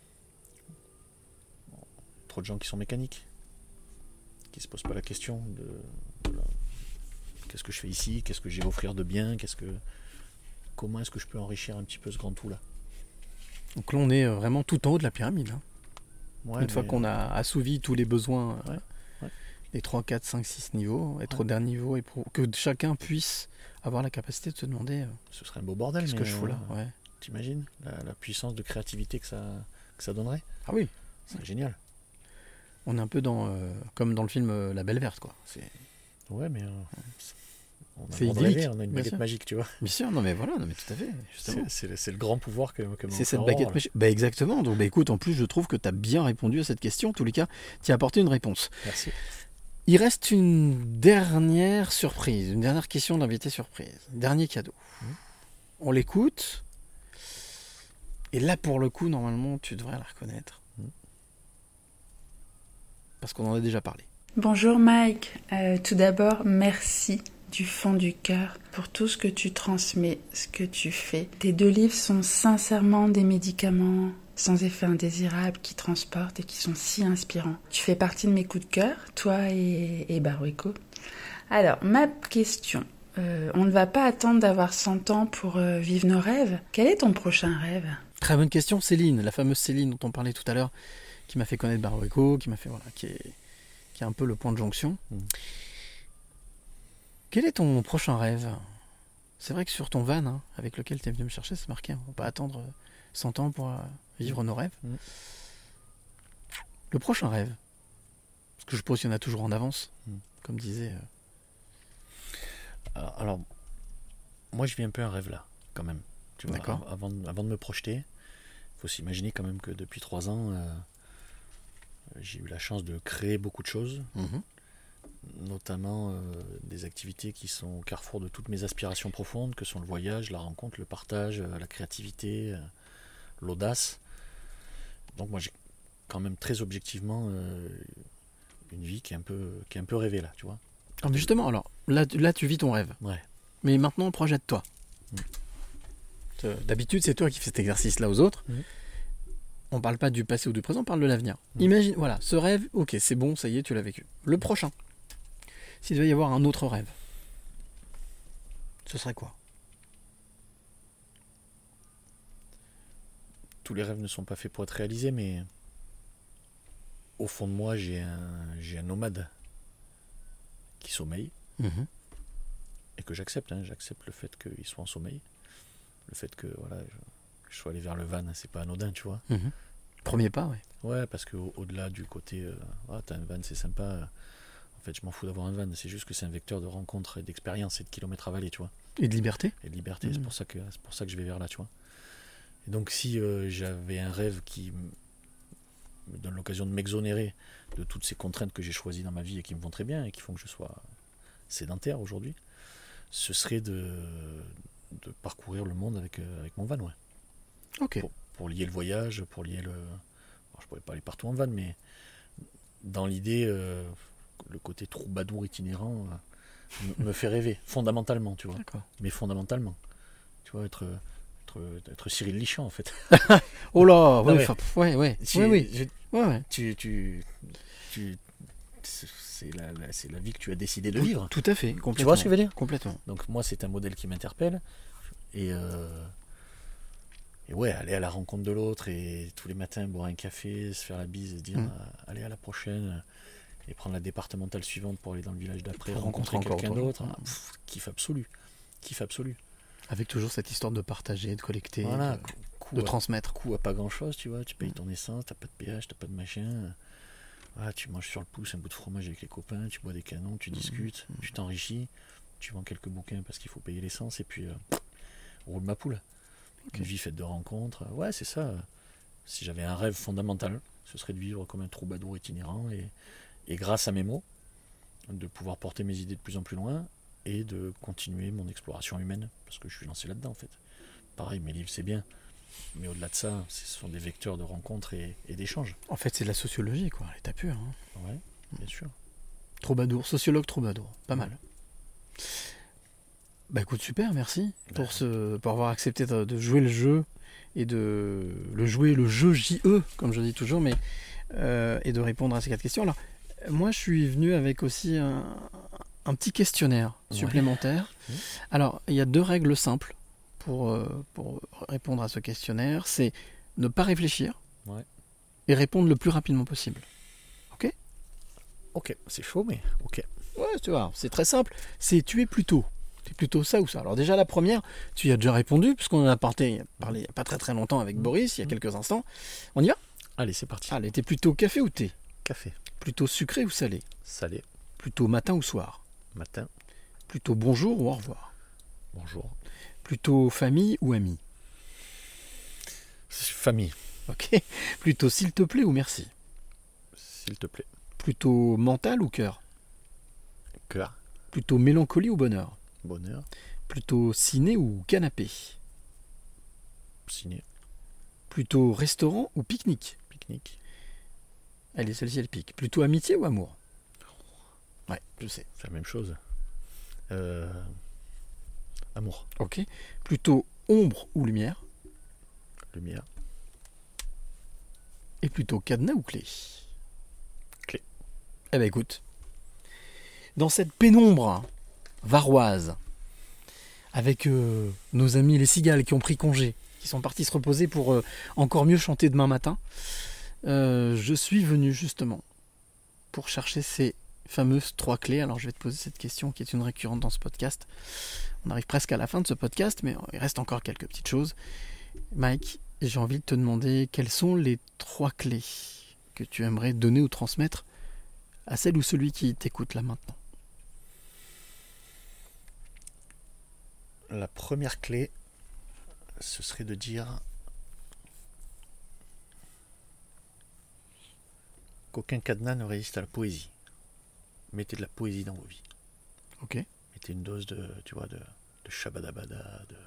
Trop de gens qui sont mécaniques, qui se posent pas la question de, de la... qu'est-ce que je fais ici, qu'est-ce que j'ai à offrir de bien, qu'est-ce que, comment est-ce que je peux enrichir un petit peu ce grand tout là. Donc là on est vraiment tout en haut de la pyramide. Hein. Ouais, Une fois qu'on a assouvi tous les besoins ouais, ouais. des trois, quatre, cinq, six niveaux, être ouais. au dernier niveau et pour que chacun puisse avoir la capacité de se demander. Ce serait un beau bordel. Qu'est-ce mais que je fous là ouais. T'imagines la, la puissance de créativité que ça, que ça donnerait. Ah oui, c'est génial. On est un peu dans, euh, comme dans le film euh, La Belle Verte, quoi. C'est... Ouais, mais euh, c'est, on a c'est idyllique. Rêver, on a une baguette magique, tu vois. Bien sûr, non mais voilà, non mais tout à fait. C'est, c'est, c'est le grand pouvoir que, que c'est cette baguette magique. Bah exactement. Donc bah écoute, en plus je trouve que tu as bien répondu à cette question. En tous les cas, tu as apporté une réponse. Merci. Il reste une dernière surprise, une dernière question d'invité surprise, dernier cadeau. Mmh. On l'écoute. Et là, pour le coup, normalement, tu devrais la reconnaître. Parce qu'on en a déjà parlé. Bonjour Mike. Euh, tout d'abord, merci du fond du cœur pour tout ce que tu transmets, ce que tu fais. Tes deux livres sont sincèrement des médicaments sans effet indésirable qui transportent et qui sont si inspirants. Tu fais partie de mes coups de cœur, toi et, et Barueco. Alors, ma question... Euh, on ne va pas attendre d'avoir cent ans pour euh, vivre nos rêves. Quel est ton prochain rêve ? Très bonne question, Céline, la fameuse Céline dont on parlait tout à l'heure, qui m'a fait connaître Baroeco, qui m'a fait voilà, qui est, qui est un peu le point de jonction. Mmh. Quel est ton prochain rêve? C'est vrai que sur ton van, hein, avec lequel tu es venu me chercher, c'est marqué. Hein, on va pas attendre cent ans pour euh, vivre mmh. nos rêves. Mmh. Le prochain rêve, parce que je suppose qu'il y en a toujours en avance, mmh. comme disait. Euh... Alors, alors, moi je vis un peu un rêve là, quand même. Tu vois, D'accord. Avant, avant de me projeter, il faut s'imaginer quand même que depuis trois ans, euh, j'ai eu la chance de créer beaucoup de choses, mmh. notamment euh, des activités qui sont au carrefour de toutes mes aspirations profondes, que sont le voyage, la rencontre, le partage, euh, la créativité, euh, l'audace. Donc moi j'ai quand même très objectivement euh, une vie qui est un peu, qui est un peu rêvée là, tu vois. Ah, mais justement, alors, là, là tu vis ton rêve. Ouais. Mais maintenant, projette-toi. Mmh. D'habitude, c'est toi qui fais cet exercice-là aux autres. Mmh. On parle pas du passé ou du présent, on parle de l'avenir. Mmh. Imagine, voilà, ce rêve, ok, c'est bon, ça y est, tu l'as vécu. Le prochain, s'il devait y avoir un autre rêve, ce serait quoi? Tous les rêves ne sont pas faits pour être réalisés, mais au fond de moi, j'ai un, j'ai un nomade qui sommeille, mmh. et que j'accepte, hein, j'accepte le fait qu'il soit en sommeil, le fait que voilà, je, je sois allé vers le van, c'est pas anodin, tu vois. Mmh. Premier pas, ouais. Ouais, parce qu'au-delà du côté, euh, ah, t'as un van, c'est sympa, euh, en fait, je m'en fous d'avoir un van, c'est juste que c'est un vecteur de rencontre et d'expérience et de kilomètres à avaler, tu vois. Et de liberté. Et de liberté, mmh. c'est pour ça que c'est pour ça que je vais vers là, tu vois. Et donc, si euh, j'avais un rêve qui me donne l'occasion de m'exonérer de toutes ces contraintes que j'ai choisies dans ma vie et qui me vont très bien et qui font que je sois sédentaire aujourd'hui, ce serait de, de parcourir le monde avec, euh, avec mon van, ouais. Ok. Pour, pour lier le voyage, pour lier le... Alors, je pourrais pas aller partout en van, mais dans l'idée, euh, le côté troubadour itinérant euh, me, me fait rêver, fondamentalement, tu vois. D'accord. Mais fondamentalement. Tu vois, être... être Cyril Lichamp en fait. Oh là, ouais, ouais, ouais, ouais, tu, ouais, ouais. Je, ouais, ouais. Tu, tu, tu, c'est la, la, c'est la vie que tu as décidé de vivre. Tout à fait, complètement. Tu vois ce que je veux dire? Complètement. Donc moi, c'est un modèle qui m'interpelle et, euh, et ouais, aller à la rencontre de l'autre et tous les matins boire un café, se faire la bise et se dire mmh. euh, allez à la prochaine et prendre la départementale suivante pour aller dans le village d'après, rencontrer, rencontrer quelqu'un d'autre. Ah, pff, kiff absolu, kiff absolu. Avec toujours cette histoire de partager, de collecter, voilà, de, coup de à, transmettre. Coup à pas grand chose, tu vois. Tu payes ton essence, t'as pas de péage, t'as pas de machin. Voilà, tu manges sur le pouce un bout de fromage avec les copains, tu bois des canons, tu mmh, discutes, mmh. tu t'enrichis, tu vends quelques bouquins parce qu'il faut payer l'essence et puis euh, roule ma poule. Okay. Une vie faite de rencontres. Ouais, c'est ça. Si j'avais un rêve fondamental, ce serait de vivre comme un troubadour itinérant et, et grâce à mes mots, de pouvoir porter mes idées de plus en plus loin et de continuer mon exploration humaine, parce que je suis lancé là-dedans en fait. Pareil, mes livres c'est bien, mais au-delà de ça, ce sont des vecteurs de rencontres et, et d'échanges. En fait, c'est de la sociologie, quoi, à l'état pur. Hein. Ouais, bien sûr. Troubadour, sociologue troubadour, pas mal. Bah écoute, super, merci bah, pour, ce, pour avoir accepté de, de jouer le jeu, et de le jouer le jeu J E, comme je dis toujours, mais, euh, et de répondre à ces quatre questions. Alors, moi, je suis venu avec aussi un... un petit questionnaire supplémentaire. Ouais. Alors, il y a deux règles simples pour, euh, pour répondre à ce questionnaire. C'est ne pas réfléchir ouais. et répondre le plus rapidement possible. Ok ? Ok, c'est chaud, mais ok. Ouais, tu vois, c'est très simple. C'est tu es plutôt. Tu es plutôt ça ou ça. Alors déjà, la première, tu y as déjà répondu, puisqu'on en a parlé, parlé il n'y a pas très très longtemps avec mmh. Boris, il y a quelques instants. On y va ? Allez, c'est parti. Allez, t'es plutôt café ou thé ? Café. Plutôt sucré ou salé ? Salé. Plutôt matin ou soir ? Matin. Plutôt bonjour ou au revoir ? Bonjour. Plutôt famille ou amis ? Famille. Ok. Plutôt s'il te plaît ou merci ? S'il te plaît. Plutôt mental ou cœur ? Cœur. Plutôt mélancolie ou bonheur ? Bonheur. Plutôt ciné ou canapé ? Ciné. Plutôt restaurant ou pique-nique ? Pique-nique. Allez, celle-ci elle pique. Plutôt amitié ou amour ? Ouais, je sais. C'est la même chose. Euh... Amour. Ok. Plutôt ombre ou lumière ? Lumière. Et plutôt cadenas ou clé ? Clé. Eh ben écoute, dans cette pénombre varoise, avec euh, nos amis les cigales qui ont pris congé, qui sont partis se reposer pour euh, encore mieux chanter demain matin, Euh, je suis venu justement pour chercher ces fameuses trois clés. Alors je vais te poser cette question qui est une récurrente dans ce podcast. On arrive presque à la fin de ce podcast, mais il reste encore quelques petites choses. Mike, j'ai envie de te demander quelles sont les trois clés que tu aimerais donner ou transmettre à celle ou celui qui t'écoute là maintenant. La première clé, ce serait de dire qu'aucun cadenas ne résiste à la poésie. Mettez de la poésie dans vos vies. Ok. Mettez une dose de, tu vois, de, de shabadabada. De...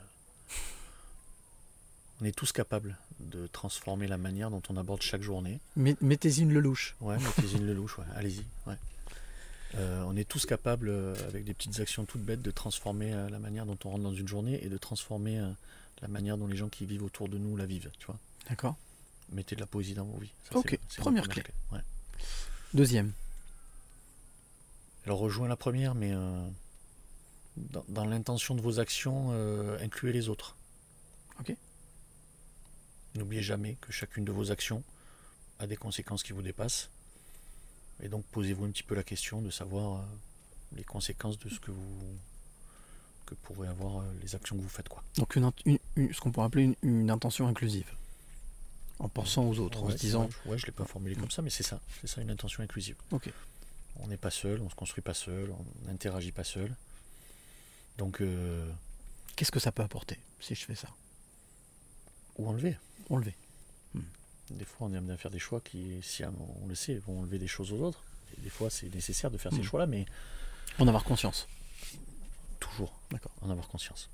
On est tous capables de transformer la manière dont on aborde chaque journée. Mais, mettez-y une lelouch. Ouais, mettez-y une lelouch, ouais. Allez-y. Ouais. Euh, on est tous capables, euh, avec des petites actions toutes bêtes, de transformer euh, la manière dont on rentre dans une journée et de transformer euh, la manière dont les gens qui vivent autour de nous la vivent, tu vois. D'accord. Mettez de la poésie dans vos vies. Ça, ok, c'est, c'est première, première clé. clé. Ouais. Deuxième. Elle rejoint la première, mais euh, dans, dans l'intention de vos actions, euh, incluez les autres. Ok. N'oubliez jamais que chacune de vos actions a des conséquences qui vous dépassent. Et donc posez-vous un petit peu la question de savoir euh, les conséquences de ce que vous que pourraient avoir euh, les actions que vous faites, quoi. Donc une, une, une, ce qu'on pourrait appeler une, une intention inclusive. En pensant aux autres, ouais, en se disant... Ouais, ouais je ne l'ai pas formulé comme ça, mais c'est ça. C'est ça une intention inclusive. Ok. On n'est pas seul, on ne se construit pas seul, on n'interagit pas seul. Donc... Euh... Qu'est-ce que ça peut apporter si je fais ça? Ou enlever. Enlever. Hmm. Des fois, on aime bien faire des choix qui, si on le sait, vont enlever des choses aux autres. Et des fois, c'est nécessaire de faire hmm. ces choix-là, mais... En avoir conscience. Toujours. D'accord. En avoir conscience.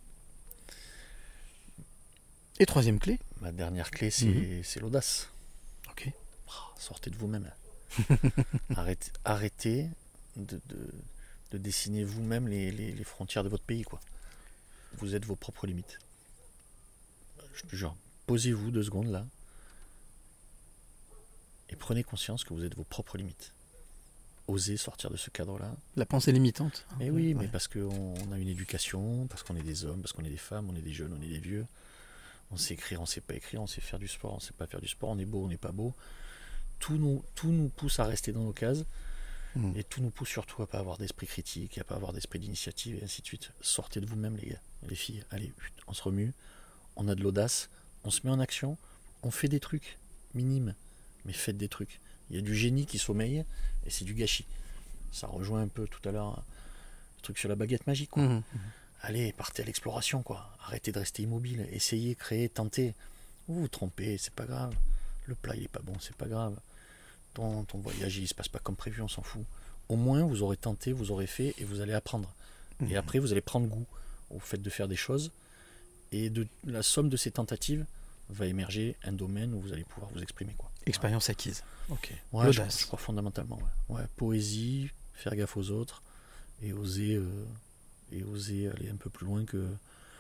Et troisième clé? Ma dernière clé, c'est, mmh. c'est l'audace. Ok. Oh, sortez de vous-même. arrêtez arrêtez de, de, de dessiner vous-même les, les, les frontières de votre pays, quoi. Vous êtes vos propres limites. Je te jure, posez-vous deux secondes là et prenez conscience que vous êtes vos propres limites. Osez sortir de ce cadre-là. La pensée limitante. Mais oui, ouais. mais parce qu'on a une éducation, parce qu'on est des hommes, parce qu'on est des femmes, on est des jeunes, on est des vieux. On sait écrire, on sait pas écrire, on sait faire du sport, on sait pas faire du sport, on est beau, on n'est pas beau. Tout nous, tout nous pousse à rester dans nos cases mmh. et tout nous pousse surtout à pas avoir d'esprit critique, à pas avoir d'esprit d'initiative et ainsi de suite. Sortez de vous-même, les gars, les filles. Allez, on se remue, on a de l'audace, on se met en action, on fait des trucs minimes, mais faites des trucs. Il y a du génie qui sommeille et c'est du gâchis. Ça rejoint un peu tout à l'heure le truc sur la baguette magique, quoi. Mmh. Allez, partez à l'exploration, quoi. Arrêtez de rester immobile. Essayez, créez, tentez. Vous vous trompez, c'est pas grave. Le plat, il est pas bon, c'est pas grave. Ton, ton voyage, il se passe pas comme prévu, on s'en fout. Au moins, vous aurez tenté, vous aurez fait et vous allez apprendre. Mmh. Et après, vous allez prendre goût au fait de faire des choses. Et de la somme de ces tentatives va émerger un domaine où vous allez pouvoir vous exprimer, quoi. Expérience ouais. acquise. Ok. Ouais, je, je crois fondamentalement. Ouais. Ouais, poésie, faire gaffe aux autres et oser... Euh, et oser aller un peu plus loin que...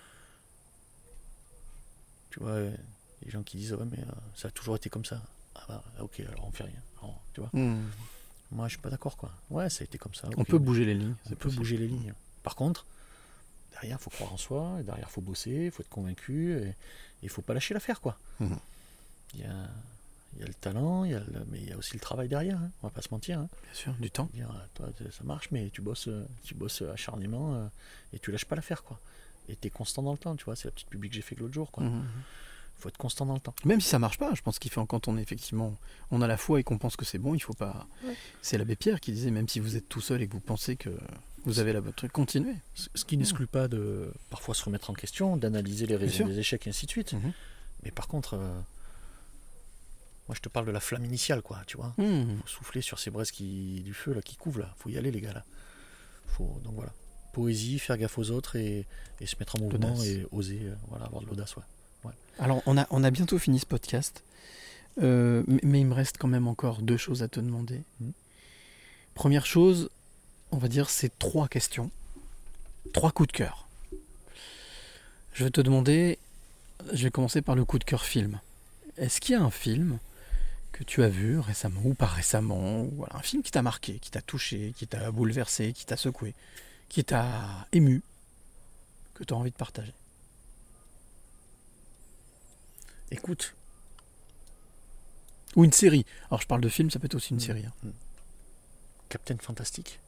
Tu vois, les gens qui disent « Ouais, mais euh, ça a toujours été comme ça. » Ah bah, ok, alors on fait rien. Alors, tu vois mmh. Moi, je suis pas d'accord, quoi. Ouais, ça a été comme ça. Okay. On peut bouger les lignes. On peut possible. bouger les lignes. Par contre, derrière, il faut croire en soi, et derrière, il faut bosser, il faut être convaincu, et il faut pas lâcher l'affaire, quoi. Il mmh. y a... Il y a le talent, il y a le... mais il y a aussi le travail derrière, hein. On va pas se mentir. Hein. Bien sûr, du temps. Dire, toi, ça marche, mais tu bosses, tu bosses acharnément euh, et tu lâches pas l'affaire, quoi. Et tu es constant dans le temps, tu vois. C'est la petite publique que j'ai fait l'autre jour, quoi. Mmh. Faut être constant dans le temps. Même si ça marche pas, je pense qu'il fait quand on est effectivement, on a la foi et qu'on pense que c'est bon, il faut pas. Ouais. C'est l'abbé Pierre qui disait, même si vous êtes tout seul et que vous pensez que vous avez la bonne truc, continuez. Ce qui n'exclut pas de parfois se remettre en question, d'analyser les raisons des échecs et ainsi de suite. Mmh. Mais par contre. Euh, Moi, je te parle de la flamme initiale, quoi, tu vois. Mmh. Faut souffler sur ces braises qui, du feu là, qui couvrent, là. Faut y aller, les gars, là. Faut, donc voilà. Poésie, faire gaffe aux autres et, et se mettre en mouvement l'audace. Et oser, euh, voilà, avoir de l'audace, ouais. ouais. Alors, on a, on a bientôt fini ce podcast, euh, mais, mais il me reste quand même encore deux choses à te demander. Mmh. Première chose, on va dire, c'est trois questions, trois coups de cœur. Je vais te demander, je vais commencer par le coup de cœur film. Est-ce qu'il y a un film que tu as vu récemment ou pas récemment, ou voilà, un film qui t'a marqué, qui t'a touché, qui t'a bouleversé, qui t'a secoué, qui t'a ému, que tu as envie de partager? Écoute, Ou une série. Alors je parle de film, ça peut être aussi une mmh. série. Hein. Captain Fantastic.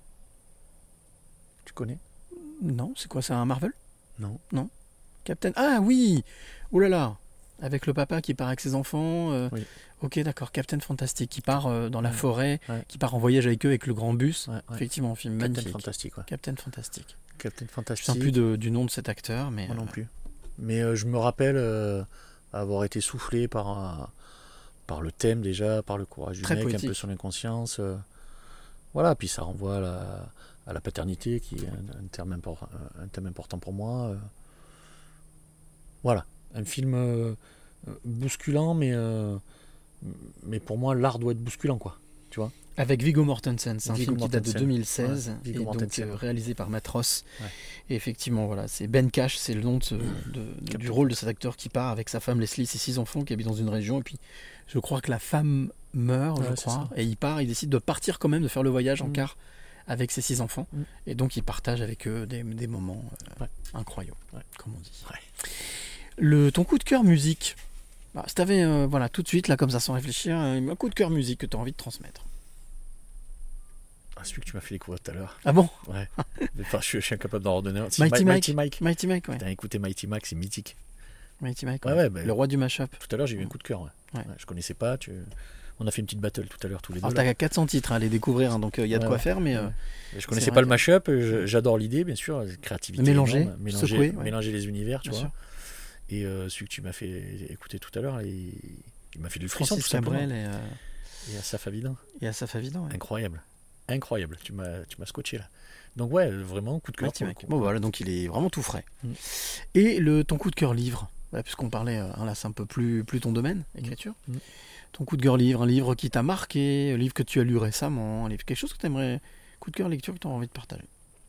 Tu connais? Non, c'est quoi, c'est un Marvel? Non. Non. Captain... Ah oui. Oh là là. Avec le papa qui part avec ses enfants. Euh... Oui. Ok, d'accord. Captain Fantastic qui part euh, dans la ouais. forêt, ouais. qui part en voyage avec eux avec le grand bus. Ouais, ouais. Effectivement, un film Captain magnifique. Fantastic, ouais. Captain Fantastic. Captain Fantastic. Je ne sais plus de, du nom de cet acteur, mais... Moi non euh... plus. Mais euh, je me rappelle euh, avoir été soufflé par, un, par le thème déjà, par le courage du Très mec, poétique. un peu son inconscience. Euh, voilà, puis ça renvoie à la, à la paternité, qui est un, un, terme, import, un thème important pour moi. Euh, voilà, un film euh, bousculant, mais, euh, mais pour moi, l'art doit être bousculant, quoi. Tu vois ? Avec Viggo Mortensen, c'est un Viggo film qui date de deux mille seize, ouais, et donc euh, réalisé par Matros. Ouais. Et effectivement, voilà, c'est Ben Cash, c'est le nom de ce, de, de, du rôle de cet acteur qui part avec sa femme Leslie, ses six enfants, qui habitent dans une région, et puis je crois que la femme meurt, ouais, je crois, et il part, il décide de partir quand même, de faire le voyage mmh. en car avec ses six enfants, mmh. et donc il partage avec eux des, des moments euh, ouais. incroyables, ouais. comme on dit. Ouais. Le, ton coup de cœur musique, bah, si tu avais, euh, voilà, tout de suite, là, comme ça, sans réfléchir, un coup de cœur musique que tu as envie de transmettre. Ah, celui que tu m'as fait découvrir tout à l'heure. Ah bon? Ouais. Enfin, je, je suis incapable d'en redonner un. Si, Mighty, Ma- Mike. Mighty Mike. Mighty Mike, ouais. T'as écouté Mighty Mike, c'est mythique. Mighty Mike, ouais, ouais. ouais bah, le roi du mashup. Tout à l'heure, j'ai eu un coup de cœur. Ouais. Ouais. Ouais, je connaissais pas. Tu... On a fait une petite battle tout à l'heure, tous les deux. Alors, t'as quatre cents titres à aller découvrir, hein, donc il euh, y a de ouais, quoi ouais. faire, mais. Euh, ouais. Je connaissais pas le mashup, je, j'adore l'idée, bien sûr, la créativité. Mélanger, énorme, mélanger, secouer, ouais. mélanger les univers, tu bien vois. Sûr. Et euh, celui que tu m'as fait écouter tout à l'heure, il, il m'a fait du frisson, Francis tout simplement. Cabrel et, euh... et Asaf Avidan. Et Asaf Avidan, ouais. Incroyable. Incroyable, tu m'as, tu m'as scotché là. Donc ouais, vraiment, coup de cœur. Pour le coup. Bon voilà, donc il est vraiment tout frais. Mm. Et le, ton coup de cœur livre, ouais, puisqu'on parlait, hein, là c'est un peu plus, plus ton domaine, écriture. Mm. Ton coup de cœur livre, un livre qui t'a marqué, un livre que tu as lu récemment, un livre, quelque chose que tu aimerais, coup de cœur lecture que tu as envie de partager.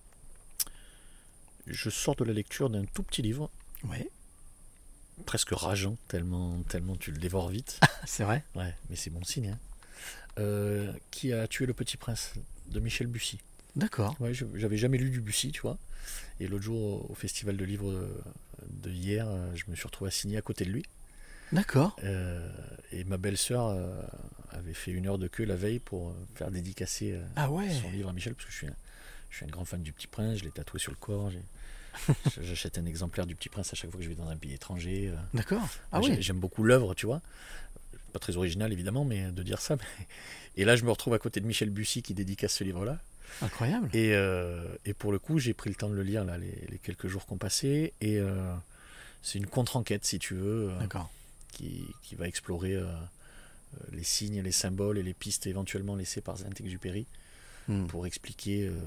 Je sors de la lecture d'un tout petit livre. Ouais. Presque rageant, tellement, tellement tu le dévores vite. C'est vrai. Ouais, mais c'est bon signe. Hein. Euh, qui a tué le Petit Prince de Michel Bussy. D'accord. Ouais, je, j'avais jamais lu du Bussy, tu vois. Et l'autre jour, au festival de livres de, de hier, je me suis retrouvé assigné à côté de lui. D'accord. Euh, et ma belle-sœur euh, avait fait une heure de queue la veille pour faire dédicacer euh, ah ouais. son livre à Michel, parce que je suis un, je suis un grand fan du Petit Prince, je l'ai tatoué sur le corps. J'ai... J'achète un exemplaire du Petit Prince à chaque fois que je vais dans un pays étranger. D'accord. Ah ouais, oui. J'aime beaucoup l'œuvre, tu vois. Pas très original évidemment, mais de dire ça. Mais... Et là, je me retrouve à côté de Michel Bussy qui dédicace ce livre-là. Incroyable. Et, euh, et pour le coup, j'ai pris le temps de le lire là, les, les quelques jours qu'on passait. Et euh, c'est une contre-enquête, si tu veux, euh, D'accord. Qui, qui va explorer euh, les signes, les symboles et les pistes éventuellement laissées par Saint-Exupéry hmm. pour expliquer. Euh,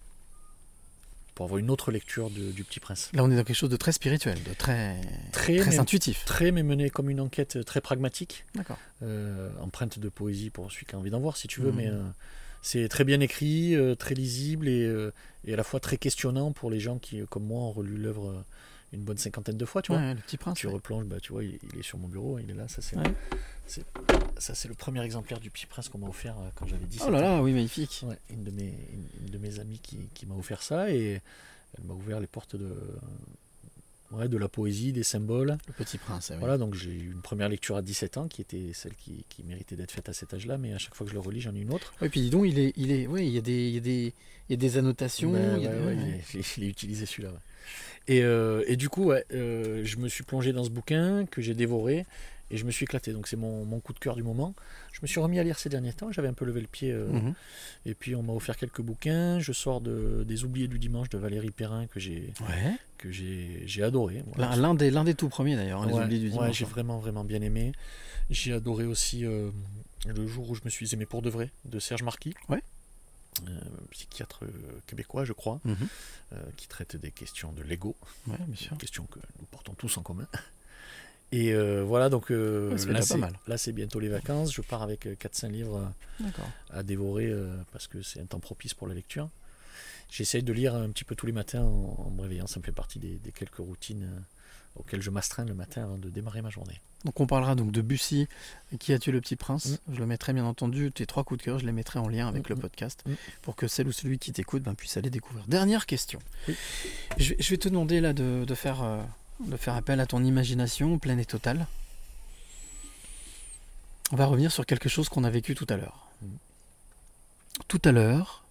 pour avoir une autre lecture de, du Petit Prince. Là, on est dans quelque chose de très spirituel, de très, très, très mais, intuitif. Très, mais mené comme une enquête très pragmatique. D'accord. Euh, empreinte de poésie pour celui qui a envie d'en voir, si tu veux, mmh. mais euh, c'est très bien écrit, euh, très lisible et, euh, et à la fois très questionnant pour les gens qui, comme moi, ont relu l'œuvre euh, une bonne cinquantaine de fois, tu ouais, vois. Le Petit Prince. Tu ouais. replonges, bah, tu vois, il, il est sur mon bureau, il est là, ça c'est, ouais. c'est, ça c'est le premier exemplaire du Petit Prince qu'on m'a offert euh, quand j'avais dix-sept ans. Oh là là, oui, magnifique. Ouais, une de mes, une, une de mes amies qui, qui m'a offert ça et elle m'a ouvert les portes de, ouais, de la poésie, des symboles. Le Petit Prince, oui. Voilà, donc j'ai eu une première lecture à dix-sept ans qui était celle qui, qui méritait d'être faite à cet âge-là, mais à chaque fois que je le relis, j'en ai une autre. Oui, puis dis donc, il est, il est, ouais, il y a des, il y a des, il y a des annotations. Ben, il, y a ouais, des... ouais, il, est, il, est, il est utilisé celui-là. Ouais. Et, euh, et du coup, ouais, euh, je me suis plongé dans ce bouquin que j'ai dévoré. Et je me suis éclaté, donc c'est mon, mon coup de cœur du moment. Je me suis remis à lire ces derniers temps, j'avais un peu levé le pied. Euh, mmh. Et puis on m'a offert quelques bouquins. Je sors de, des Oubliés du Dimanche de Valérie Perrin que j'ai, ouais. que j'ai, j'ai adoré. Voilà. L'un, des, l'un des tout premiers d'ailleurs, hein, ouais, Les Oubliés du Dimanche. Ouais, j'ai vraiment, vraiment bien aimé. J'ai adoré aussi euh, Le jour où je me suis aimé pour de vrai de Serge Marquis. Ouais. Euh, psychiatre québécois, je crois, mmh. euh, qui traite des questions de l'ego. Ouais, bien sûr. Des questions que nous portons tous en commun. Et euh, voilà, donc euh, ouais, là, c'est c'est, mal. là c'est bientôt les vacances, je pars avec quatre cinq livres D'accord. à dévorer euh, parce que c'est un temps propice pour la lecture. J'essaye de lire un petit peu tous les matins en, en me réveillant, ça me fait partie des, des quelques routines euh, auxquelles je m'astreins le matin avant de démarrer ma journée. Donc on parlera donc de Bussy, Qui a tué le Petit Prince. Mmh. Je le mettrai bien entendu, tes trois coups de cœur, je les mettrai en lien avec mmh. le podcast mmh. pour que celle ou celui qui t'écoute ben, puisse aller découvrir. Dernière question. Oui. Je, je vais te demander là de, de faire... Euh, de faire appel à ton imagination pleine et totale. on va revenir sur quelque chose qu'on a vécu tout à l'heure. Tout à l'heure,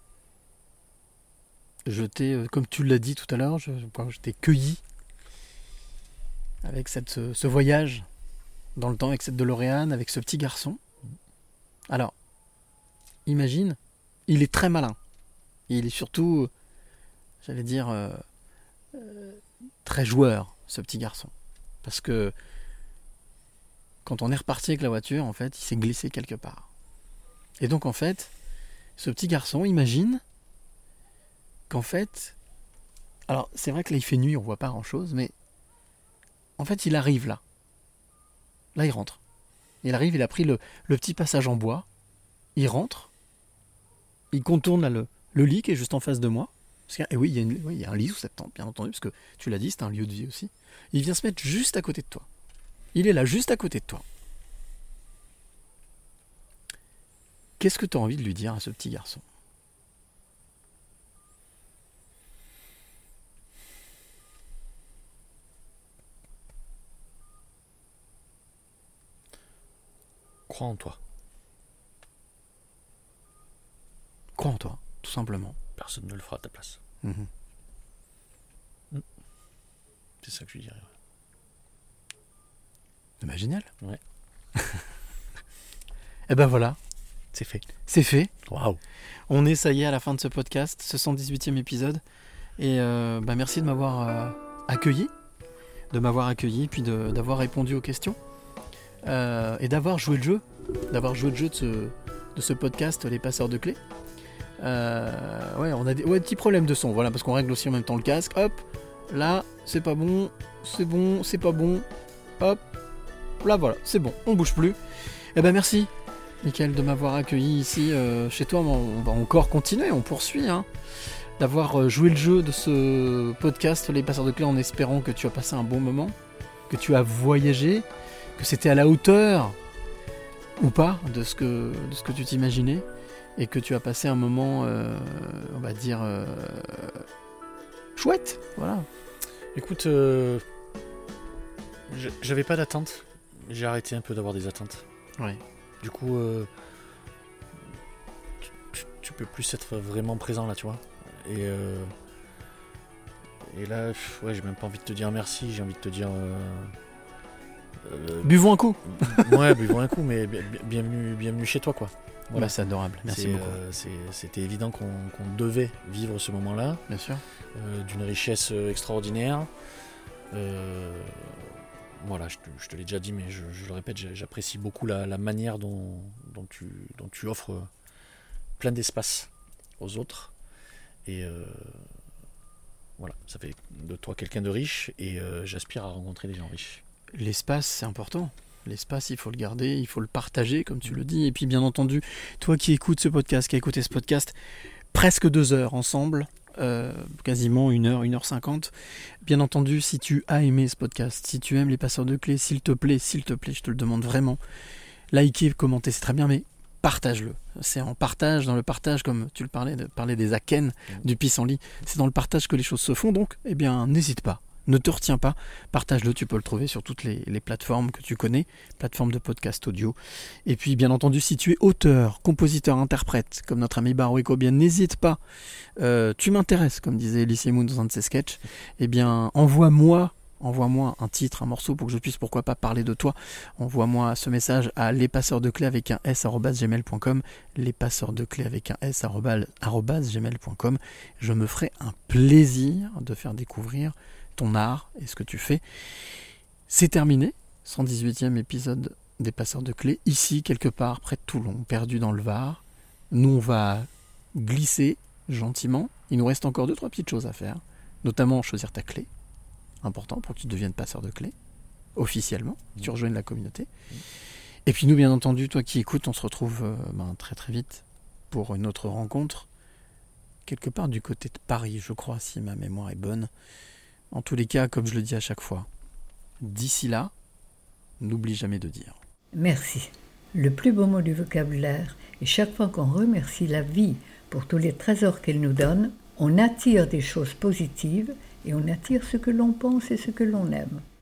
je t'ai, comme tu l'as dit tout à l'heure, je, je t'ai cueilli avec cette, ce, ce voyage dans le temps, avec cette DeLorean, avec ce petit garçon. Alors, imagine, il est très malin. Il est surtout, j'allais dire, euh, euh, très joueur, ce petit garçon. Parce que quand on est reparti avec la voiture, en fait, il s'est glissé quelque part. Et donc, en fait, ce petit garçon, imagine qu'en fait... Alors, c'est vrai que là, il fait nuit, on voit pas grand-chose, mais en fait, il arrive là. Là, il rentre. Il arrive, il a pris le, le petit passage en bois. Il rentre. Il contourne là, le, le lit qui est juste en face de moi. Parce que, et oui, il y a une, oui, il y a un lit sous cette tente, bien entendu, parce que tu l'as dit, c'est un lieu de vie aussi. Il vient se mettre juste à côté de toi. Il est là, juste à côté de toi. Qu'est-ce que tu as envie de lui dire à ce petit garçon ? Crois en toi. Crois en toi, tout simplement. Personne ne le fera à ta place. Mmh. Mmh. C'est ça que je lui dirais. Bah, génial. Ouais. Et ben voilà. C'est fait. C'est fait. Waouh. On est, ça y est, à la fin de ce podcast, ce cent dix-huitième épisode. Et euh, bah, merci de m'avoir euh, accueilli, de m'avoir accueilli, puis de, d'avoir répondu aux questions. Euh, et d'avoir joué le jeu, d'avoir joué le jeu de ce, de ce podcast, Les Passeurs de Clés. Euh, ouais, on a des ouais, petits problèmes de son, voilà, parce qu'on règle aussi en même temps le casque. Hop, là, c'est pas bon, c'est bon, c'est pas bon. Hop, là, voilà, c'est bon, on bouge plus. Eh ben merci, Mickaël, de m'avoir accueilli ici euh, chez toi. On va encore continuer, on poursuit, hein, d'avoir joué le jeu de ce podcast, Les Passeurs de Clés, en espérant que tu as passé un bon moment, que tu as voyagé, que c'était à la hauteur ou pas de ce que, de ce que tu t'imaginais, et que tu as passé un moment, euh, on va dire, euh, chouette, voilà. Écoute, euh, j'avais pas d'attente, j'ai arrêté un peu d'avoir des attentes. Ouais. Du coup, euh, tu, tu peux plus être vraiment présent là, tu vois. Et, euh, et là, ouais, j'ai même pas envie de te dire merci, j'ai envie de te dire... Euh, Euh, buvons un coup. Ouais, buvons un coup, mais bienvenue, bienvenue chez toi, quoi. Voilà. Bah, c'est adorable, merci c'est, beaucoup. Euh, c'est, c'était évident qu'on, qu'on devait vivre ce moment-là. Bien sûr. Euh, d'une richesse extraordinaire. Euh, voilà, je te, je te l'ai déjà dit, mais je, je le répète, j'apprécie beaucoup la, la manière dont, dont, tu, dont tu offres plein d'espace aux autres. Et euh, voilà, ça fait de toi quelqu'un de riche, et euh, j'aspire à rencontrer des gens riches. L'espace, c'est important. L'espace, il faut le garder, il faut le partager, comme tu le dis. Et puis, bien entendu, toi qui écoutes ce podcast, qui as écouté ce podcast, presque deux heures ensemble, euh, quasiment une heure, une heure cinquante. Bien entendu, si tu as aimé ce podcast, si tu aimes Les Passeurs de Clés, s'il te plaît, s'il te plaît, je te le demande vraiment, likez, commentez, c'est très bien, mais partage-le. C'est en partage, dans le partage, comme tu le parlais, de parler des akens, mmh. du pissenlit, c'est dans le partage que les choses se font, donc, eh bien, n'hésite pas. Ne te retiens pas, partage-le, tu peux le trouver sur toutes les, les plateformes que tu connais, plateformes de podcast audio. Et puis bien entendu, si tu es auteur, compositeur, interprète, comme notre ami Barouico, bien n'hésite pas, euh, tu m'intéresses, comme disait Elise Moon dans un de ses sketchs, eh bien envoie-moi, envoie-moi un titre, un morceau pour que je puisse pourquoi pas parler de toi. Envoie-moi ce message à lespasseursdeclés avec un s arobase gmail point com, lespasseursdeclés avec un s arobase gmail point com. Je me ferai un plaisir de faire découvrir ton art et ce que tu fais. C'est terminé, cent dix-huitième épisode des Passeurs de Clés, ici quelque part près de Toulon, perdu dans le Var. Nous on va glisser gentiment, il nous reste encore deux trois petites choses à faire, notamment choisir ta clé, important pour que tu deviennes passeur de clés officiellement, mmh. tu rejoignes la communauté. Mmh. Et puis nous bien entendu, toi qui écoutes, on se retrouve euh, ben, très très vite pour une autre rencontre, quelque part du côté de Paris, je crois, si ma mémoire est bonne. En tous les cas, comme je le dis à chaque fois, d'ici là, n'oublie jamais de dire. Merci. Le plus beau mot du vocabulaire, et chaque fois qu'on remercie la vie pour tous les trésors qu'elle nous donne, on attire des choses positives et on attire ce que l'on pense et ce que l'on aime.